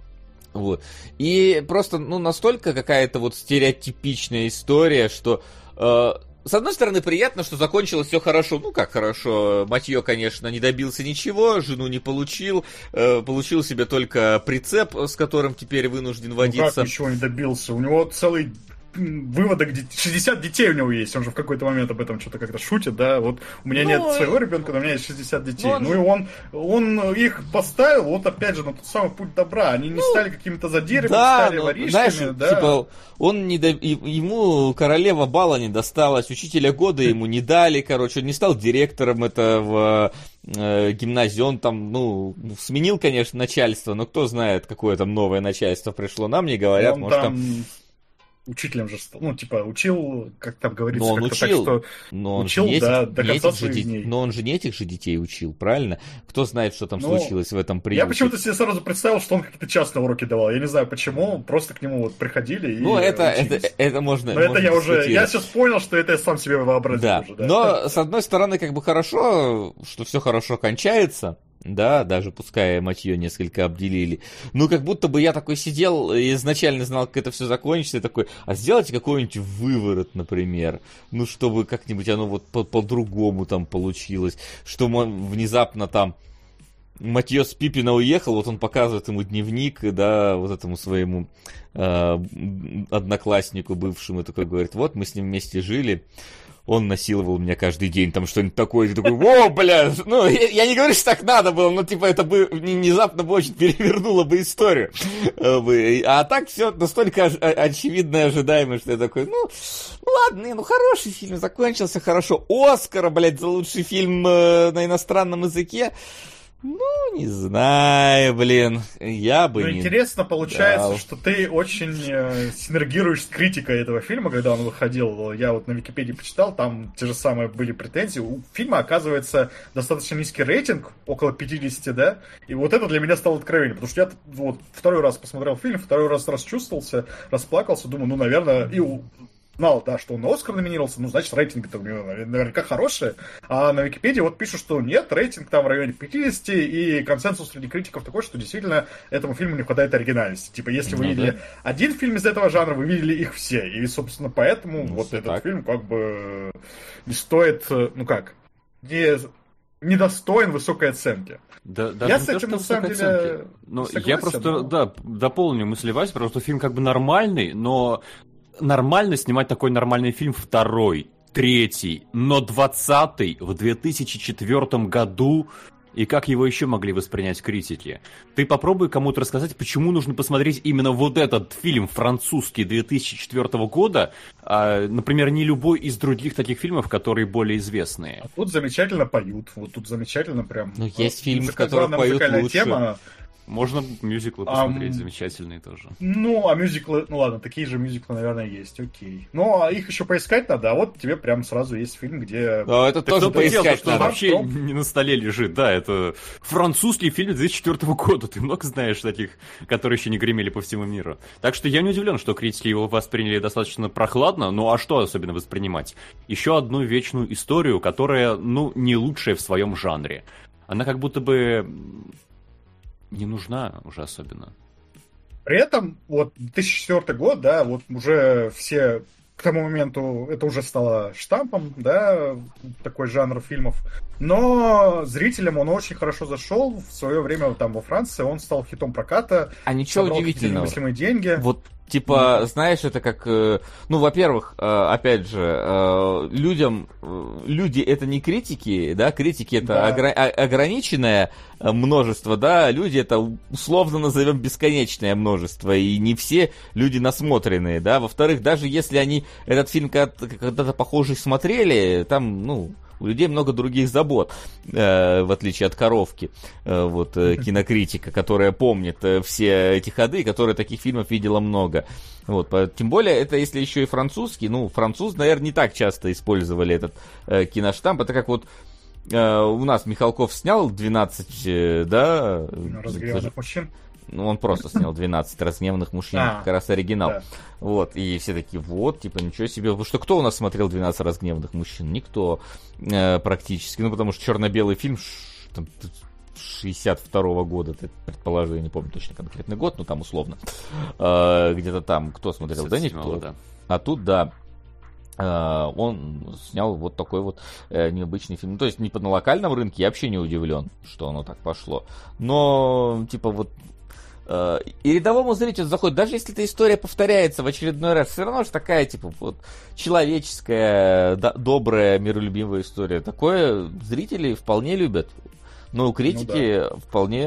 Вот. И просто, ну, настолько какая-то вот стереотипичная история, что... Э, с одной стороны, приятно, что закончилось все хорошо. Ну, как хорошо. Матьё, конечно, не добился ничего, жену не получил. Э, получил себе только прицеп, с которым теперь вынужден водиться. Ну, как ничего не добился? У него целый выводок, шестьдесят детей у него есть. Он же в какой-то момент об этом что-то как-то шутит, да? Вот у меня ну, нет своего ребенка, но у меня есть шестьдесят детей. Ну, ну и он, он их поставил, вот опять же, на тот самый путь добра. Они не ну, стали какими-то задирами, да, стали ну, воришками, знаешь, да. Типа, он не до... ему королева бала не досталась, учителя года ему не дали, короче, он не стал директором этого э, гимназии, он там, ну, сменил, конечно, начальство, но кто знает, какое там новое начальство пришло, нам не говорят, он может там... там... Учителем же стал, ну, типа, учил, как там говорится, но он как-то учил, так, что но он учил, не да, этих, до не конца этих своих же дней. Де... Но он же не этих же детей учил, правильно? Кто знает, что там ну, случилось в этом приюте. Я почему-то себе сразу представил, что он какие-то частные уроки давал. Я не знаю почему, просто к нему вот приходили и Ну, это, это, это можно Но можно это я уже, я сейчас понял, что это я сам себе вообразил да. уже. Да, но, с одной стороны, как бы хорошо, что все хорошо кончается. Да, даже пускай Матьё несколько обделили. Ну, как будто бы я такой сидел и изначально знал, как это все закончится, и такой, а сделайте какой-нибудь выворот, например. Ну, чтобы как-нибудь оно вот по- по-другому там получилось. Что внезапно там Матьё с Пипина уехал, вот он показывает ему дневник, да, вот этому своему э, однокласснику бывшему, такой говорит, вот мы с ним вместе жили. Он насиловал меня каждый день, там что-нибудь такое, и такой, о, бля, ну, я, я не говорю, что так надо было, но, типа, это бы внезапно бы очень перевернуло бы историю. А так все настолько очевидно и ожидаемо, что я такой, ну, ну ладно, ну, хороший фильм, закончился хорошо. Оскара, блядь, за лучший фильм на иностранном языке. Ну, не знаю, блин, я бы ну, не... интересно получается, дал. Что ты очень э, синергируешь с критикой этого фильма, когда он выходил. Я вот на Википедии почитал, там те же самые были претензии. У фильма, оказывается, достаточно низкий рейтинг, около пятьдесят, да? И вот это для меня стало откровением, потому что я вот второй раз посмотрел фильм, второй раз расчувствовался, расплакался, думаю, ну, наверное, и... знал, да, что он на Оскар номинировался, ну, значит, рейтинг-то у него наверняка хороший. А на Википедии вот пишут, что нет, рейтинг там в районе пятьдесят, и консенсус среди критиков такой, что действительно этому фильму не хватает оригинальности. Типа, если вы ну, видели да. один фильм из этого жанра, вы видели их все. И, собственно, поэтому ну, вот этот так. фильм как бы не стоит, ну как, не, недостоин высокой оценки. Да, да, я с этим, на самом деле, но я просто, но... да, дополню мысль Вась, потому что фильм как бы нормальный, но нормально снимать такой нормальный фильм второй, третий, но двадцатый в две тысячи четвёртом году, и как его еще могли воспринять критики? Ты попробуй кому-то рассказать, почему нужно посмотреть именно вот этот фильм французский две тысячи четвёртого года, а, например, не любой из других таких фильмов, которые более известные. А тут замечательно поют, вот тут замечательно прям. Ну, есть фильмы, в которых поют лучше. Тема. Можно мюзиклы посмотреть, а, замечательные тоже. Ну, а мюзиклы, ну ладно, такие же мюзиклы, наверное, есть, окей. Ну, а их еще поискать надо, а вот тебе прям сразу есть фильм, где... А, это тоже поискать дело, надо. Вообще Том... не на столе лежит, да, это французский фильм две тысячи четвёртого года, ты много знаешь таких, которые еще не гремели по всему миру. Так что я не удивлен, что критики его восприняли достаточно прохладно, ну а что особенно воспринимать? Еще одну вечную историю, которая, ну, не лучшая в своем жанре. Она как будто бы... не нужна уже особенно. При этом, вот, две тысячи четвёртый год, да, вот уже все, к тому моменту, это уже стало штампом, да, такой жанр фильмов. Но зрителям он очень хорошо зашел. В свое время там во Франции он стал хитом проката. А ничего удивительного. Немыслимые деньги. Вот, типа, mm-hmm. знаешь, это как... Ну, во-первых, опять же, людям... Люди — это не критики, да? Критики — это да. огр... ограниченное множество, да? Люди — это, условно назовем, бесконечное множество. И не все люди насмотренные, да? Во-вторых, даже если они этот фильм когда-то похожий смотрели, там, ну... У людей много других забот, э, в отличие от коровки, э, вот, э, кинокритика, которая помнит э, все эти ходы, которая таких фильмов видела много. Вот, по, тем более, это если еще и французский, ну, французы, наверное, не так часто использовали этот э, киноштамп, это как вот э, у нас Михалков снял двенадцать, э, да? Разгневанных мужчин. Ну, он просто снял двенадцать разгневанных мужчин, А, как раз оригинал. да. Вот, и все такие, вот, типа, ничего себе. Вы что, кто у нас смотрел двенадцать разгневанных мужчин? Никто э, практически. Ну, потому что черно-белый фильм ш, там, шестьдесят второго года, это предположу, я не помню точно конкретный год, но там условно. Э, где-то там, кто смотрел? Да никто. Да. А тут, да, Uh, он снял вот такой вот uh, необычный фильм. Ну, то есть не на локальном рынке, я вообще не удивлен, что оно так пошло. Но, типа, вот uh, и рядовому зрителю заходит, даже если эта история повторяется в очередной раз, все равно же такая, типа, вот человеческая, да, добрая, миролюбивая история. Такое зрители вполне любят. Но критики ну, да. вполне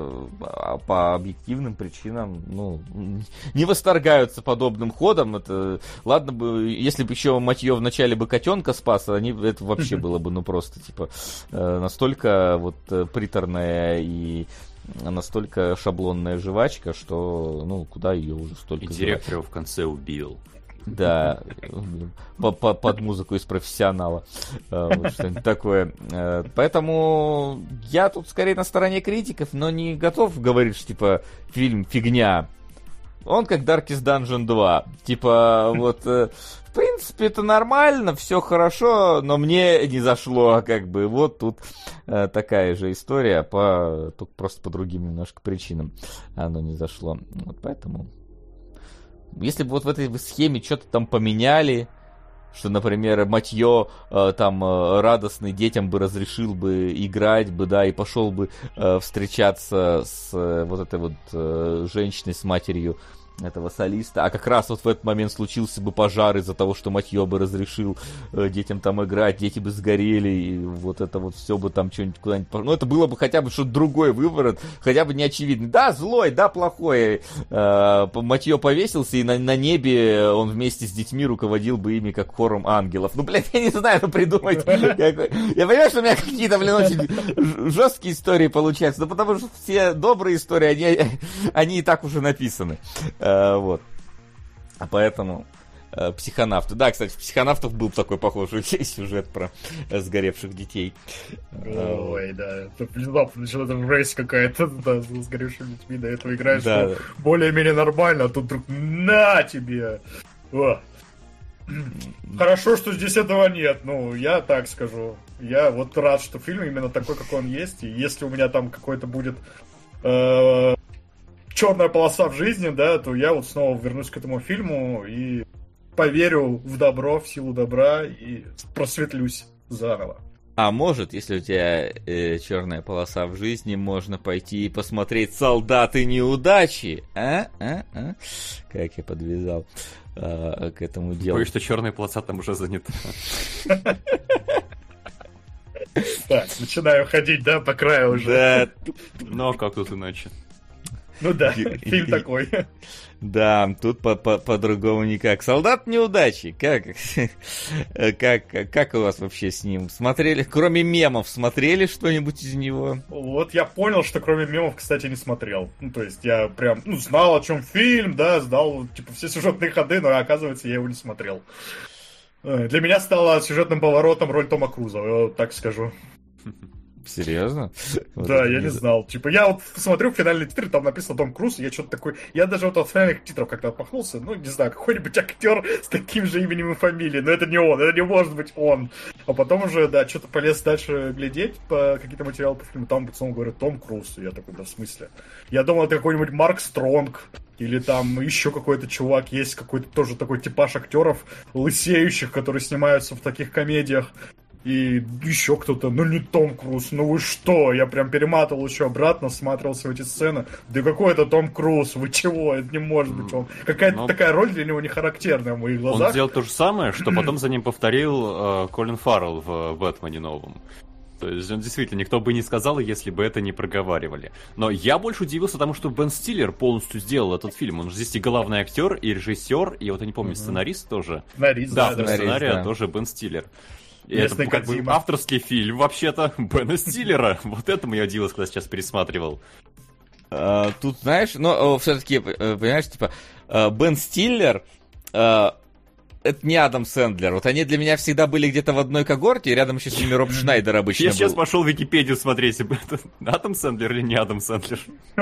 по объективным причинам ну, не восторгаются подобным ходом. Это, ладно бы, если бы еще Матье вначале бы котенка спас, они, это вообще было бы ну просто типа настолько вот приторная и настолько шаблонная жвачка, что ну куда ее уже столько. И директор его в конце убил. Да, под музыку из профессионала. Вот что-нибудь такое. Поэтому я тут скорее на стороне критиков, но не готов говорить, что типа фильм фигня. Он как Darkest Dungeon два. Типа, вот, в принципе, это нормально, все хорошо, но мне не зашло, как бы. Вот тут такая же история, по, только просто по другим немножко причинам оно не зашло. Вот поэтому... Если бы вот в этой схеме что-то там поменяли, что, например, Матье э, там э, радостный детям бы разрешил бы играть бы, да, и пошел бы э, встречаться с э, вот этой вот э, женщиной, с матерью этого солиста, а как раз вот в этот момент случился бы пожар из-за того, что Матье бы разрешил э, детям там играть, дети бы сгорели, и вот это вот все бы там что-нибудь куда-нибудь... Ну, это было бы хотя бы что-то другой выворот, хотя бы не очевидный. Да, злой, да, плохой. Э, Матье повесился, и на, на небе он вместе с детьми руководил бы ими как хором ангелов. Ну, блядь, я не знаю, ну, придумать. Я понимаю, что у меня какие-то, блин, очень жесткие истории получаются, но потому что все добрые истории, они, они и так уже написаны. Uh, вот. А поэтому uh, психонавты. Да, кстати, в психонавтов был такой похожий сюжет про uh, сгоревших детей. Uh, Ой, да. Внезапно начала там жесть какая-то да, с сгоревшими детьми. До этого играешь да, да. более-менее нормально, а тут вдруг на тебе! О. Хорошо, что здесь этого нет. Ну, я так скажу. Я вот рад, что фильм именно такой, какой он есть. И если у меня там какой-то будет... Uh, черная полоса в жизни, да, то я вот снова вернусь к этому фильму и поверю в добро, в силу добра и просветлюсь заново. А может, если у тебя э, черная полоса в жизни, можно пойти и посмотреть «Солдаты неудачи». А? А? А? Как я подвязал а, к этому делу. Боюсь, что черная полоса там уже занята. Так, начинаю ходить, да, по краю уже. Да. Ну, как тут иначе? Ну да, фильм такой. Да, тут по- по- по-другому никак. «Солдат неудачи». Как? как? Как у вас вообще с ним? Смотрели? Кроме мемов, смотрели что-нибудь из него? Вот я понял, что кроме мемов, кстати, не смотрел. Ну, то есть я прям, ну, знал, о чем фильм, да, знал, типа, все сюжетные ходы, но, оказывается, я его не смотрел. Для меня стало сюжетным поворотом роль Тома Круза, я вот так скажу. Серьезно? Вот да, я не знал. Типа, я вот смотрю финальный титр, там написано Том Круз, и я что-то такой... Я даже вот от финальных титров как-то отмахнулся, ну, не знаю, какой-нибудь актер с таким же именем и фамилией, но это не он, это не может быть он. А потом уже, да, что-то полез дальше глядеть по какие-то материалы по фильму, там пацан говорит Том Круз, и я такой, да, в смысле? Я думал, это какой-нибудь Марк Стронг, или там еще какой-то чувак есть, какой-то тоже такой типаж актеров лысеющих, которые снимаются в таких комедиях. И еще кто-то, ну не Том Круз, ну вы что? Я прям перематывал еще обратно, всматривался в эти сцены. Да какой это Том Круз? Вы чего? Это не может быть он. Какая-то Но... такая роль для него не характерная в моих глазах. Он сделал то же самое, что потом за ним повторил э, Колин Фаррелл в «Бэтмене» новом. То есть он действительно, никто бы не сказал, если бы это не проговаривали. Но я больше удивился тому, что Бен Стиллер полностью сделал этот фильм. Он же здесь и главный актер, и режиссер, и вот я не помню, mm-hmm. сценарист тоже. Сценарист, да, да, автор да. сценария да. тоже Бен Стиллер. И это как бы авторский фильм, вообще-то, Бена Стиллера. Вот этому я удивился, когда сейчас пересматривал. Uh, тут, знаешь, но uh, все-таки, uh, понимаешь, типа, uh, Бен Стиллер, uh, это не Адам Сэндлер. Вот они для меня всегда были где-то в одной когорте, и рядом еще с ними Роб Шнайдер обычно Я был. сейчас пошел в Википедию смотреть, это Адам Сэндлер или не Адам Сэндлер.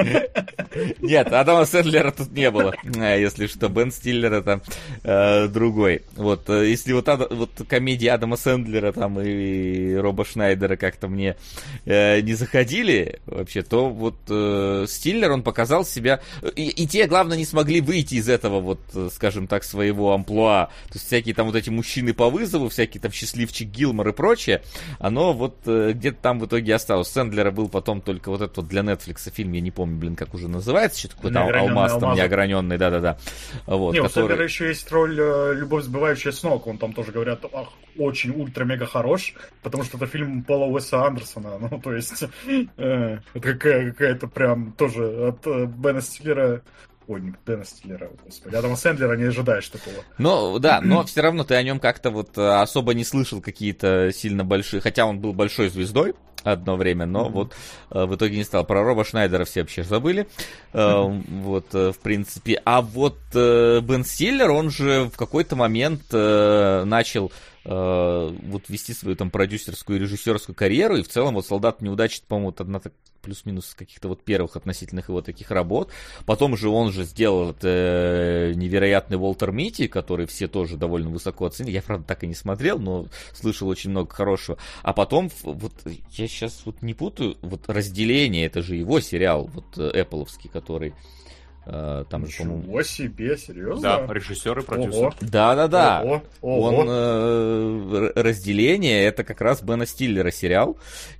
Нет, Адама Сэндлера тут не было, если что. Бен Стиллер это э, другой. Вот, если вот, вот комедии Адама Сэндлера там и Роба Шнайдера как-то мне э, не заходили вообще, то вот э, Стиллер, он показал себя... И, и те, главное, не смогли выйти из этого, вот, скажем так, своего амплуа. То есть всякие там вот эти мужчины по вызову, всякие там счастливчик Гилмор и прочее, оно вот э, где-то там в итоге осталось. У Сэндлера был потом только вот этот вот для Netflix фильм, я не помню, блин, как уже называется, что-то какой-то алмаз там неограненный, да-да-да. Вот, не, который... у Сэндлера еще есть роль э, «Любовь сбивающая с ног», он там тоже, говорят, ах, очень ультра-мега хорош, потому что это фильм Пола Уэса Андерсона, ну, то есть, э, это какая- какая-то прям тоже от э, Бена Стиллера... Ой, не Бена Стиллера, господи. Адама Сэндлера не ожидаешь такого. Ну, да, но все равно ты о нем как-то вот особо не слышал какие-то сильно большие... Хотя он был большой звездой одно время, но mm-hmm. вот в итоге не стал. Про Роба Шнайдера все вообще забыли. Вот, в принципе. А вот Бен Стиллер, он же в какой-то момент начал... вот вести свою там продюсерскую и режиссерскую карьеру, и в целом вот «Солдат неудачи», по-моему, вот одна так плюс-минус каких-то вот первых относительных его таких работ. Потом же он же сделал это невероятный Уолтер Митти, который все тоже довольно высоко оценили. Я, правда, так и не смотрел, но слышал очень много хорошего. А потом, вот я сейчас вот не путаю, вот «Разделение», это же его сериал, вот Эппловский, который... Там же, по-моему... Ничего себе, серьезно? Да, режиссер и продюсер. Да-да-да. Ого, ого. Он э, «Разделение», это как раз Бена Стиллера сериал,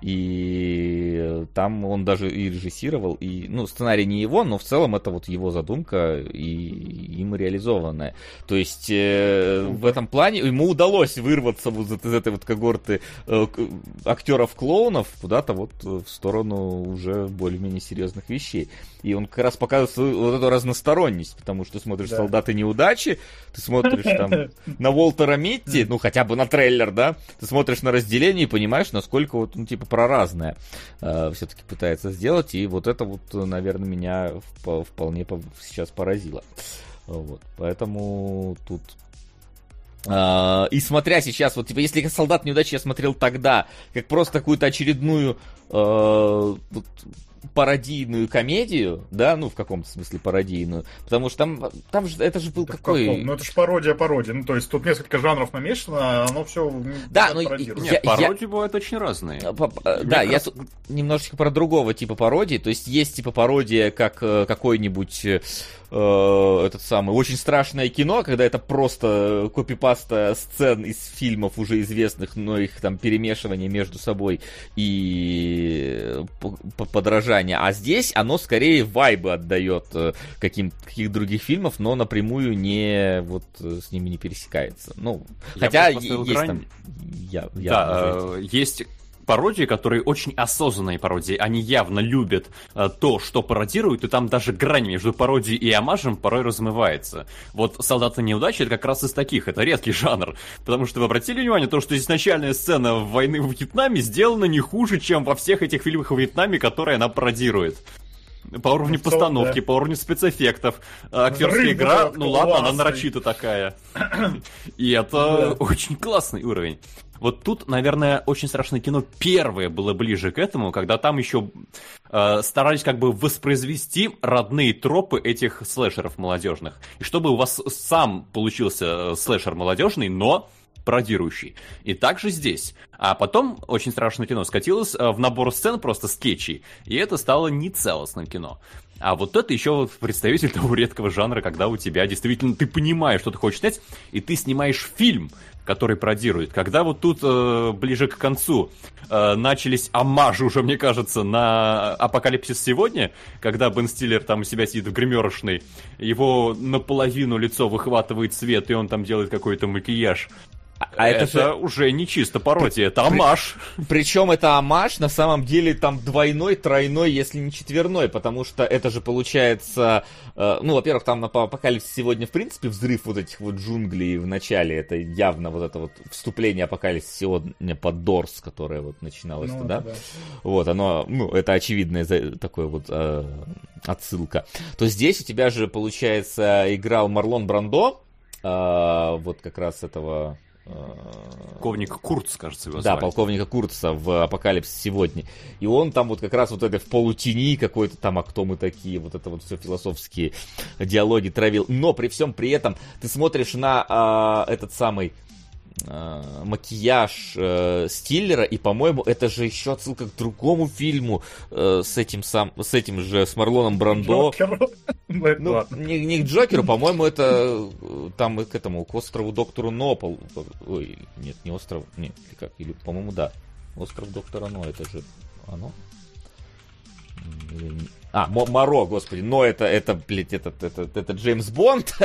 и там он даже и режиссировал, и, ну, сценарий не его, но в целом это вот его задумка и им реализованная. То есть э, в этом плане ему удалось вырваться вот из этой вот когорты э, актеров-клоунов куда-то вот в сторону уже более-менее серьезных вещей. И он как раз показывает свою вот эту разносторонность, потому что ты смотришь да. «Солдаты неудачи», ты смотришь там на Уолтера Митти, ну хотя бы на трейлер, да, ты смотришь на «Разделение» и понимаешь, насколько вот, ну, типа, проразное э, все-таки пытается сделать, и вот это вот, наверное, меня вполне сейчас поразило. Вот, поэтому тут... Uh, и смотря сейчас, вот типа, если «Солдат неудачи» я смотрел тогда, как просто какую-то очередную uh, вот, пародийную комедию, да, ну, в каком-то смысле пародийную, потому что там, там же, это же был это какой... Каком? Ну, это же пародия пародия, ну, то есть тут несколько жанров намешано, оно все да, ну, пародирует. Нет, пародии я... бывают очень разные. Да, я раз... немножечко про другого типа пародии, то есть есть типа пародия, как какой-нибудь... этот самый, очень страшное кино, когда это просто копипаста сцен из фильмов уже известных, но их там перемешивание между собой и подражание. А здесь оно скорее вайбы отдает каким, каких других фильмов, но напрямую не вот с ними не пересекается. Ну, я хотя есть грань... там... Я, я да, есть... пародии, которые очень осознанные пародии, они явно любят э, то, что пародируют, и там даже грань между пародией и омажем порой размывается. Вот «Солдаты неудачи» — это как раз из таких, это редкий жанр, потому что вы обратили внимание, то, что изначальная сцена войны в Вьетнаме сделана не хуже, чем во всех этих фильмах о Вьетнаме, которые она пародирует. По уровню ну, постановки, да. по уровню спецэффектов, актерская игра, ну ладно, она нарочито такая. И это да. очень классный уровень. Вот тут, наверное, «Очень страшное кино» первое было ближе к этому, когда там еще э, старались как бы воспроизвести родные тропы этих слэшеров молодежных. И чтобы у вас сам получился слэшер молодежный, но пародирующий. И также здесь. А потом «Очень страшное кино» скатилось в набор сцен просто скетчей, и это стало нецелостным кино. А вот это еще представитель того редкого жанра, когда у тебя действительно ты понимаешь, что ты хочешь снять, и ты снимаешь фильм, который пародирует. Когда вот тут э, ближе к концу э, начались омажи уже, мне кажется, на «Апокалипсис сегодня», когда Бен Стиллер там у себя сидит в гримерочной, его наполовину лицо выхватывает свет, и он там делает какой-то макияж. А это, это же... уже не чисто пародия, это омаж. Причем это омаж, на самом деле, там двойной, тройной, если не четверной, потому что это же получается... Э, ну, во-первых, там на Апокалипсис сегодня, в принципе, взрыв вот этих вот джунглей в начале, это явно вот это вот вступление Апокалипсис сегодня под Дорс, которое вот начиналось ну, тогда. Да. Вот, оно, ну, это очевидная такое вот э, отсылка. То здесь у тебя же, получается, играл Марлон Брандо, э, вот как раз этого... Полковник Курц, кажется, его да, звали. полковника Курца в «Апокалипсис сегодня». И он там вот как раз вот это в полутени какой-то там, а кто мы такие, вот это вот все философские диалоги травил. Но при всем при этом ты смотришь на а, этот самый а, макияж а, Стиллера, и, по-моему, это же еще отсылка к другому фильму а, с этим сам, с этим же, с Марлоном Брандо. Ну, не, не к Джокеру, по-моему, это там к этому, к острову Доктору Но. Ой, нет, не остров, нет, или как, или, по-моему, да. Остров Доктора Но, это же оно? А, Моро, господи, но это, это, блядь, это, это, это, это Джеймс Бонд,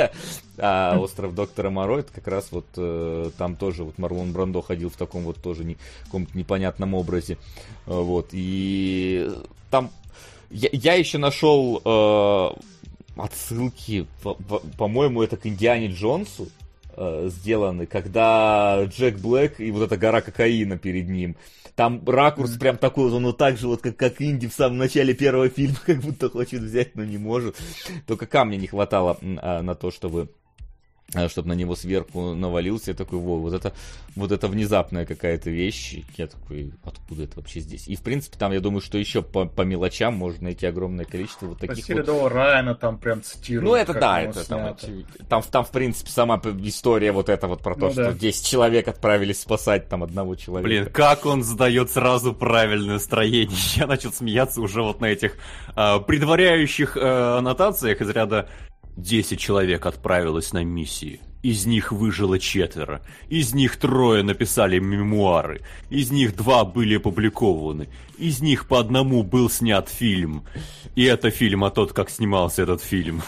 а Остров Доктора Моро, это как раз вот э, там тоже вот Марлон Брандо ходил в таком вот тоже не, каком-то непонятном образе, вот, и там я, я еще нашел э, отсылки, по- по- по-моему, это к Индиане Джонсу э, сделаны, когда Джек Блэк и вот эта гора кокаина перед ним. Там ракурс прям такой, он вот так же, вот как, как Инди в самом начале первого фильма, как будто хочет взять, но не может. Только камня не хватало а, на то, чтобы, а, чтобы на него сверху навалился. Я такой, во, вот это, вот это внезапная какая-то вещь. Я такой, откуда это вообще здесь? И, в принципе, там, я думаю, что еще по, по мелочам можно найти огромное количество вот таких По вот... Райана там прям цитируют. Ну, это да, это там, там, там, в принципе, сама история вот эта вот про то, ну, что да. десять человек отправились спасать там одного человека. Блин, как он задает сразу правильное строение. Я начал смеяться уже вот на этих э, предваряющих э, аннотациях из ряда десять человек отправилось на миссии. Из них выжило четверо. Из них трое написали мемуары. Из них два были опубликованы. Из них по одному был снят фильм. И это фильм о том, как снимался этот фильм.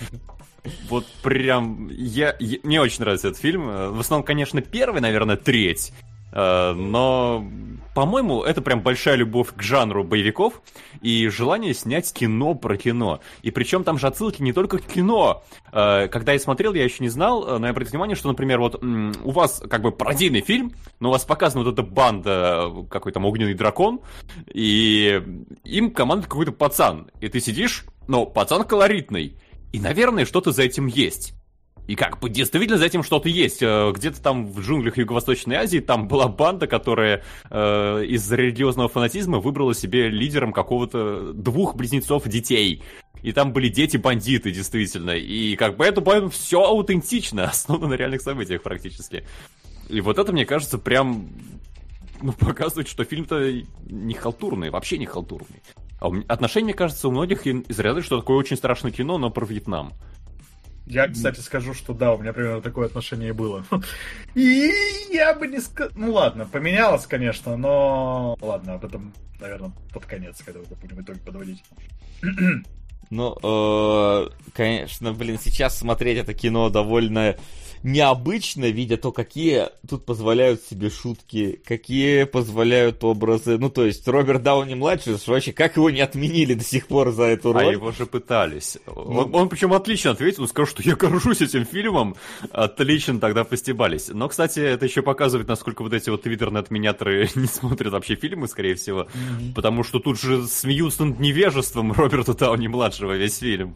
Вот прям... Я, я, мне очень нравится этот фильм. В основном, конечно, первый, наверное, треть. Но, по-моему, это прям большая любовь к жанру боевиков и желание снять кино про кино. И причем там же отсылки не только к кино. Когда я смотрел, я еще не знал, но я обратил внимание, что, например, вот у вас как бы пародийный фильм, но у вас показана вот эта банда, какой там огненный дракон, и им командует какой-то пацан. И ты сидишь, но пацан колоритный. И, наверное, что-то за этим есть. И как бы действительно за этим что-то есть. Где-то там в джунглях Юго-Восточной Азии там была банда, которая э, из-за религиозного фанатизма выбрала себе лидером какого-то двух близнецов детей. И там были дети-бандиты, действительно. И как бы это, поэтому все аутентично, основано на реальных событиях практически. И вот это, мне кажется, прям ну, показывает, что фильм-то не халтурный, вообще не халтурный. А отношение, мне кажется, у многих из ряда, что такое очень страшное кино, но про Вьетнам. Я, кстати, скажу, что да, у меня примерно такое отношение было. И я бы не сказал... Ну ладно, поменялось, конечно, но... Ладно, об этом, наверное, под конец, когда мы будем итоги подводить. Ну, э, конечно, блин, сейчас смотреть это кино довольно необычно, видя то, какие тут позволяют себе шутки, какие позволяют образы. Ну, то есть, Роберт Дауни-младший, вообще, как его не отменили до сих пор за эту роль? А его же пытались. Ну... Он, он причем отлично ответил, он сказал, что я горжусь этим фильмом. Отлично тогда постебались. Но, кстати, это еще показывает, насколько вот эти вот твиттерные отменяторы не смотрят вообще фильмы, скорее всего. Mm-hmm. Потому что тут же смеются над невежеством Роберта Дауни-младшего весь фильм.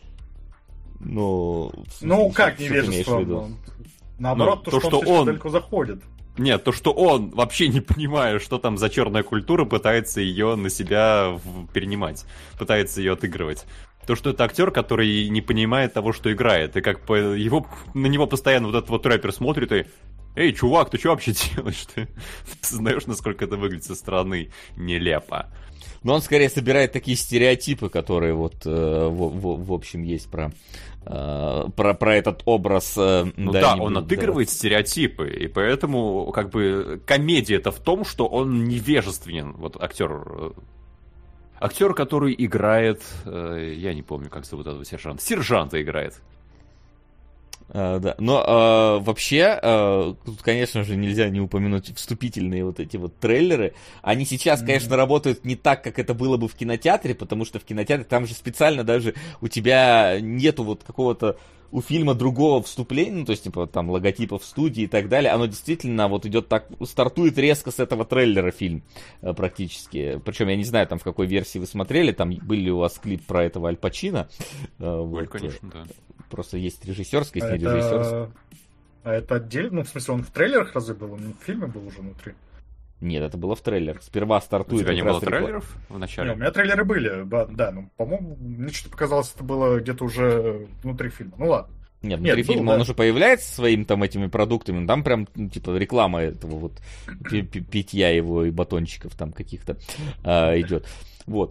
Ну, ну как невежество? Наоборот, ну, то, что, что он далеко заходит. Нет, то, что он, вообще не понимая, что там за черная культура, пытается ее на себя перенимать, пытается ее отыгрывать. То, что это актер, который не понимает того, что играет, и как по его, на него постоянно вот этот вот рэпер смотрит и: «Эй, чувак, ты что вообще делаешь? Ты знаешь, насколько это выглядит со стороны нелепо». Но он скорее собирает такие стереотипы, которые вот э, в, в, в общем есть про, э, про, про этот образ. Э, ну да, он отыгрывает да. стереотипы, и поэтому как бы комедия-то в том, что он невежественен. Вот актер, актер, который играет, э, я не помню, как зовут этого сержанта, сержанта играет. А, да. Но а, вообще, а, тут, конечно же, нельзя не упомянуть вступительные вот эти вот трейлеры. Они сейчас, mm-hmm. конечно, работают не так, как это было бы в кинотеатре, потому что в кинотеатре там же специально даже у тебя нету вот какого-то у фильма другого вступления, ну, то есть, типа, там, логотипов студии и так далее, оно действительно вот идет так, стартует резко с этого трейлера фильм э, практически. Причем я не знаю, там, в какой версии вы смотрели, там были ли у вас клип про этого Аль Пачино. Э, Ой, вот, конечно, да. Просто есть режиссерская, есть а не это... режиссерская. А это отдельно? Ну, в смысле, он в трейлерах разве был? Он в фильме был уже внутри? Нет, это было в трейлерах. Сперва стартует... У тебя не как было раз рекла- трейлеров в начале? Не, у меня трейлеры были, да, да, ну, по-моему, мне что-то показалось, это было где-то уже внутри фильма. Ну ладно. Нет, внутри Нет, был, фильма да. он уже появляется своими там этими продуктами, там прям, ну, типа, реклама этого вот пи- пи- питья его и батончиков там каких-то а, идет. Вот,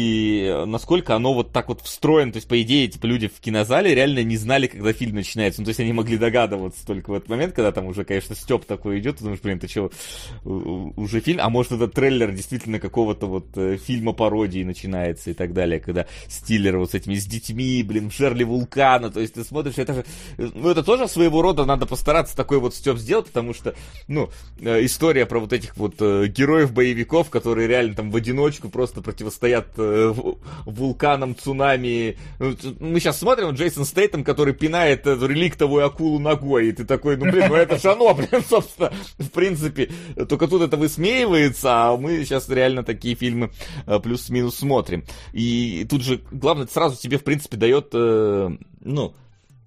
и насколько оно вот так вот встроено, то есть, по идее, типа, люди в кинозале реально не знали, когда фильм начинается, ну, то есть, они могли догадываться только в этот момент, когда там уже, конечно, стёб такой идет, потому что, блин, ты чё, уже фильм, а может, это трейлер действительно какого-то вот фильма-пародии начинается и так далее, когда Стиллер вот с этими, с детьми, блин, в жерле вулкана, то есть, ты смотришь, это же, ну, это тоже своего рода надо постараться такой вот стёб сделать, потому что, ну, история про вот этих вот героев-боевиков, которые реально там в одиночку просто против стоят э, вулканом, цунами. Мы сейчас смотрим, Джейсон Стейтем, который пинает эту реликтовую акулу ногой, и ты такой, ну, блин, ну это же оно, блин, собственно, в принципе, только тут это высмеивается, а мы сейчас реально такие фильмы э, плюс-минус смотрим. И тут же, главное, это сразу тебе, в принципе, дает, э, ну,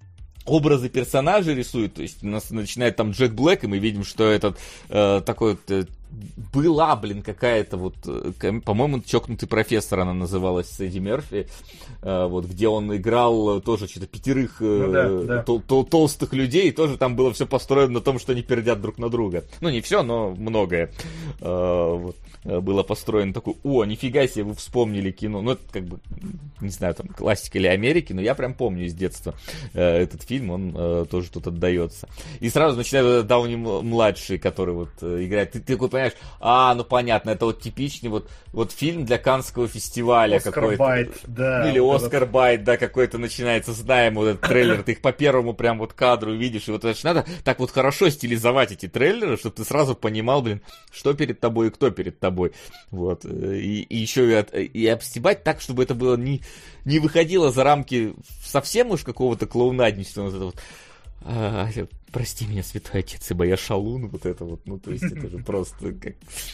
образы персонажей рисует, то есть у нас начинает там Джек Блэк, и мы видим, что этот э, такой вот, э, была, блин, какая-то вот, э, по-моему, «Чокнутый профессор» она называлась, с Эдди Мерфи, э, вот, где он играл тоже что-то пятерых э, ну, да, да. Тол- тол- толстых людей, и тоже там было все построено на том, что они пердят друг на друга. Ну, не все, но многое э, вот, было построено. Такой, о, нифига себе, вы вспомнили кино. Ну, это как бы, не знаю, там, классика или Америки, но я прям помню из детства э, этот фильм, он э, тоже тут отдается. И сразу начинает Дауни-младший, который вот э, играет. Ты, ты такой понимаешь, а, ну понятно, это вот типичный вот, вот фильм для Каннского фестиваля. Оскар какой-то. Байт, да. Или вот Оскар это... Байт, да, какой-то начинается, знаем вот этот трейлер, ты их по первому прям вот кадру видишь, и вот это же надо так вот хорошо стилизовать эти трейлеры, чтобы ты сразу понимал, блин, что перед тобой и кто перед тобой. Вот. И, и еще и, и обстебать так, чтобы это было не, не выходило за рамки совсем уж какого-то клоунадничества, вот это вот. А, прости меня, святой отец, ибо я шалун, вот это вот, ну, то есть это же просто как...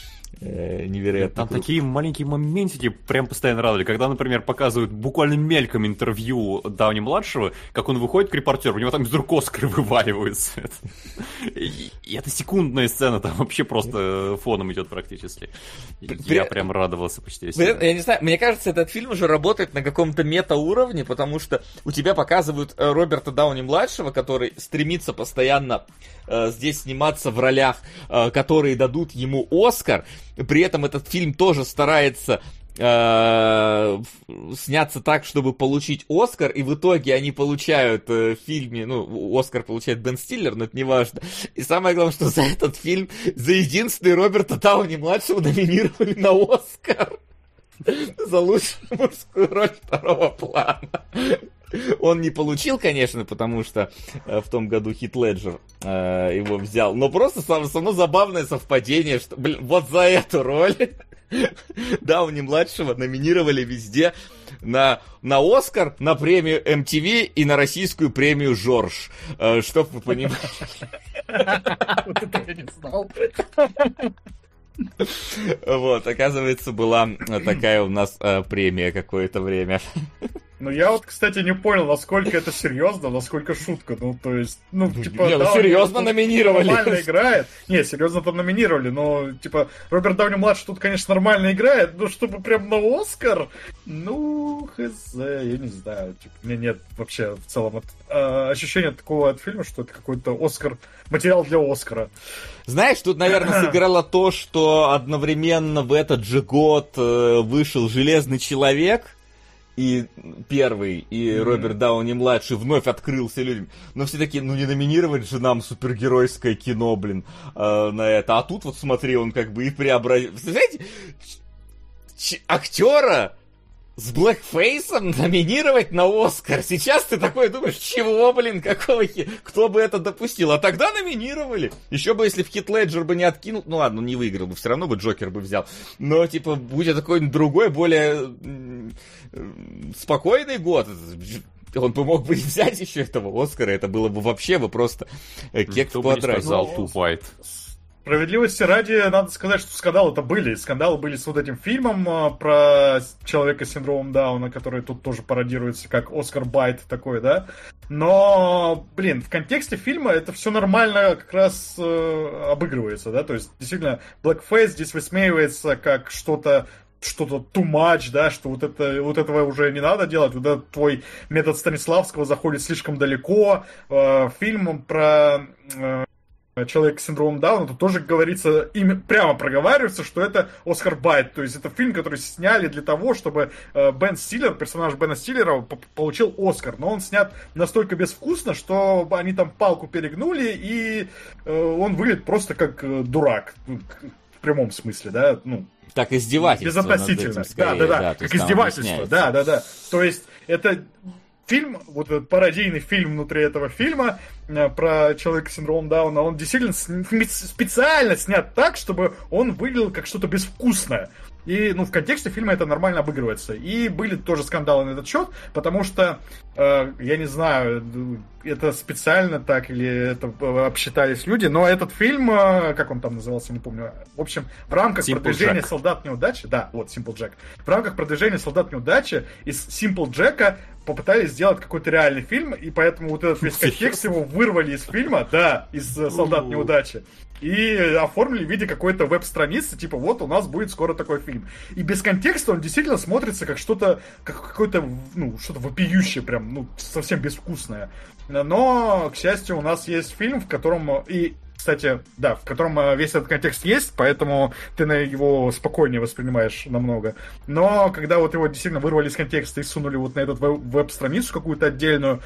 невероятно. Там круто. такие маленькие моментики прям постоянно радовали. Когда, например, показывают буквально мельком интервью Дауни-младшего, как он выходит к репортеру, у него там вдруг Оскар вываливается. И, и это секундная сцена, там вообще просто фоном идет практически. Я прям радовался почти. Я не знаю, мне кажется, этот фильм уже работает на каком-то мета-уровне, потому что у тебя показывают Роберта Дауни-младшего, который стремится постоянно э, здесь сниматься в ролях, э, которые дадут ему Оскар. При этом этот фильм тоже старается э, сняться так, чтобы получить Оскар, и в итоге они получают э, в фильме, ну, Оскар получает Бен Стиллер, но это не важно. И самое главное, что за этот фильм, за единственный Роберта Дауни-младшего номинировали на Оскар. За лучшую мужскую роль второго плана. Он не получил, конечно, потому что э, в том году Хит Леджер э, его взял. Но просто само, само забавное совпадение, что, блин, вот за эту роль Дауни-младшего номинировали везде на, на Оскар, на премию эм ти ви и на российскую премию Жорж. Э, чтоб вы понимали. Вот это я не знал. Вот, оказывается, была такая у нас э, премия какое-то время. Ну, я вот, кстати, не понял, насколько это серьезно, насколько шутка. Ну, то есть, ну, типа... Не, ну, Дауни, серьезно ну, номинировали. Нормально играет. Не, серьезно там номинировали, но, типа, Роберт Дауни-младший тут, конечно, нормально играет, но чтобы прям на Оскар, ну, хз, я не знаю. Типа, у меня нет вообще в целом от, э, ощущения такого от фильма, что это какой-то Оскар, материал для Оскара. Знаешь, тут, наверное, сыграло то, что одновременно в этот же год э, вышел «Железный человек», и первый, и mm-hmm. Роберт Дауни-младший вновь открылся людям. Но все такие, ну не номинировать же нам супергеройское кино, блин, э, на это. А тут вот смотри, он как бы и преобразил. Знаете, ч- актера с блэкфейсом номинировать на Оскар. Сейчас ты такой думаешь, чего, блин, какого хи... Кто бы это допустил? А тогда номинировали. Еще бы, если в Хит Леджер бы не откинул... Ну ладно, не выиграл бы, все равно бы Джокер бы взял. Но, типа, будет такой другой, более спокойный год. Он бы мог бы взять еще этого Оскара. Это было бы вообще бы просто кек в квадрате. Сказал Тупайт. Справедливости ради, надо сказать, что скандалы-то были. Скандалы были с вот этим фильмом э, про человека с синдромом Дауна, который тут тоже пародируется как Оскар Байт такой, да. Но, блин, в контексте фильма это все нормально как раз э, обыгрывается, да. То есть, действительно, Blackface здесь высмеивается как что-то что-то too much, да, что вот, это, вот этого уже не надо делать, вот этот твой метод Станиславского заходит слишком далеко. Э, фильм про... Э, человек с синдромом Дауна, тут тоже говорится, имя, прямо проговаривается, что это Оскар Байт, то есть это фильм, который сняли для того, чтобы э, Бен Стиллер, персонаж Бена Стиллера, п- получил Оскар, но он снят настолько безвкусно, что они там палку перегнули, и э, он выглядит просто как э, дурак, в прямом смысле, да, ну, так издевательство. Безотносительно, да, да, да, как издевательство, да, да, да, то есть это... Фильм, вот этот пародийный фильм внутри этого фильма э, про человека с синдромом Дауна, он действительно с- специально снят так, чтобы он выглядел как что-то безвкусное. И, ну, в контексте фильма это нормально обыгрывается. И были тоже скандалы на этот счет, потому что, э, я не знаю, это специально так или это обсчитались люди, но этот фильм, э, как он там назывался, не помню. В общем, в рамках Simple продвижения Jack. «Солдат неудачи», да, вот, Simple Jack. В рамках продвижения «Солдат неудачи» из Simple Jack'а попытались сделать какой-то реальный фильм, и поэтому вот этот весь контекст его вырвали из фильма, да, из «Солдат неудачи». И оформили в виде какой-то веб-страницы, типа, вот у нас будет скоро такой фильм. И без контекста он действительно смотрится как что-то, как какое-то, ну, что-то вопиющее, прям, ну, совсем безвкусное. Но, к счастью, у нас есть фильм, в котором... и Кстати, да, в котором весь этот контекст есть, поэтому ты его спокойнее воспринимаешь намного. Но когда вот его действительно вырвали из контекста и сунули вот на эту веб-страницу какую-то отдельную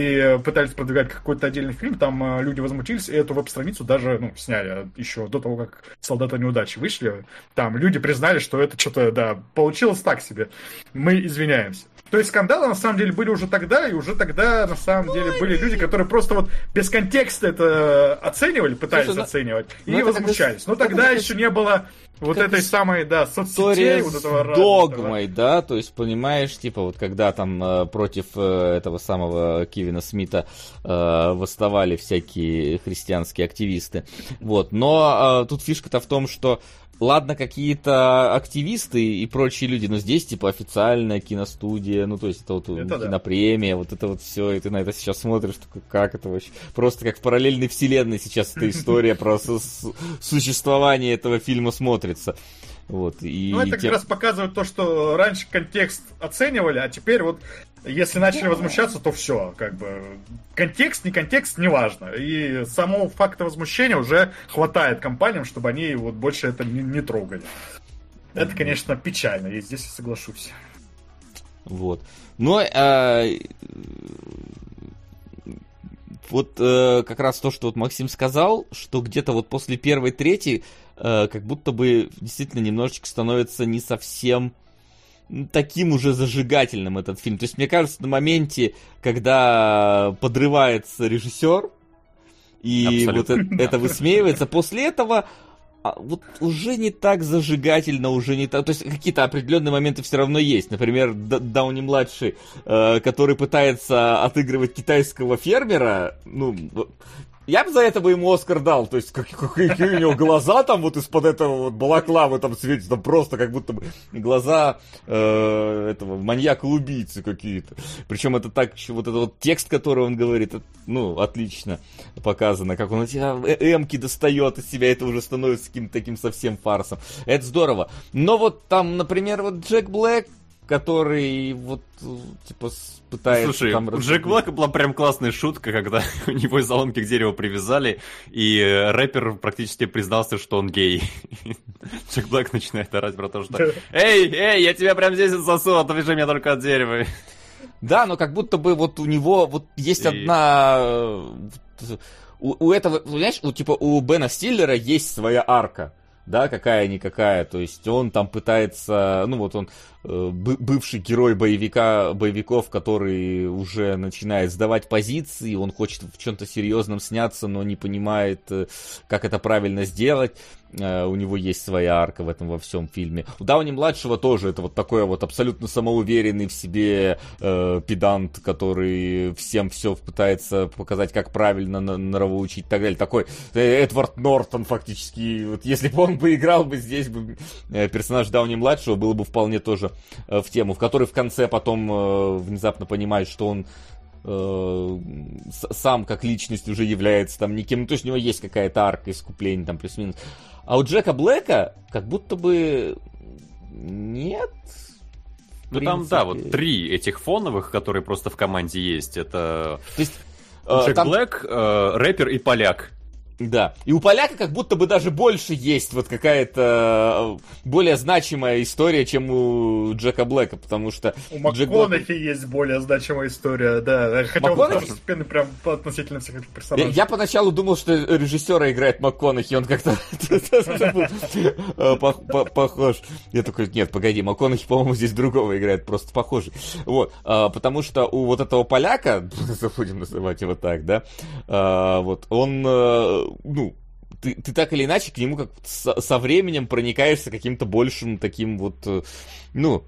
и пытались продвигать какой-то отдельный фильм, там люди возмутились, и эту веб-страницу даже, ну, сняли еще до того, как «Солдаты неудачи» вышли. Там люди признали, что это что-то, да, получилось так себе. Мы извиняемся. То есть скандалы, на самом деле, были уже тогда, и уже тогда, на самом деле, были люди, которые просто вот без контекста это оценивали, пытались Слушай, оценивать, ну, и возмущались. Но тогда еще не было вот этой самой, да, соцсетей, вот этого с догмой, да, то есть, понимаешь, типа, вот когда там э, против э, этого самого Кевина Смита э, восставали всякие христианские активисты, вот, но э, тут фишка-то в том, что ладно, какие-то активисты и прочие люди, но здесь, типа, официальная киностудия, ну, то есть, это вот это кинопремия, да. Вот это вот все, и ты на это сейчас смотришь, такой, как это вообще? Просто как в параллельной вселенной сейчас эта история про существование этого фильма смотрится. Вот, и ну, это как тем... раз показывает то, что раньше контекст оценивали, а теперь вот, если начали возмущаться, то все, как бы, контекст, не контекст, неважно. И самого факта возмущения уже хватает компаниям, чтобы они вот больше это не, не трогали. Это, конечно, печально, и здесь я соглашусь. Вот. Но а... вот э, как раз то, что вот Максим сказал, что где-то вот после первой трети э, как будто бы действительно немножечко становится не совсем таким уже зажигательным этот фильм. То есть, мне кажется, на моменте, когда подрывается режиссер, и абсолютно. Вот это, это высмеивается, после этого вот уже не так зажигательно, уже не так... То есть какие-то определенные моменты все равно есть. Например, Дауни-младший, э, который пытается отыгрывать китайского фермера, ну... Я бы за это бы ему Оскар дал, то есть как, какие у него глаза там вот из-под этого вот балаклавы там светятся, там просто как будто бы глаза э, этого маньяка-убийцы какие-то. Причем это так, вот этот вот текст, который он говорит, это, ну, отлично показано, как он эти эмки достает из себя, это уже становится каким-то таким совсем фарсом. Это здорово. Но вот там, например, вот Джек Блэк, который вот, типа, пытается... Слушай, там... у Джек Блэка была прям классная шутка, когда у него из заломки к дереву привязали, и рэпер практически признался, что он гей. Джек Блэк начинает орать про то, что «Эй, эй, я тебя прям здесь отсосу, отвяжи меня только от дерева». Да, но как будто бы вот у него вот есть и... одна... У, у этого, знаешь, у, типа у Бена Стиллера есть своя арка. да, какая-никакая, то есть он там пытается, ну вот он э, бывший герой боевика, боевиков, который уже начинает сдавать позиции, он хочет в чем-то серьезном сняться, но не понимает, э, как это правильно сделать. Uh, у него есть своя арка в этом во всем фильме. У Дауни-младшего тоже это вот такой вот абсолютно самоуверенный в себе uh, педант, который всем все пытается показать, как правильно нравоучить и так далее. Такой Эдвард Нортон фактически. Вот если бы он бы играл бы здесь, бы персонаж Дауни-младшего было бы вполне тоже uh, в тему, в который в конце потом uh, внезапно понимает, что он сам как личность уже является там никем, ну, то есть у него есть какая-то арка искупления там плюс-минус. А у Джека Блэка как будто бы нет. Ну там, да, вот три этих фоновых, которые просто в команде есть. Это то есть, Джек э, там... Блэк, э, рэпер и поляк. Да. И у поляка как будто бы даже больше есть вот какая-то более значимая история, чем у Джека Блэка, потому что... У МакКонахи Блэк... есть более значимая история, да. Хотя МакКонахи... он постепенно прям относительно всех этих персонажей. Я, я поначалу думал, что режиссера играет МакКонахи, он как-то похож. Я такой, нет, погоди, МакКонахи, по-моему, здесь другого играет, просто похожий. Вот, потому что у вот этого поляка, будем называть его так, да, вот, он... ну, ты, ты так или иначе к нему как со, со временем проникаешься каким-то большим таким вот, ну,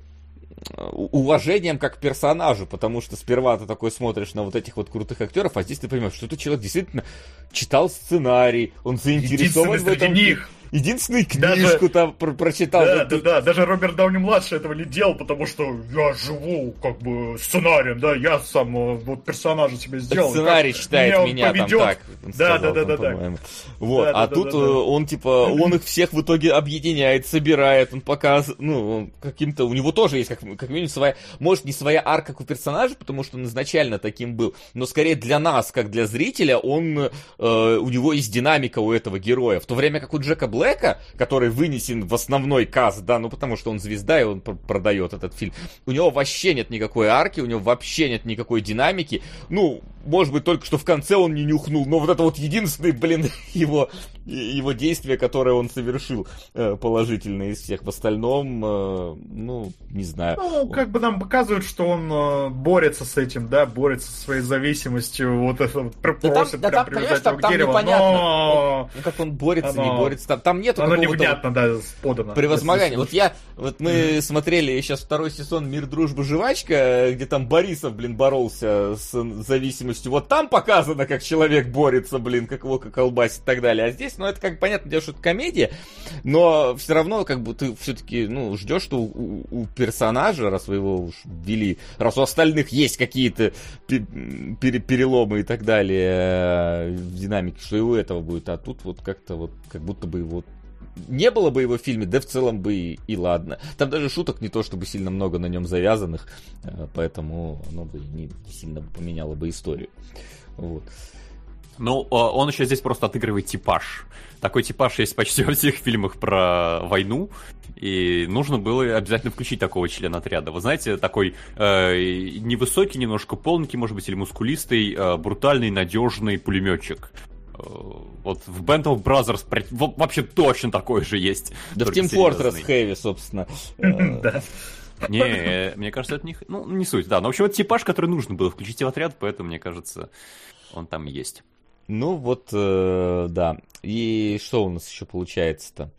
уважением как к персонажу, потому что сперва ты такой смотришь на вот этих вот крутых актеров, а здесь ты понимаешь, что этот человек действительно читал сценарий, он заинтересован в этом. Них. Единственную книжку даже, там про- прочитал. Да, да, да, даже Роберт Дауни-младший этого не делал, потому что я живу как бы сценарием, да, я сам вот персонажа себе сделал. Сценарий читает меня, меня там так. Да, да, да, да, да. Вот, да, а да, тут да, да, да. он типа, он их всех в итоге объединяет, собирает, он показывает, ну, он каким-то, у него тоже есть как, как минимум своя, может не своя арка как у персонажа, потому что он изначально таким был, но скорее для нас, как для зрителя, он, э, у него есть динамика у этого героя, в то время как у Джека Блэка, который вынесен в основной каст, да, ну потому что он звезда и он продает этот фильм. У него вообще нет никакой арки, у него вообще нет никакой динамики. Ну, может быть, только что в конце он не нюхнул, но вот это вот единственное, блин, его, его действие, которое он совершил положительное из всех. В остальном, ну, не знаю. Ну, как бы нам показывают, что он борется с этим, да, борется со своей зависимостью, вот это вот просит да прям там, привязать там, его к там дереву, непонятно, но... он, как он борется, оно... не борется, там, там нету оно какого-то... невнятно, да, подано. Превозмогание. Вот я, вот мы mm-hmm. смотрели сейчас второй сезон «Мир, дружба, жвачка», где там Борисов, блин, боролся с зависимостью. Вот там показано, как человек борется, блин, как его колбасит и так далее. А здесь, ну, это как понятно, дело, что это комедия, но все равно, как бы, ты все-таки, ну, ждешь, что у, у персонажа, раз вы его уж ввели, раз у остальных есть какие-то переломы и так далее в динамике, что и у этого будет. А тут вот как-то вот, как будто бы его не было бы его в фильме, да в целом бы и, и ладно. Там даже шуток не то, чтобы сильно много на нем завязанных, поэтому оно бы не, не сильно поменяло бы историю. Вот. Ну, он еще здесь просто отыгрывает типаж. Такой типаж есть почти во всех фильмах про войну, и нужно было обязательно включить такого члена отряда. Вы знаете, такой э, невысокий, немножко полненький, может быть, или мускулистый, э, брутальный, надежный пулеметчик. Вот в Band of Brothers вообще точно такой же есть. Да в Team Fortress Heavy, собственно. Да. Не, мне кажется, это не... Ну, не суть, да. Но, в общем, это типаж, который нужно было включить в отряд, поэтому, мне кажется, он там есть. Ну, вот, да. И что у нас еще получается-то?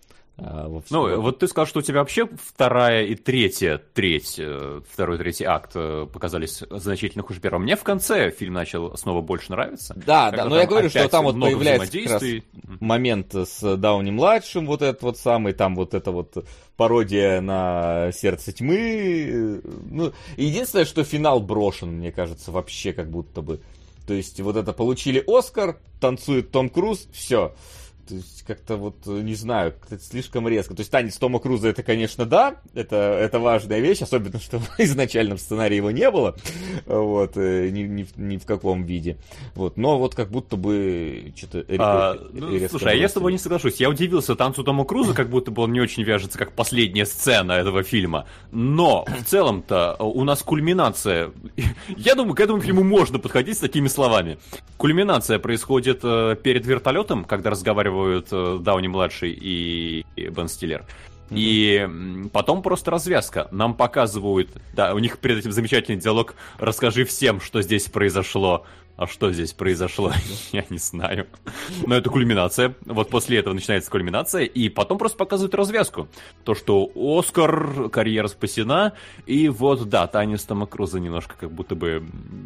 Ну, вот ты сказал, что у тебя вообще вторая и третья треть, второй и третий акт показались значительно хуже первого. Мне в конце фильм начал снова больше нравиться. Да, да, но я говорю, что там вот появляется как раз момент с Дауни-младшим, вот этот вот самый, там вот эта вот пародия на «Сердце тьмы». Ну, единственное, что финал брошен, мне кажется, вообще как будто бы. То есть вот это получили Оскар, танцует Том Круз, все. То есть как-то вот, не знаю, как-то слишком резко. То есть танец Тома Круза, это, конечно, да, это, это важная вещь, особенно, что изначально в сценарии его не было, вот, ни, ни, ни в каком виде. Вот, но вот как будто бы что-то а, ну, слушай, а я с тобой не соглашусь. Я удивился танцу Тома Круза, как будто бы он не очень вяжется, как последняя сцена этого фильма. Но в целом-то у нас кульминация... Я думаю, к этому фильму можно подходить с такими словами. Кульминация происходит перед вертолетом, когда разговаривают показывают э, Дауни-младший и, и Бен Стиллер. И потом просто развязка. Нам показывают... Да, у них перед этим замечательный диалог «Расскажи всем, что здесь произошло». А что здесь произошло, я не знаю. Но это кульминация. Вот после этого начинается кульминация. И потом просто показывают развязку. То, что Оскар, карьера спасена. И вот, да, танец Тома Круза немножко как будто бы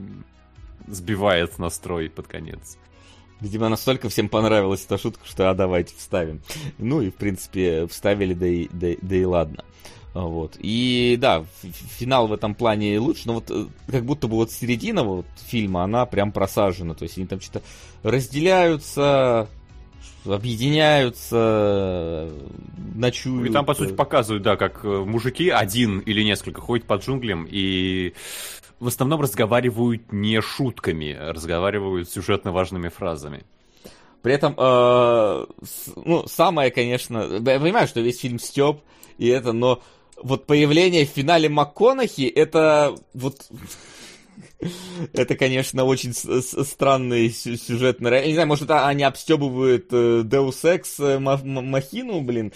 сбивает настрой под конец. Видимо, настолько всем понравилась эта шутка, что а давайте вставим. Ну и, в принципе, вставили, да и, да, да и ладно. Вот. И да, финал в этом плане лучше, но вот как будто бы вот середина вот фильма, она прям просажена. То есть они там что-то разделяются, объединяются, ночуют. И там, по сути, показывают, да, как мужики, один или несколько, ходят по джунглям и в основном разговаривают не шутками, разговаривают сюжетно важными фразами. При этом, э, с, ну, самое, конечно... Я понимаю, что весь фильм стёб, и это, но вот появление в финале МакКонахи, это вот... Это, конечно, очень странный сюжетный... Я не знаю, может, это они обстебывают Deus Ex Махину, блин,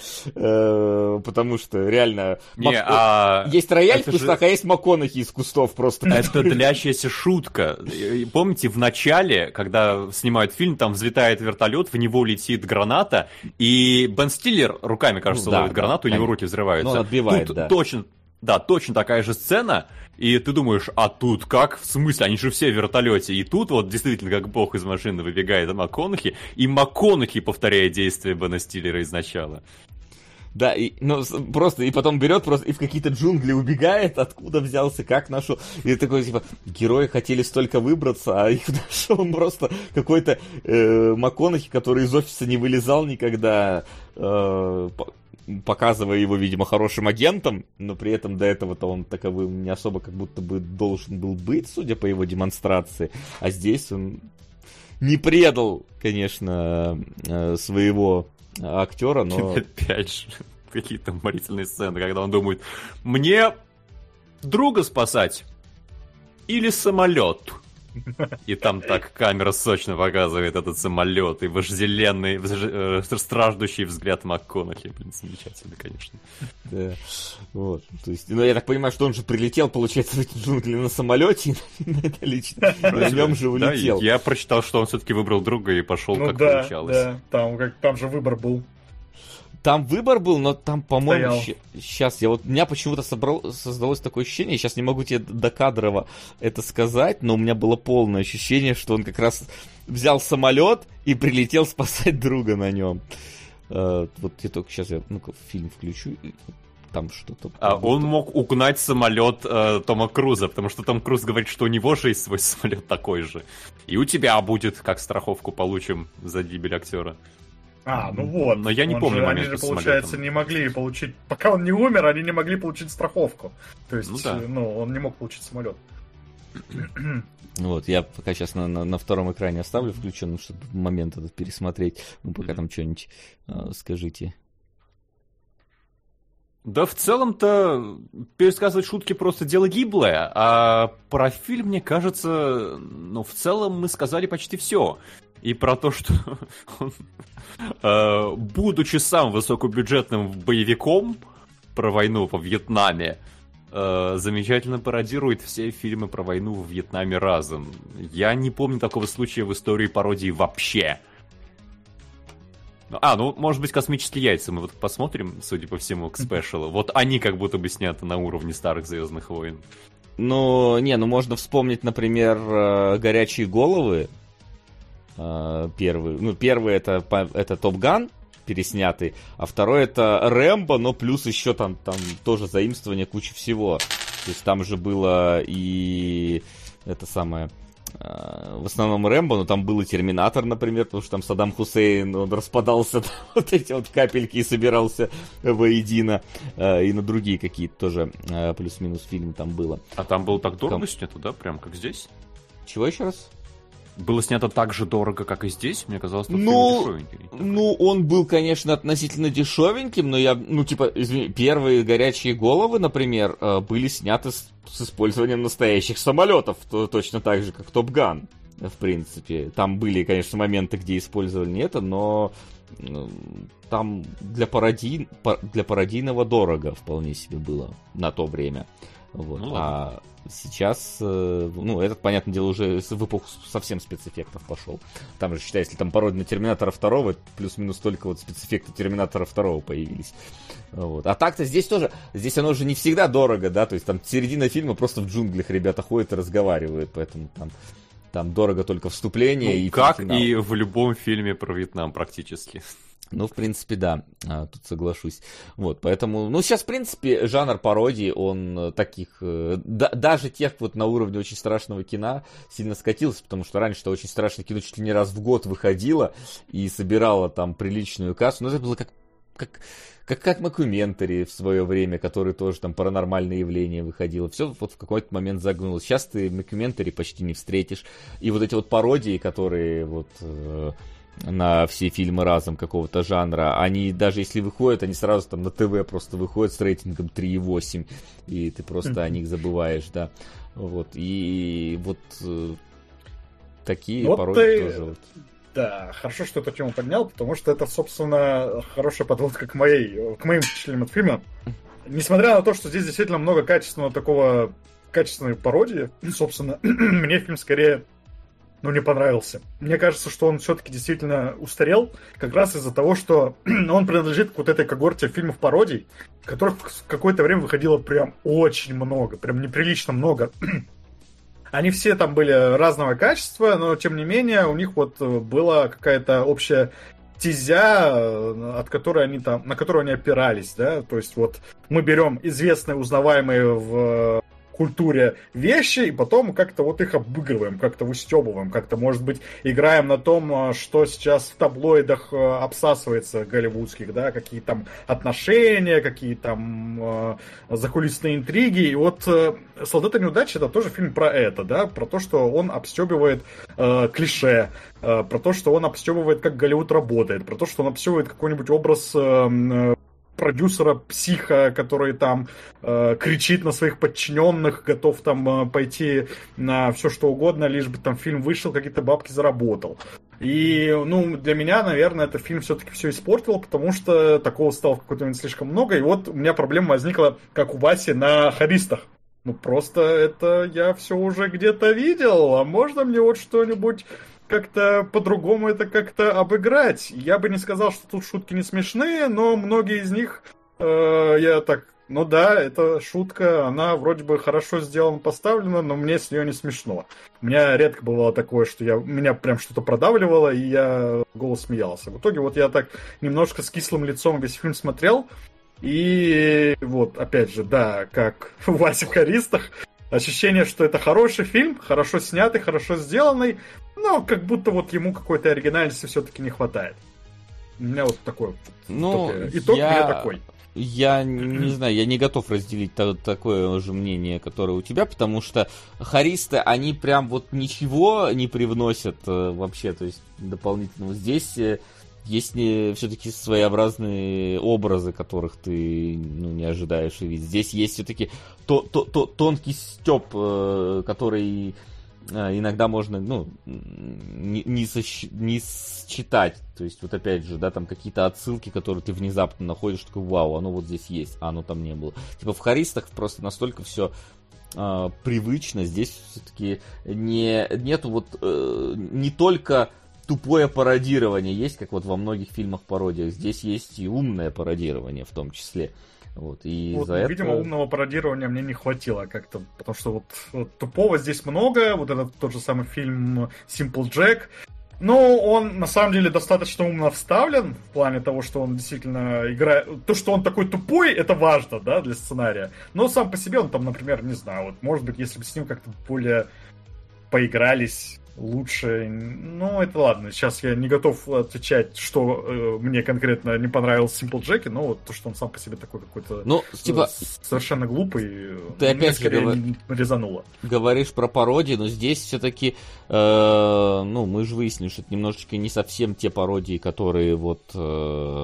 потому что реально... Не, Мак... а... Есть рояль в кустах, же... а есть МакКонахи из кустов просто. Это длящаяся шутка. Помните, в начале, когда снимают фильм, там взлетает вертолет, в него летит граната, и Бен Стиллер руками, кажется, ну, да, ловит да, гранату, да, у него руки взрываются. Ну, отбивает, Тут да. точно... Да, точно такая же сцена, и ты думаешь, а тут как? В смысле? Они же все в вертолете. И тут вот действительно, как бог из машины выбегает МакКонахи, и МакКонахи повторяет действия Бена Стиллера из начала. Да, и, ну, просто, и потом берет просто и в какие-то джунгли убегает, откуда взялся, как нашел. И такой, типа, герои хотели столько выбраться, а их нашел он просто какой-то э, МакКонахи, который из офиса не вылезал никогда, э, показывая его, видимо, хорошим агентом, но при этом до этого-то он таковым не особо как будто бы должен был быть, судя по его демонстрации. А здесь он не предал, конечно, своего актера, но... Опять же, какие-то уморительные сцены, когда он думает, мне друга спасать или самолет? И там так камера сочно показывает этот самолет и вожделенный, э, страждущий взгляд МакКонахи. Блин, замечательно, конечно. Да, вот. То есть, ну, я так понимаю, что он же прилетел, получается, в эти джунгли на самолете, и на это лично. На нем же улетел. Да, я прочитал, что он все-таки выбрал друга и пошел, ну, как да, получалось. Да, там, как, там же выбор был. Там выбор был, но там, по-моему, щ- сейчас я вот у меня почему-то собрал, создалось такое ощущение, сейчас не могу тебе докадрово это сказать, но у меня было полное ощущение, что он как раз взял самолет и прилетел спасать друга на нем. Uh, вот я только сейчас я ну-ка фильм включу. Там что-то. А он мог угнать самолет э, Тома Круза, потому что Том Круз говорит, что у него же есть свой самолет такой же. И у тебя будет, как страховку получим за гибель актера. А, ну вот. Но я не он помню же, момент Они же, с получается, самолетом. не могли получить... Пока он не умер, они не могли получить страховку. То есть, ну, да. ну он не мог получить самолет. Вот, я пока сейчас на, на, на втором экране оставлю включенным, чтобы момент этот пересмотреть. Ну, пока там что-нибудь э, скажите. Да, в целом-то пересказывать шутки просто дело гиблое, а про фильм, мне кажется, ну, в целом мы сказали почти все. И про то, что он, э, будучи сам высокобюджетным боевиком про войну во Вьетнаме, э, замечательно пародирует все фильмы про войну во Вьетнаме разом. Я не помню такого случая в истории пародии вообще. А, ну, может быть, «Космические яйца» мы вот посмотрим, судя по всему, к спешалу. Вот они как будто бы сняты на уровне старых «Звездных войн». Ну, не, ну можно вспомнить, например, «Горячие головы». Первый, ну, первый это, это «Топ Ган», переснятый, а второй это «Рэмбо», но плюс еще там, там тоже заимствование, куча всего. То есть там же было и это самое... В основном Рэмбо, но там был и Терминатор, например, потому что там Саддам Хусейн, он распадался, вот эти вот капельки и собирался воедино, и на другие какие-то тоже плюс-минус фильмы там было. А там было так дорого там... снято, да? Прям как здесь? Чего еще раз? Было снято так же дорого, как и здесь? Мне казалось, что ну, фильм дешевенький. Ну, он был, конечно, относительно дешевеньким, но я, ну, типа, извини, первые «Горячие головы», например, были сняты с, с использованием настоящих самолетов, то, точно так же, как «Топ Ган», в принципе. Там были, конечно, моменты, где использовали не это, но там для, пародий, для пародийного дорого вполне себе было на то время. Вот. Ну, а сейчас, ну, этот, понятное дело, уже в эпоху совсем спецэффектов пошел. Там же, считай, если там пародия на Терминатора два, плюс-минус только вот спецэффекты Терминатора два появились. Вот. А так-то здесь тоже, здесь оно уже не всегда дорого, да, то есть там середина фильма просто в джунглях ребята ходят и разговаривают, поэтому там, там дорого только вступление ну, и как финал. И в любом фильме про Вьетнам практически. Ну, в принципе, да, тут соглашусь. Вот, поэтому, ну, сейчас, в принципе, жанр пародии, он таких, да, даже тех вот на уровне очень страшного кино сильно скатился, потому что раньше-то очень страшное кино чуть ли не раз в год выходило и собирало там приличную кассу, но это было как, как, как, как Мокюментари в свое время, который тоже там паранормальные явления выходило. Все вот в какой-то момент загнулось. Сейчас ты Мокюментари почти не встретишь. И вот эти вот пародии, которые вот... на все фильмы разом какого-то жанра, они даже если выходят, они сразу там на ТВ просто выходят с рейтингом три и восемь, и ты просто mm-hmm. о них забываешь, да. Вот, и вот э, такие вот пародии ты... тоже вот. Да, хорошо, что эту тему поднял, потому что это, собственно, хорошая подводка к, моей, к моим впечатлениям от фильма. Несмотря на то, что здесь действительно много качественного такого, качественной пародии, собственно, мне фильм скорее ну, не понравился. Мне кажется, что он все-таки действительно устарел, как раз из-за того, что он принадлежит к вот этой когорте фильмов-пародий, которых в какое-то время выходило прям очень много, прям неприлично много. Они все там были разного качества, но, тем не менее, у них вот была какая-то общая стезя, от которой они там, на которую они опирались, да, то есть вот мы берем известные, узнаваемые в культуре вещи, и потом как-то вот их обыгрываем, как-то выстебываем, как-то, может быть, играем на том, что сейчас в таблоидах обсасывается голливудских, да, какие там отношения, какие там э, закулисные интриги. И вот э, «Солдаты неудачи» — это тоже фильм про это, да, про то, что он обстебывает э, клише, э, про то, что он обстебывает, как Голливуд работает, про то, что он обстебывает какой-нибудь образ э, продюсера-психа, который там э, кричит на своих подчиненных, готов там э, пойти на все что угодно, лишь бы там фильм вышел, какие-то бабки заработал. И, ну, для меня, наверное, этот фильм все-таки все испортил, потому что такого стало в какой-то момент слишком много, и вот у меня проблема возникла, как у Васи, на «Харистах». Ну, просто это я все уже где-то видел, а можно мне вот что-нибудь как-то по-другому это как-то обыграть? Я бы не сказал, что тут шутки не смешные, но многие из них э, я так... Ну да, эта шутка, она вроде бы хорошо сделана, поставлена, но мне с нее не смешно. У меня редко бывало такое, что я, меня прям что-то продавливало, и я в голос смеялся. В итоге вот я так немножко с кислым лицом весь фильм смотрел, и вот, опять же, да, как Вася в «Харистах», ощущение, что это хороший фильм, хорошо снятый, хорошо сделанный, но как будто вот ему какой-то оригинальности все-таки не хватает. У меня вот такой ну, итог я... у меня такой. Я не знаю, я не готов разделить та- такое же мнение, которое у тебя, потому что «Харисты», они прям вот ничего не привносят э, вообще, то есть дополнительно. Здесь э, есть не, все-таки своеобразные образы, которых ты ну, не ожидаешь увидеть. Здесь есть все-таки то, то, то, тонкий стёб, э, который иногда можно, ну, не, не, сосч... не считать. То есть, вот опять же, да, там какие-то отсылки, которые ты внезапно находишь, такой, вау, оно вот здесь есть, а оно там не было. Типа в «Харистах» просто настолько все э, привычно, здесь все-таки не, нету вот э, не только тупое пародирование есть, как вот во многих фильмах-пародиях, здесь есть и умное пародирование в том числе. Вот, и вот, за это... Видимо, умного пародирования мне не хватило как-то, потому что вот, вот тупого здесь много, вот этот тот же самый фильм Simple Jack, но он на самом деле достаточно умно вставлен, в плане того, что он действительно играет... То, что он такой тупой, это важно, да, для сценария, но сам по себе он там, например, не знаю, вот может быть, если бы с ним как-то более поигрались... лучше. Ну, это ладно. Сейчас я не готов отвечать, что э, мне конкретно не понравилось в Simple Jack, но вот то, что он сам по себе такой какой-то ну, типа, совершенно глупый, ты мне опять скорее говор... не резануло. Говоришь про пародии, но здесь все-таки, э, ну, мы же выяснили, что это немножечко не совсем те пародии, которые вот... Э,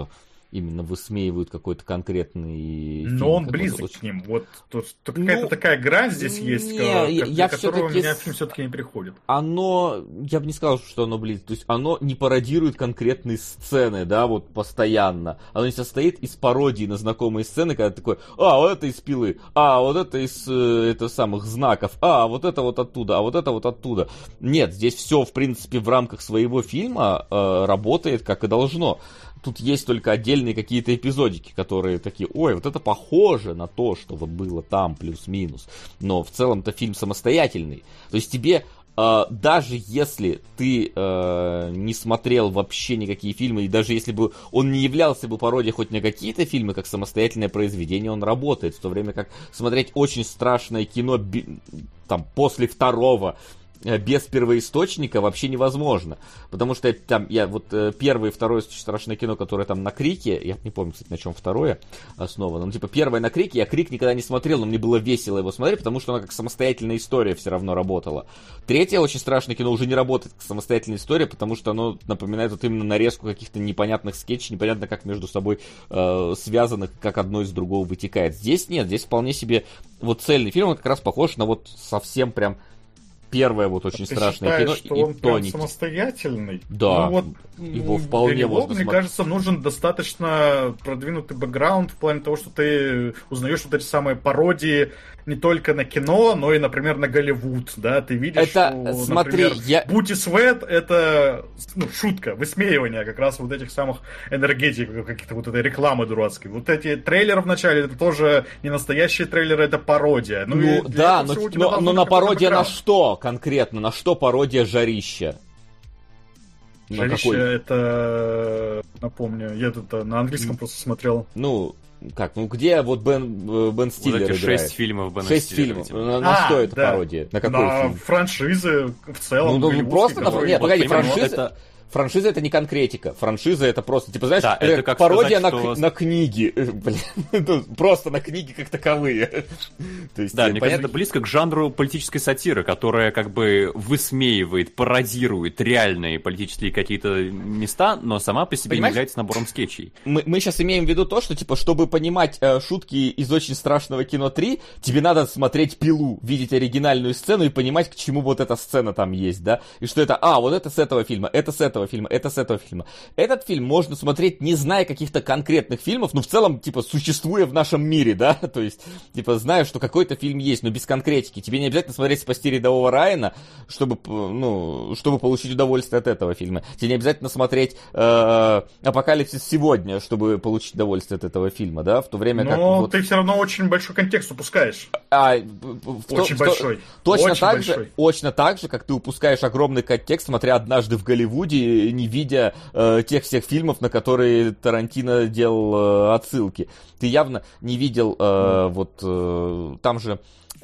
именно высмеивают какой-то конкретный фильм. Но он близок очень... к ним. Вот тут, тут ну, какая-то такая грань здесь не, есть, я, я которую у меня фильм все-таки не приходит. Оно, я бы не сказал, что оно близко. То есть оно не пародирует конкретные сцены, да, вот постоянно. Оно не состоит из пародий на знакомые сцены, когда ты такой, а, вот это из Пилы, а, вот это из э, это самых знаков, а, вот это вот оттуда, а вот это вот оттуда. Нет, здесь все, в принципе, в рамках своего фильма э, работает как и должно. Тут есть только отдельные какие-то эпизодики, которые такие, ой, вот это похоже на то, что вот было там, плюс-минус. Но в целом-то фильм самостоятельный. То есть тебе, э, даже если ты э, не смотрел вообще никакие фильмы, и даже если бы он не являлся бы пародией хоть на какие-то фильмы, как самостоятельное произведение, он работает. В то время как смотреть очень страшное кино там, после второго, без первоисточника вообще невозможно. Потому что там я вот первое и второе очень страшное кино, которое там на Крике, я не помню, кстати, на чем второе основано, ну типа первое на Крике, я Крик никогда не смотрел, но мне было весело его смотреть, потому что она как самостоятельная история все равно работала. Третье очень страшное кино уже не работает как самостоятельная история, потому что оно напоминает вот именно нарезку каких-то непонятных скетчей, непонятно как между собой э, связанных, как одно из другого вытекает. Здесь нет, здесь вполне себе вот цельный фильм, он как раз похож на вот совсем прям первое вот очень Ты страшное считаешь, кино, что и он то прям самостоятельный? Да, ну, вот, его вполне для него, можно мне смотреть. кажется, нужен достаточно продвинутый бэкграунд в плане того, что ты узнаешь вот эти самые пародии не только на кино, но и, например, на Голливуд, да, ты видишь, это, что, смотри, например, я... Бути Свет — это ну, шутка, высмеивание как раз вот этих самых энергетиков, каких-то вот этой рекламы дурацкой. Вот эти трейлеры в начале, это тоже не настоящие трейлеры, это пародия. Ну, ну да, но, но, но на пародия на что конкретно? На что пародия «Жарища»? «Жарище» — это, напомню, я это на английском просто смотрел. Ну, как, ну где вот Бен, Бен Стиллер вот эти играет? Шесть фильмов Бена Шесть Стиллера. фильмов. На, на а, что это да. пародия? На какой на фильм? Франшизы в целом. Ну, ну просто на... которые... Нет, вот, погоди, понимаешь, франшиза... это... Франшиза — это не конкретика. Франшиза — это просто, типа, знаешь, да, это как пародия сказать, на, что... на книги. Блин, просто на книги как таковые. То есть, да, мне понятно... кажется, это близко к жанру политической сатиры, которая как бы высмеивает, пародирует реальные политические какие-то места, но сама по себе Понимаешь? не является набором скетчей. Мы, мы сейчас имеем в виду то, что, типа, чтобы понимать э, шутки из «Очень страшного кино три», тебе надо смотреть «Пилу», видеть оригинальную сцену и понимать, к чему вот эта сцена там есть, да? И что это, а, вот это с этого фильма, это с этого фильма, это с этого фильма. Этот фильм можно смотреть, не зная каких-то конкретных фильмов, но в целом, типа, существуя в нашем мире, да, то есть, типа, зная, что какой-то фильм есть, но без конкретики. Тебе не обязательно смотреть «Спасти рядового Райана», чтобы, ну, чтобы получить удовольствие от этого фильма. Тебе не обязательно смотреть э, «Апокалипсис сегодня», чтобы получить удовольствие от этого фильма, да, в то время но как... Но вот... ты все равно очень большой контекст упускаешь. А, очень то, большой. Точно очень так большой. же, точно так же, как ты упускаешь огромный контекст, смотря «Однажды в Голливуде», не видя э, тех всех фильмов, на которые Тарантино делал э, отсылки. Ты явно не видел э, вот э, там же,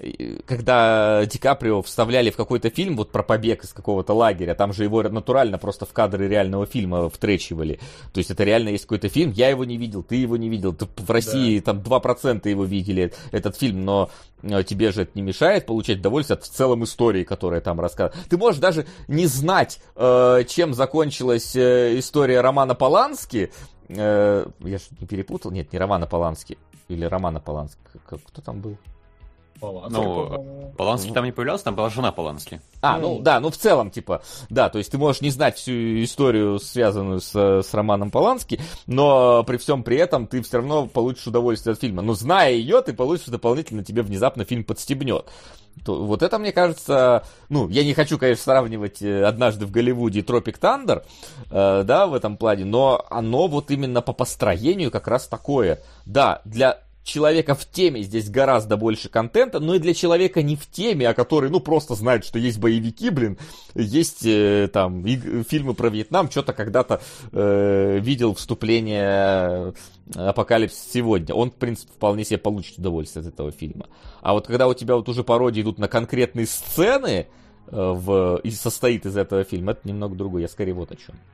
когда Ди Каприо вставляли в какой-то фильм вот про побег из какого-то лагеря, там же его натурально просто в кадры реального фильма втречивали. То есть это реально есть какой-то фильм, я его не видел, ты его не видел, ты в России да. там два процента его видели, этот фильм, но тебе же это не мешает получать удовольствие от в целом истории, которая там рассказывает. Ты можешь даже не знать, э, чем закончилась э, история Романа Полански. Э, я же не перепутал? Нет, не Романа Полански. Или Романа Полански. Кто там был? Полански, ну, Полански ну. там не появлялся, там была жена Полански. А, ну да, ну в целом, типа, да, то есть ты можешь не знать всю историю, связанную с, с Романом Полански, но при всем при этом ты все равно получишь удовольствие от фильма. Но зная ее, ты получишь дополнительно, тебе внезапно фильм подстебнет. То, вот это, мне кажется, ну, я не хочу, конечно, сравнивать «Однажды в Голливуде» и «Тропик Тандер», э, да, в этом плане, но оно вот именно по построению как раз такое. Да, для... человека в теме здесь гораздо больше контента, но и для человека не в теме, а который, ну, просто знает, что есть боевики, блин, есть э, там и, фильмы про Вьетнам, что-то когда-то э, видел вступление «Апокалипсис сегодня». Он, в принципе, вполне себе получит удовольствие от этого фильма. А вот когда у тебя вот уже пародии идут на конкретные сцены э, в, и состоит из этого фильма, это немного другое. Я скорее вот о чем.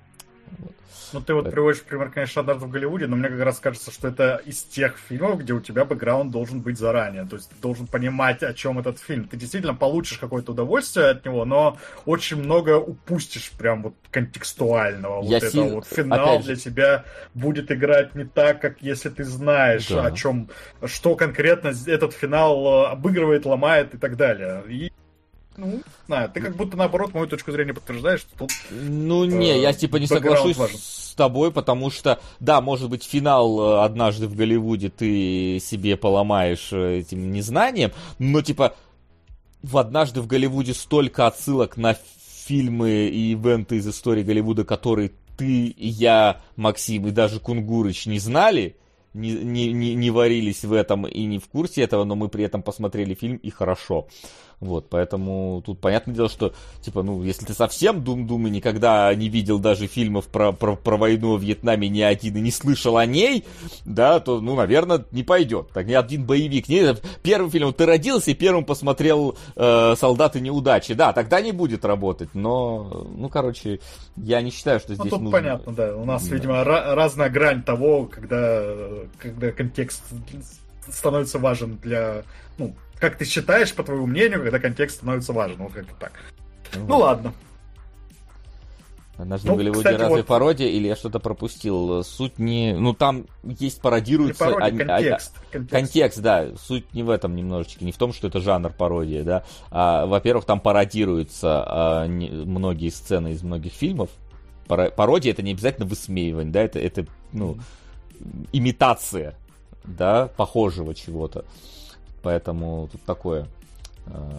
Ну, ты вот приводишь пример, конечно, «Однажды в Голливуде», но мне как раз кажется, что это из тех фильмов, где у тебя бэкграунд должен быть заранее. То есть ты должен понимать, о чем этот фильм. Ты действительно получишь какое-то удовольствие от него, но очень много упустишь прям вот контекстуального. Я вот сил... это вот финал для тебя будет играть не так, как если ты знаешь, да. о чем, что конкретно этот финал обыгрывает, ломает и так далее. И ну, знаю, ты как будто наоборот мою точку зрения подтверждаешь, что тут... Ну, не, э, я типа не соглашусь важен. с тобой, потому что, да, может быть, финал «Однажды в Голливуде» ты себе поломаешь этим незнанием, но, типа, в «Однажды в Голливуде» столько отсылок на фильмы и ивенты из истории Голливуда, которые ты, я, Максим и даже Кунгурыч не знали, не, не, не, не варились в этом и не в курсе этого, но мы при этом посмотрели фильм, и хорошо. Вот, поэтому тут понятное дело, что, типа, ну, если ты совсем дум-дум и никогда не видел даже фильмов про, про, про войну в Вьетнаме ни один и не слышал о ней, да, то, ну, наверное, не пойдет. Так, ни один боевик. Не, первый фильм, ты родился и первым посмотрел э, «Солдаты неудачи». Да, тогда не будет работать, но, ну, короче, я не считаю, что здесь ну, тут нужно... понятно, да. У нас, да. видимо, ra- разная грань того, когда, когда контекст становится важен для, ну, как ты считаешь, по твоему мнению, когда контекст становится важен. Вот как-то так. Ну, ну ладно. «Однажды ну, в Голливуде» разве вот... пародия или я что-то пропустил? Суть не... Ну, там есть пародируется... Не пародия, а, контекст, а, контекст. Контекст, да. Суть не в этом немножечко. Не в том, что это жанр пародия, да. А, во-первых, там пародируются а, не, многие сцены из многих фильмов. Пар... Пародия — это не обязательно высмеивание, да. Это, это ну, имитация, да, похожего чего-то. Поэтому тут такое э,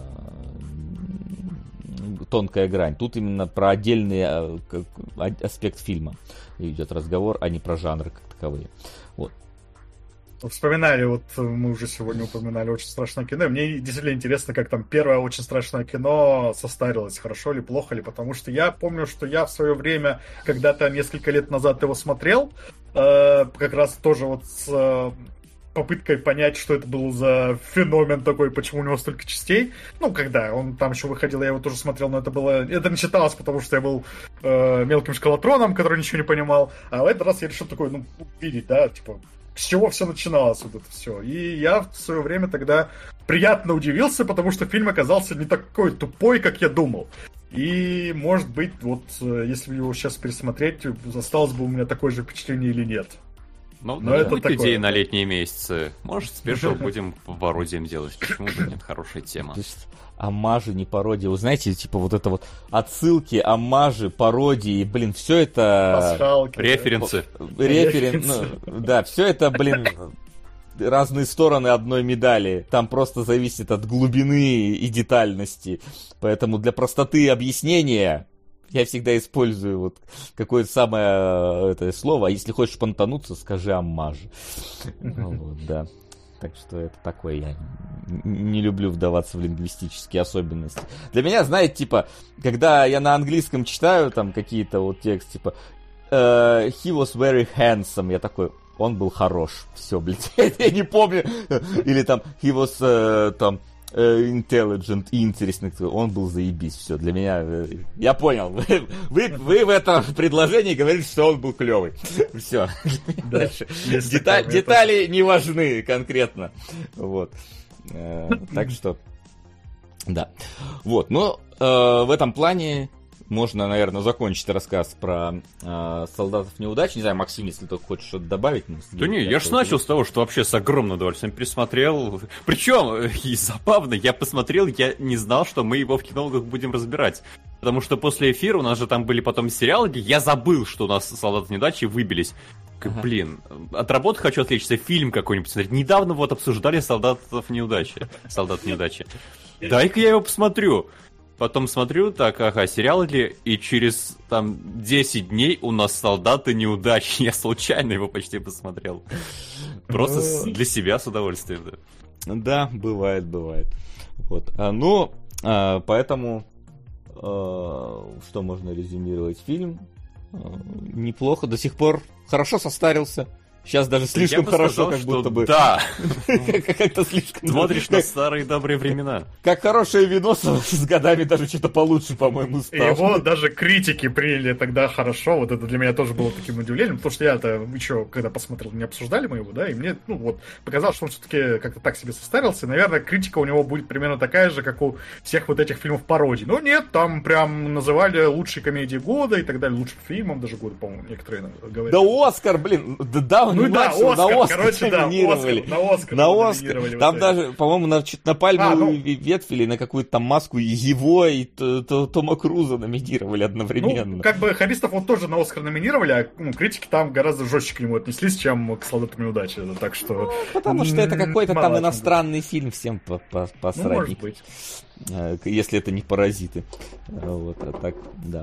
тонкая грань. Тут именно про отдельный э, аспект фильма идет разговор, а не про жанры как таковые. Вот. Вспоминали, вот мы уже сегодня упоминали «Очень страшное кино». И мне действительно интересно, как там первое «Очень страшное кино» состарилось, хорошо ли, плохо ли, потому что я помню, что я в свое время, когда-то несколько лет назад его смотрел, э, как раз тоже вот с... Э, попыткой понять, что это был за феномен такой, почему у него столько частей. Ну, когда он там еще выходил, я его тоже смотрел, но это было... Это не читалось, потому что я был э, мелким школотроном, который ничего не понимал. А в этот раз я решил такой, ну, видеть, да, типа, с чего все начиналось, вот это все. И я в свое время тогда приятно удивился, потому что фильм оказался не такой тупой, как я думал. И, может быть, вот, если его сейчас пересмотреть, осталось бы у меня такое же впечатление или нет. Ну, но это такое идея на летние месяцы. Может, спешл будем пародиям делать. Почему бы нет? Хорошая тема. То есть, оммажи, не пародии. Вы знаете, типа вот это вот отсылки, оммажи, пародии, блин, все это... Пасхалки. Референсы. Референ... Ну, да, все это, блин, разные стороны одной медали. Там просто зависит от глубины и детальности. Поэтому для простоты объяснения... Я всегда использую вот какое-то самое это слово, а если хочешь понтануться, скажи «оммаж». Ну, вот, да. Так что это такое, я не люблю вдаваться в лингвистические особенности. Для меня, знаете, типа, когда я на английском читаю там какие-то вот тексты, типа uh, «He was very handsome», я такой, он был хорош. Все, блядь, я не помню. Или там «He was uh, там intelligent», интересный, он был заебись, все, для меня, я понял, вы, вы, вы в этом предложении говорите, что он был клевый, все, дальше, Деталь, детали не важны конкретно, вот, так что, да, вот, но в этом плане можно, наверное, закончить рассказ про э, солдатов неудач. Не знаю, Максим, если ты хочешь что-то добавить. Да не, я же начал с того, что вообще с огромным удовольствием пересмотрел. Причем, и забавно, я посмотрел, я не знал, что мы его в кинологах будем разбирать. Потому что после эфира у нас же там были потом сериалы, я забыл, что у нас солдаты неудачи выбились. Ага. Блин, от работы хочу отвлечься, фильм какой-нибудь посмотреть. Недавно вот обсуждали солдатов неудачи. Солдат неудачи. Дай-ка я его посмотрю. Потом смотрю, так, ага, сериал ли, и через там десять дней у нас солдаты неудачи. Я случайно его почти посмотрел. Просто для себя с удовольствием, да. Да, бывает, бывает. Вот. А, ну, а, поэтому а, что можно резюмировать? Фильм а, неплохо, до сих пор хорошо состарился. Сейчас даже слишком бы хорошо, сказал, как что будто бы. Да. Как-то слишком... Смотришь на старые добрые времена. Как хорошее вино с, с годами даже что-то получше, по-моему, стало. Его даже критики приняли тогда хорошо. Вот это для меня тоже было таким удивлением, потому что я-то еще, когда посмотрел, не обсуждали мы его, да, и мне, ну вот, показалось, что он все-таки как-то так себе состарился. Наверное, критика у него будет примерно такая же, как у всех вот этих фильмов пародий. Но нет, там прям называли лучшей комедией года и так далее, лучшим фильмом даже года, по-моему, некоторые говорят. Да Оскар, блин, да, да, ну да, Оскар, на Оскар, короче, да, номинировали. Оскар, на Оскар. На Оскар. Там вот даже, по-моему, на, на пальмовую а, ну... ветвь или на какую-то там маску его и т- т- Тома Круза номинировали одновременно. Ну, как бы Харистов вот тоже на Оскар номинировали, а ну, критики там гораздо жестче к нему отнеслись, чем к «Солдатам неудачи». Так что... Ну, потому что это какой-то там иностранный фильм, всем посрать. Ну, может быть. Если это не «Паразиты». Вот, а так, да.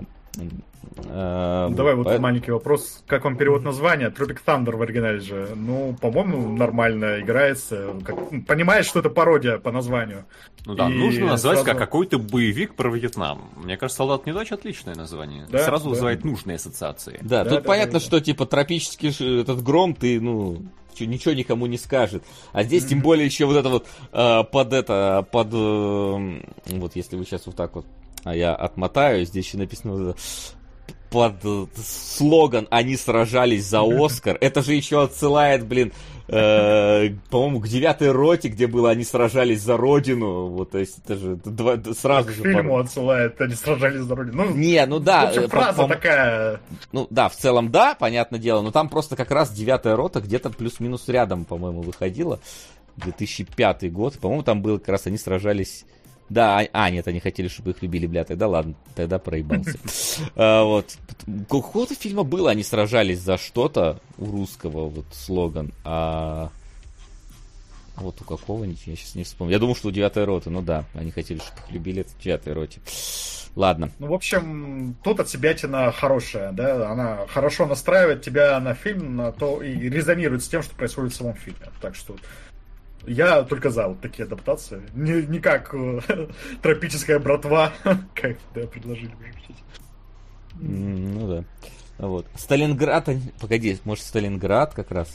А, Давай вот по... маленький вопрос. Как вам перевод названия? Tropic Thunder в оригинале же. Ну, по-моему, нормально играется. Как... Понимаешь, что это пародия по названию. Ну да, и нужно назвать сразу... как какой-то боевик про Вьетнам. Мне кажется, «Солдат неудачи» отличное название. Да, сразу да. вызывает нужные ассоциации. Да, да тут да, понятно, да, что типа тропический этот гром ты, ну, ничего никому не скажет. А здесь mm-hmm. тем более еще вот это вот э, под это, под э, вот если вы сейчас вот так вот, а я отмотаю, здесь еще написано вот это, под э, слоган «Они сражались за Оскар». Это же еще отсылает, блин, э, по-моему, к девятой роте, где было «Они сражались за родину». Вот, то есть это же два, сразу к же... фильму пару... отсылает «Они сражались за родину». Ну, не, ну да. В общем, фраза по- такая... Ну да, в целом да, понятное дело, но там просто как раз девятая рота где-то плюс-минус рядом, по-моему, выходила. две тысячи пятый год, по-моему, там было как раз «Они сражались». Да, а, а, нет, они хотели, чтобы их любили, бля, тогда ладно, тогда проебался. а, вот. Какого-то фильма было, они сражались за что-то у русского, вот, слоган, а... Вот у какого, я сейчас не вспомню. Я думал, что у девятой роты, ну да, они хотели, чтобы их любили, это в девятой роте. Ладно. Ну, в общем, тут от себятина хорошая, да, она хорошо настраивает тебя на фильм, на то и резонирует с тем, что происходит в самом фильме, так что... Я только за вот такие адаптации. Не, не как э, тропическая братва, как да, предложили выпустить. Mm, ну да. Вот. Сталинград. Погоди, может, Сталинград как раз.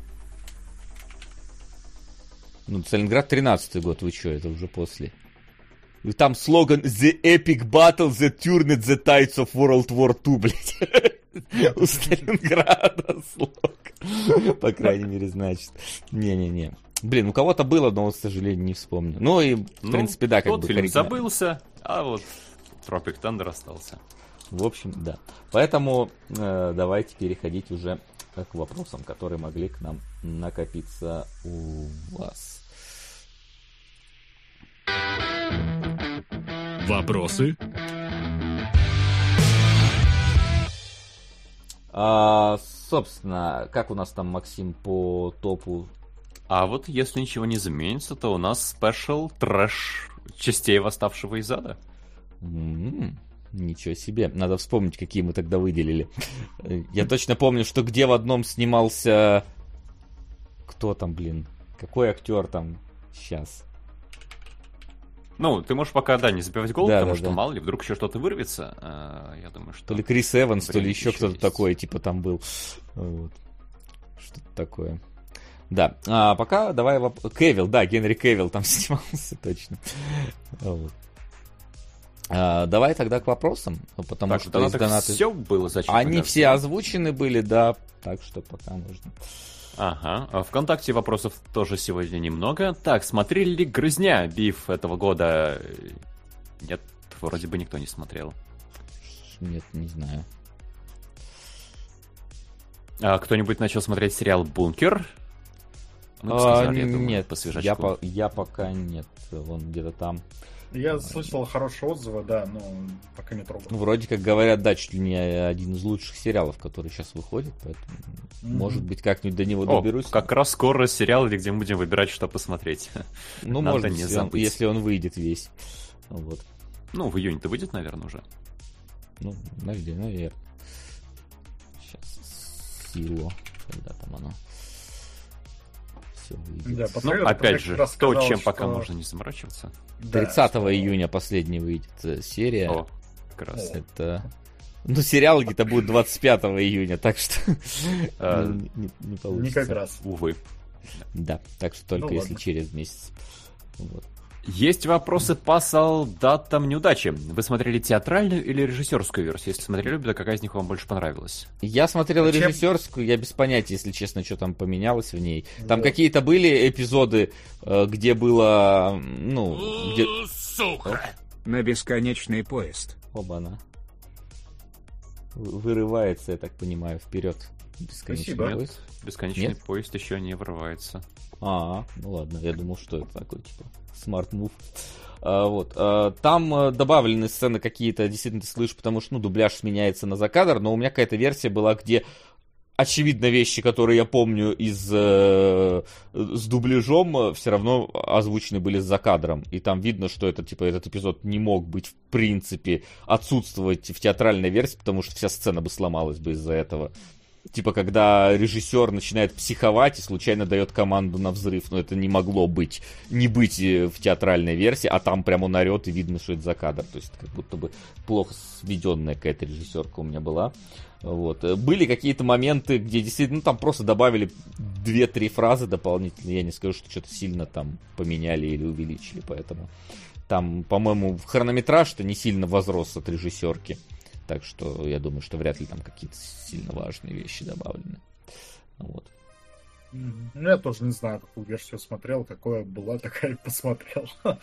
Ну, Сталинград тринадцатый год, вы что, это уже после. И там слоган The Epic Battle that turned the tides of World War Two, блядь. У Сталинграда слоган. По крайней мере, значит. Не-не-не. Блин, у кого-то было, но, вот, к сожалению, не вспомню. Ну и, в ну, принципе, да, как тот бы... фильм корректно. забылся, а вот Tropic Thunder остался. В общем, да. Поэтому э, давайте переходить уже к вопросам, которые могли к нам накопиться у вас. Вопросы? А, собственно, как у нас там, Максим, по топу? А вот если ничего не изменится, то у нас спешл трэш частей «Восставшего из ада». М-м-м, ничего себе. Надо вспомнить, какие мы тогда выделили. Я точно помню, что где в одном снимался... Кто там, блин? Какой актер там сейчас? Ну, ты можешь пока, да, не забивать голову, да, потому да, что, да. мало ли, вдруг еще что-то вырвется. А, я думаю, что... То ли Крис Эванс, то ли еще кто-то есть. такой, типа, там был. Вот. Что-то такое. Да, а пока давай... Воп... Кевилл, да, Генри Кевилл там снимался, точно. Вот. А, давай тогда к вопросам, потому так, что донаты из донаты... все было зачем-то. Они все озвучены были, да, так что пока можно. Ага, а ВКонтакте вопросов тоже сегодня немного. Так, смотрели ли «Грызня» биф этого года? Нет, вроде бы никто не смотрел. Нет, не знаю. А кто-нибудь начал смотреть сериал «Бункер»? Ну, а, сказали, я думаю, нет, по свежачку. я, по, я пока нет, он где-то там. Я слышал хорошие отзывы, да, но пока не трогал. Ну, вроде как говорят, да, чуть ли не один из лучших сериалов, который сейчас выходит, поэтому, mm-hmm. может быть, как-нибудь до него О, доберусь. как раз скоро сериал, где мы будем выбирать, что посмотреть. Ну, Надо может не быть, он, забыть. если он выйдет весь. Вот. Ну, в июне-то выйдет, наверное, уже. Ну, подожди, наверное. Сейчас, силу, когда там оно все выйдет. Да, Ну, посмотрел, опять же, раз то, сказал, чем что... пока можно не заморачиваться. Да, тридцатого что... июня последний выйдет серия. О, как раз. Это Ну, сериал-то будет двадцать пятого июня, так что не получится. Не как раз. Увы. Да, так что только если через месяц. Есть вопросы по солдатам неудачи. Вы смотрели театральную или режиссерскую версию? Если смотрели, то какая из них вам больше понравилась? Я смотрел Зачем? режиссерскую, я без понятия, если честно, что там поменялось в ней. Там Вот. какие-то были эпизоды, где было, ну, где... Сука! На бесконечный поезд. Оба-на. Вырывается, я так понимаю, вперед. Бесконечный Спасибо. поезд. Бесконечный Нет? поезд еще не врывается. А, ну ладно, я думал, что это такой, типа, смарт-мув. А, вот. А, там а, добавлены сцены какие-то, действительно, ты слышишь, потому что, ну, дубляж сменяется на закадр, но у меня какая-то версия была, где очевидно вещи, которые я помню из э, с дубляжом, все равно озвучены были с закадром. И там видно, что это, типа, этот эпизод не мог быть, в принципе, отсутствовать в театральной версии, потому что вся сцена бы сломалась бы из-за этого. Типа, когда режиссер начинает психовать и случайно дает команду на взрыв. Но это не могло быть, не быть в театральной версии, а там прямо он орет, и видно, что это за кадр. То есть, как будто бы плохо сведенная какая-то режиссерка у меня была. Вот. Были какие-то моменты, где действительно, ну, там просто добавили две-три фразы дополнительно. Я не скажу, что что-то сильно там поменяли или увеличили, поэтому там, по-моему, хронометраж-то не сильно возрос от режиссерки. Так что я думаю, что вряд ли там какие-то сильно важные вещи добавлены. Вот. Ну, я тоже не знаю, какую версию смотрел, какая была, такая и посмотрел.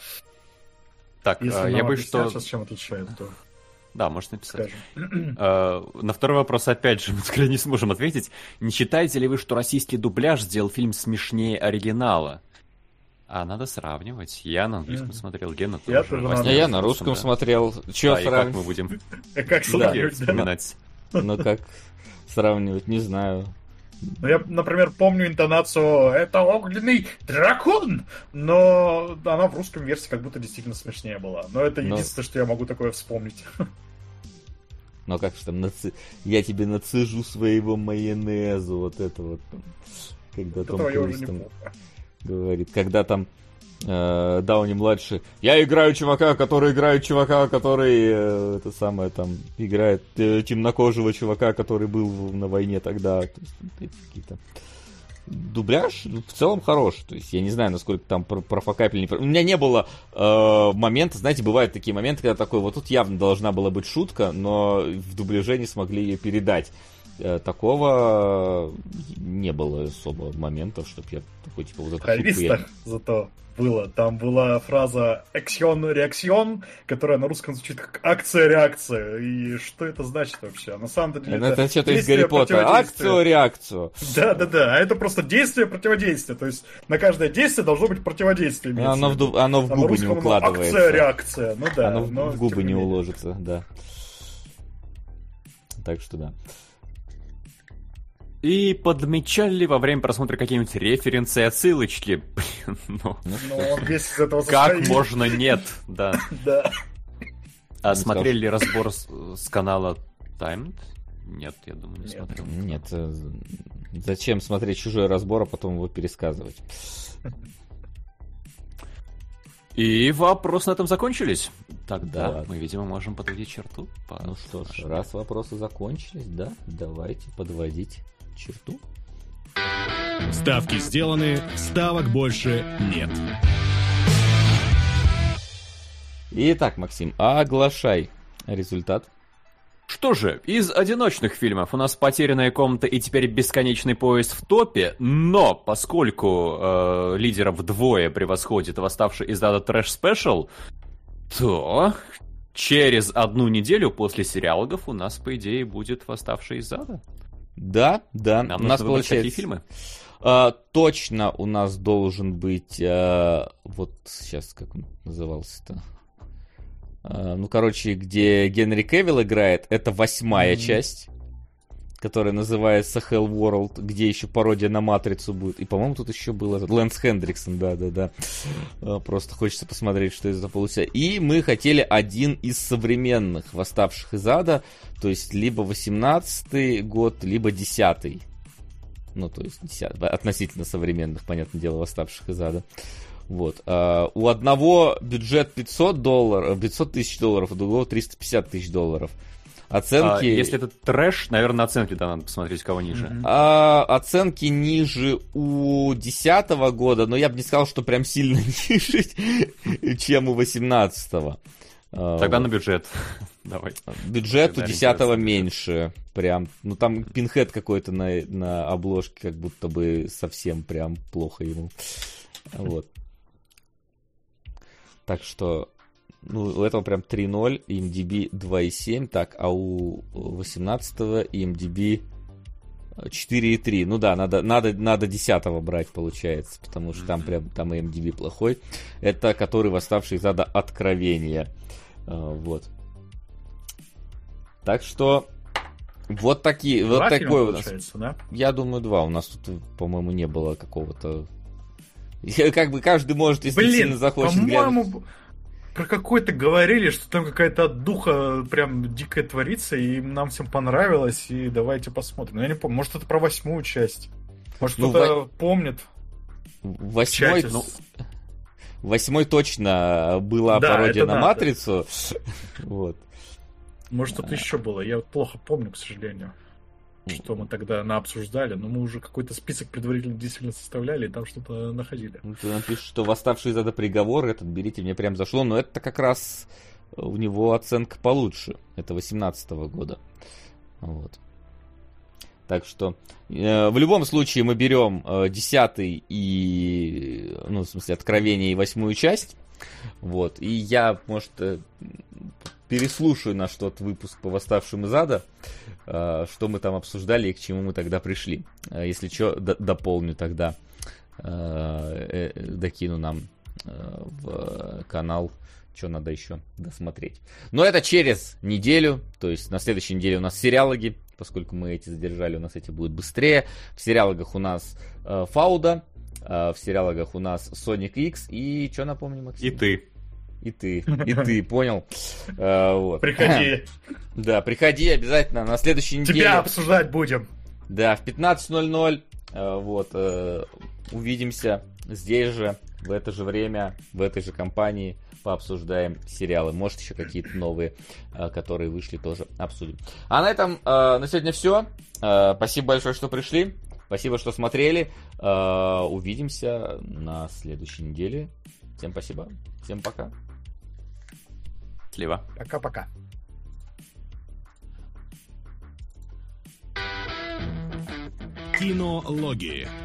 Так, Если а, нам я бы объяснят что... сейчас, чем отличает, то Да, можешь написать. скажем. А, на второй вопрос, опять же, мы скорее не сможем ответить. Не считаете ли вы, что российский дубляж сделал фильм смешнее оригинала? А надо сравнивать. Я на английском Мгм. смотрел, Гена Я тоже. тоже на А Вася я тоже, на русском да. смотрел. Че Да, и как сравнивать? мы будем Э, Как да, сравнивать, да? вспоминать? Ну как сравнивать, не знаю. Ну, я, например, помню интонацию «это огненный дракон», но она в русском версии как будто действительно смешнее была. Но это Но- единственное, что я могу такое вспомнить. Ну как же там, наци... я тебе нацежу своего майонеза, вот это вот. там, Когда Том Этого я уже Круз не там помню. говорит, когда там э, Дауни-младший, я играю чувака, который играет чувака, который, э, это самое, там, играет э, темнокожего чувака, который был на войне тогда. То есть, ну, это какие-то... Дубляж в целом хороший, то есть я не знаю, насколько там про- профокапили, не про- у меня не было э, момента, знаете, бывают такие моменты, когда такой, вот тут явно должна была быть шутка, но в дубляже не смогли ее передать. Э, такого не было особо моментов, чтобы я такой, типа, вот В эту шутку я... Хайвистах зато было. Там была фраза «эксион-реакцион», которая на русском звучит как «акция-реакция». И что это значит вообще? На самом деле Это, это что-то из действие Гарри Поттера. противодействия. Акцию-реакцию. Да-да-да, а это просто действие-противодействие. То есть на каждое действие должно быть противодействие. имеется Оно в, виду. ду- оно в А на губы русском не оно укладывается. акция-реакция. Ну да. Оно в, но в губы тем не менее. уложится, да. Так что да. И подмечали ли во время просмотра какие-нибудь референсы, отсылочки? Блин, ну... Ну, он весь из этого Как состоит. можно нет, да. Да. А Не смотрели ли разбор с, с канала Timed? Нет, я думаю, не Нет. смотрел. Нет, э, зачем смотреть чужой разбор, а потом его пересказывать? И вопросы на этом закончились. Тогда Да. мы, видимо, можем подводить черту. по Ну что ж, нашему- раз вопросы закончились, да, давайте подводить черту. Ставки сделаны, ставок больше нет. Итак, Максим, оглашай результат. Что же, из одиночных фильмов у нас «Потерянная комната» и теперь «Бесконечный поезд» в топе, но поскольку э, лидеров вдвое превосходит «Восставший из ада Трэш Спешл», то через одну неделю после сериалогов у нас, по идее, будет «Восставший из ада». Да, да, Нам у нужно нас выбрать получается... какие фильмы? А, точно у нас должен быть... а, вот сейчас, как он назывался-то? А, ну, короче, где Генри Кевилл играет, это восьмая Mm-hmm. часть, которая называется Hell World, где еще пародия на Матрицу будет. И, по-моему, тут еще был этот Лэнс Хендриксон, да-да-да. А, просто хочется посмотреть, что это получится. И мы хотели один из современных «Восставших из ада», то есть либо восемнадцатый год, либо десятый. Ну, то есть десятый, относительно современных, понятное дело, «Восставших из ада». Вот. А, у одного бюджет пятьсот долларов, пятьсот тысяч долларов, у другого триста пятьдесят тысяч долларов. Оценки... А, если это трэш, наверное, оценки да, надо посмотреть, кого ниже. Mm-hmm. А, оценки ниже у десятого года, но я бы не сказал, что прям сильно ниже, чем у восемнадцатого. Тогда на бюджет. Давай. Бюджет у десятого меньше. Прям, ну там пинхед какой-то на, на обложке, как будто бы совсем прям плохо ему. Вот. Так что, ну, у этого прям три ноль, и эм ди би два и семь, так, а у восемнадцатого и эм ди би четыре и три. Ну да, надо, надо, надо десятого брать, получается, потому что там прям там и эм ди би плохой. Это который «Восставший из ада. Откровение». Вот. Так что вот такие, два вот такой у нас. Да? Я думаю, два. У нас тут, по-моему, не было какого-то. Как бы каждый может, если Блин, сильно захочет. По-моему, глянуть. про какой-то говорили, что там какая-то отдуха прям дикая творится, и нам всем понравилось, и давайте посмотрим. Но я не помню, может, это про восьмую часть. Может, Ну, кто-то во- помнит. Восьмой, чате. ну, восьмой точно была Да, пародия это на да, Матрицу. Вот. Может, что-то еще было. Я вот плохо помню, к сожалению, что мы тогда наобсуждали. Но мы уже какой-то список предварительно действительно составляли, и там что-то находили. Ну, ты напишешь, что «Восставший из ада. Приговор», этот берите, мне прям зашло, но это как раз у него оценка получше. Это восемнадцатого года. Вот. Так что э, в любом случае мы берем э, десятый и, ну, в смысле, «Откровение» и восьмую часть. Вот. И я, может, э, переслушаю наш тот выпуск по «Восставшим из ада», э, что мы там обсуждали и к чему мы тогда пришли. Э, если что, д- дополню тогда, э, э, докину нам э, в канал, что надо еще досмотреть. Но это через неделю, то есть на следующей неделе у нас сериалоги, поскольку мы эти задержали, у нас эти будут быстрее. В сериалогах у нас э, Фауда, э, в сериалогах у нас Sonic X и что, напомню, Максим? И ты. И ты, и ты, понял? Э, вот. Приходи. Да, приходи обязательно на следующей неделе. Тебя обсуждать будем. Да, в пятнадцать ноль ноль э, вот, э, увидимся здесь же, в это же время, в этой же компании, пообсуждаем сериалы. Может, еще какие-то новые, э, которые вышли, тоже обсудим. А на этом э, на сегодня все. Э, спасибо большое, что пришли. Спасибо, что смотрели. Э, увидимся на следующей неделе. Всем спасибо. Всем пока. Слева. Пока-пока. Кинологии.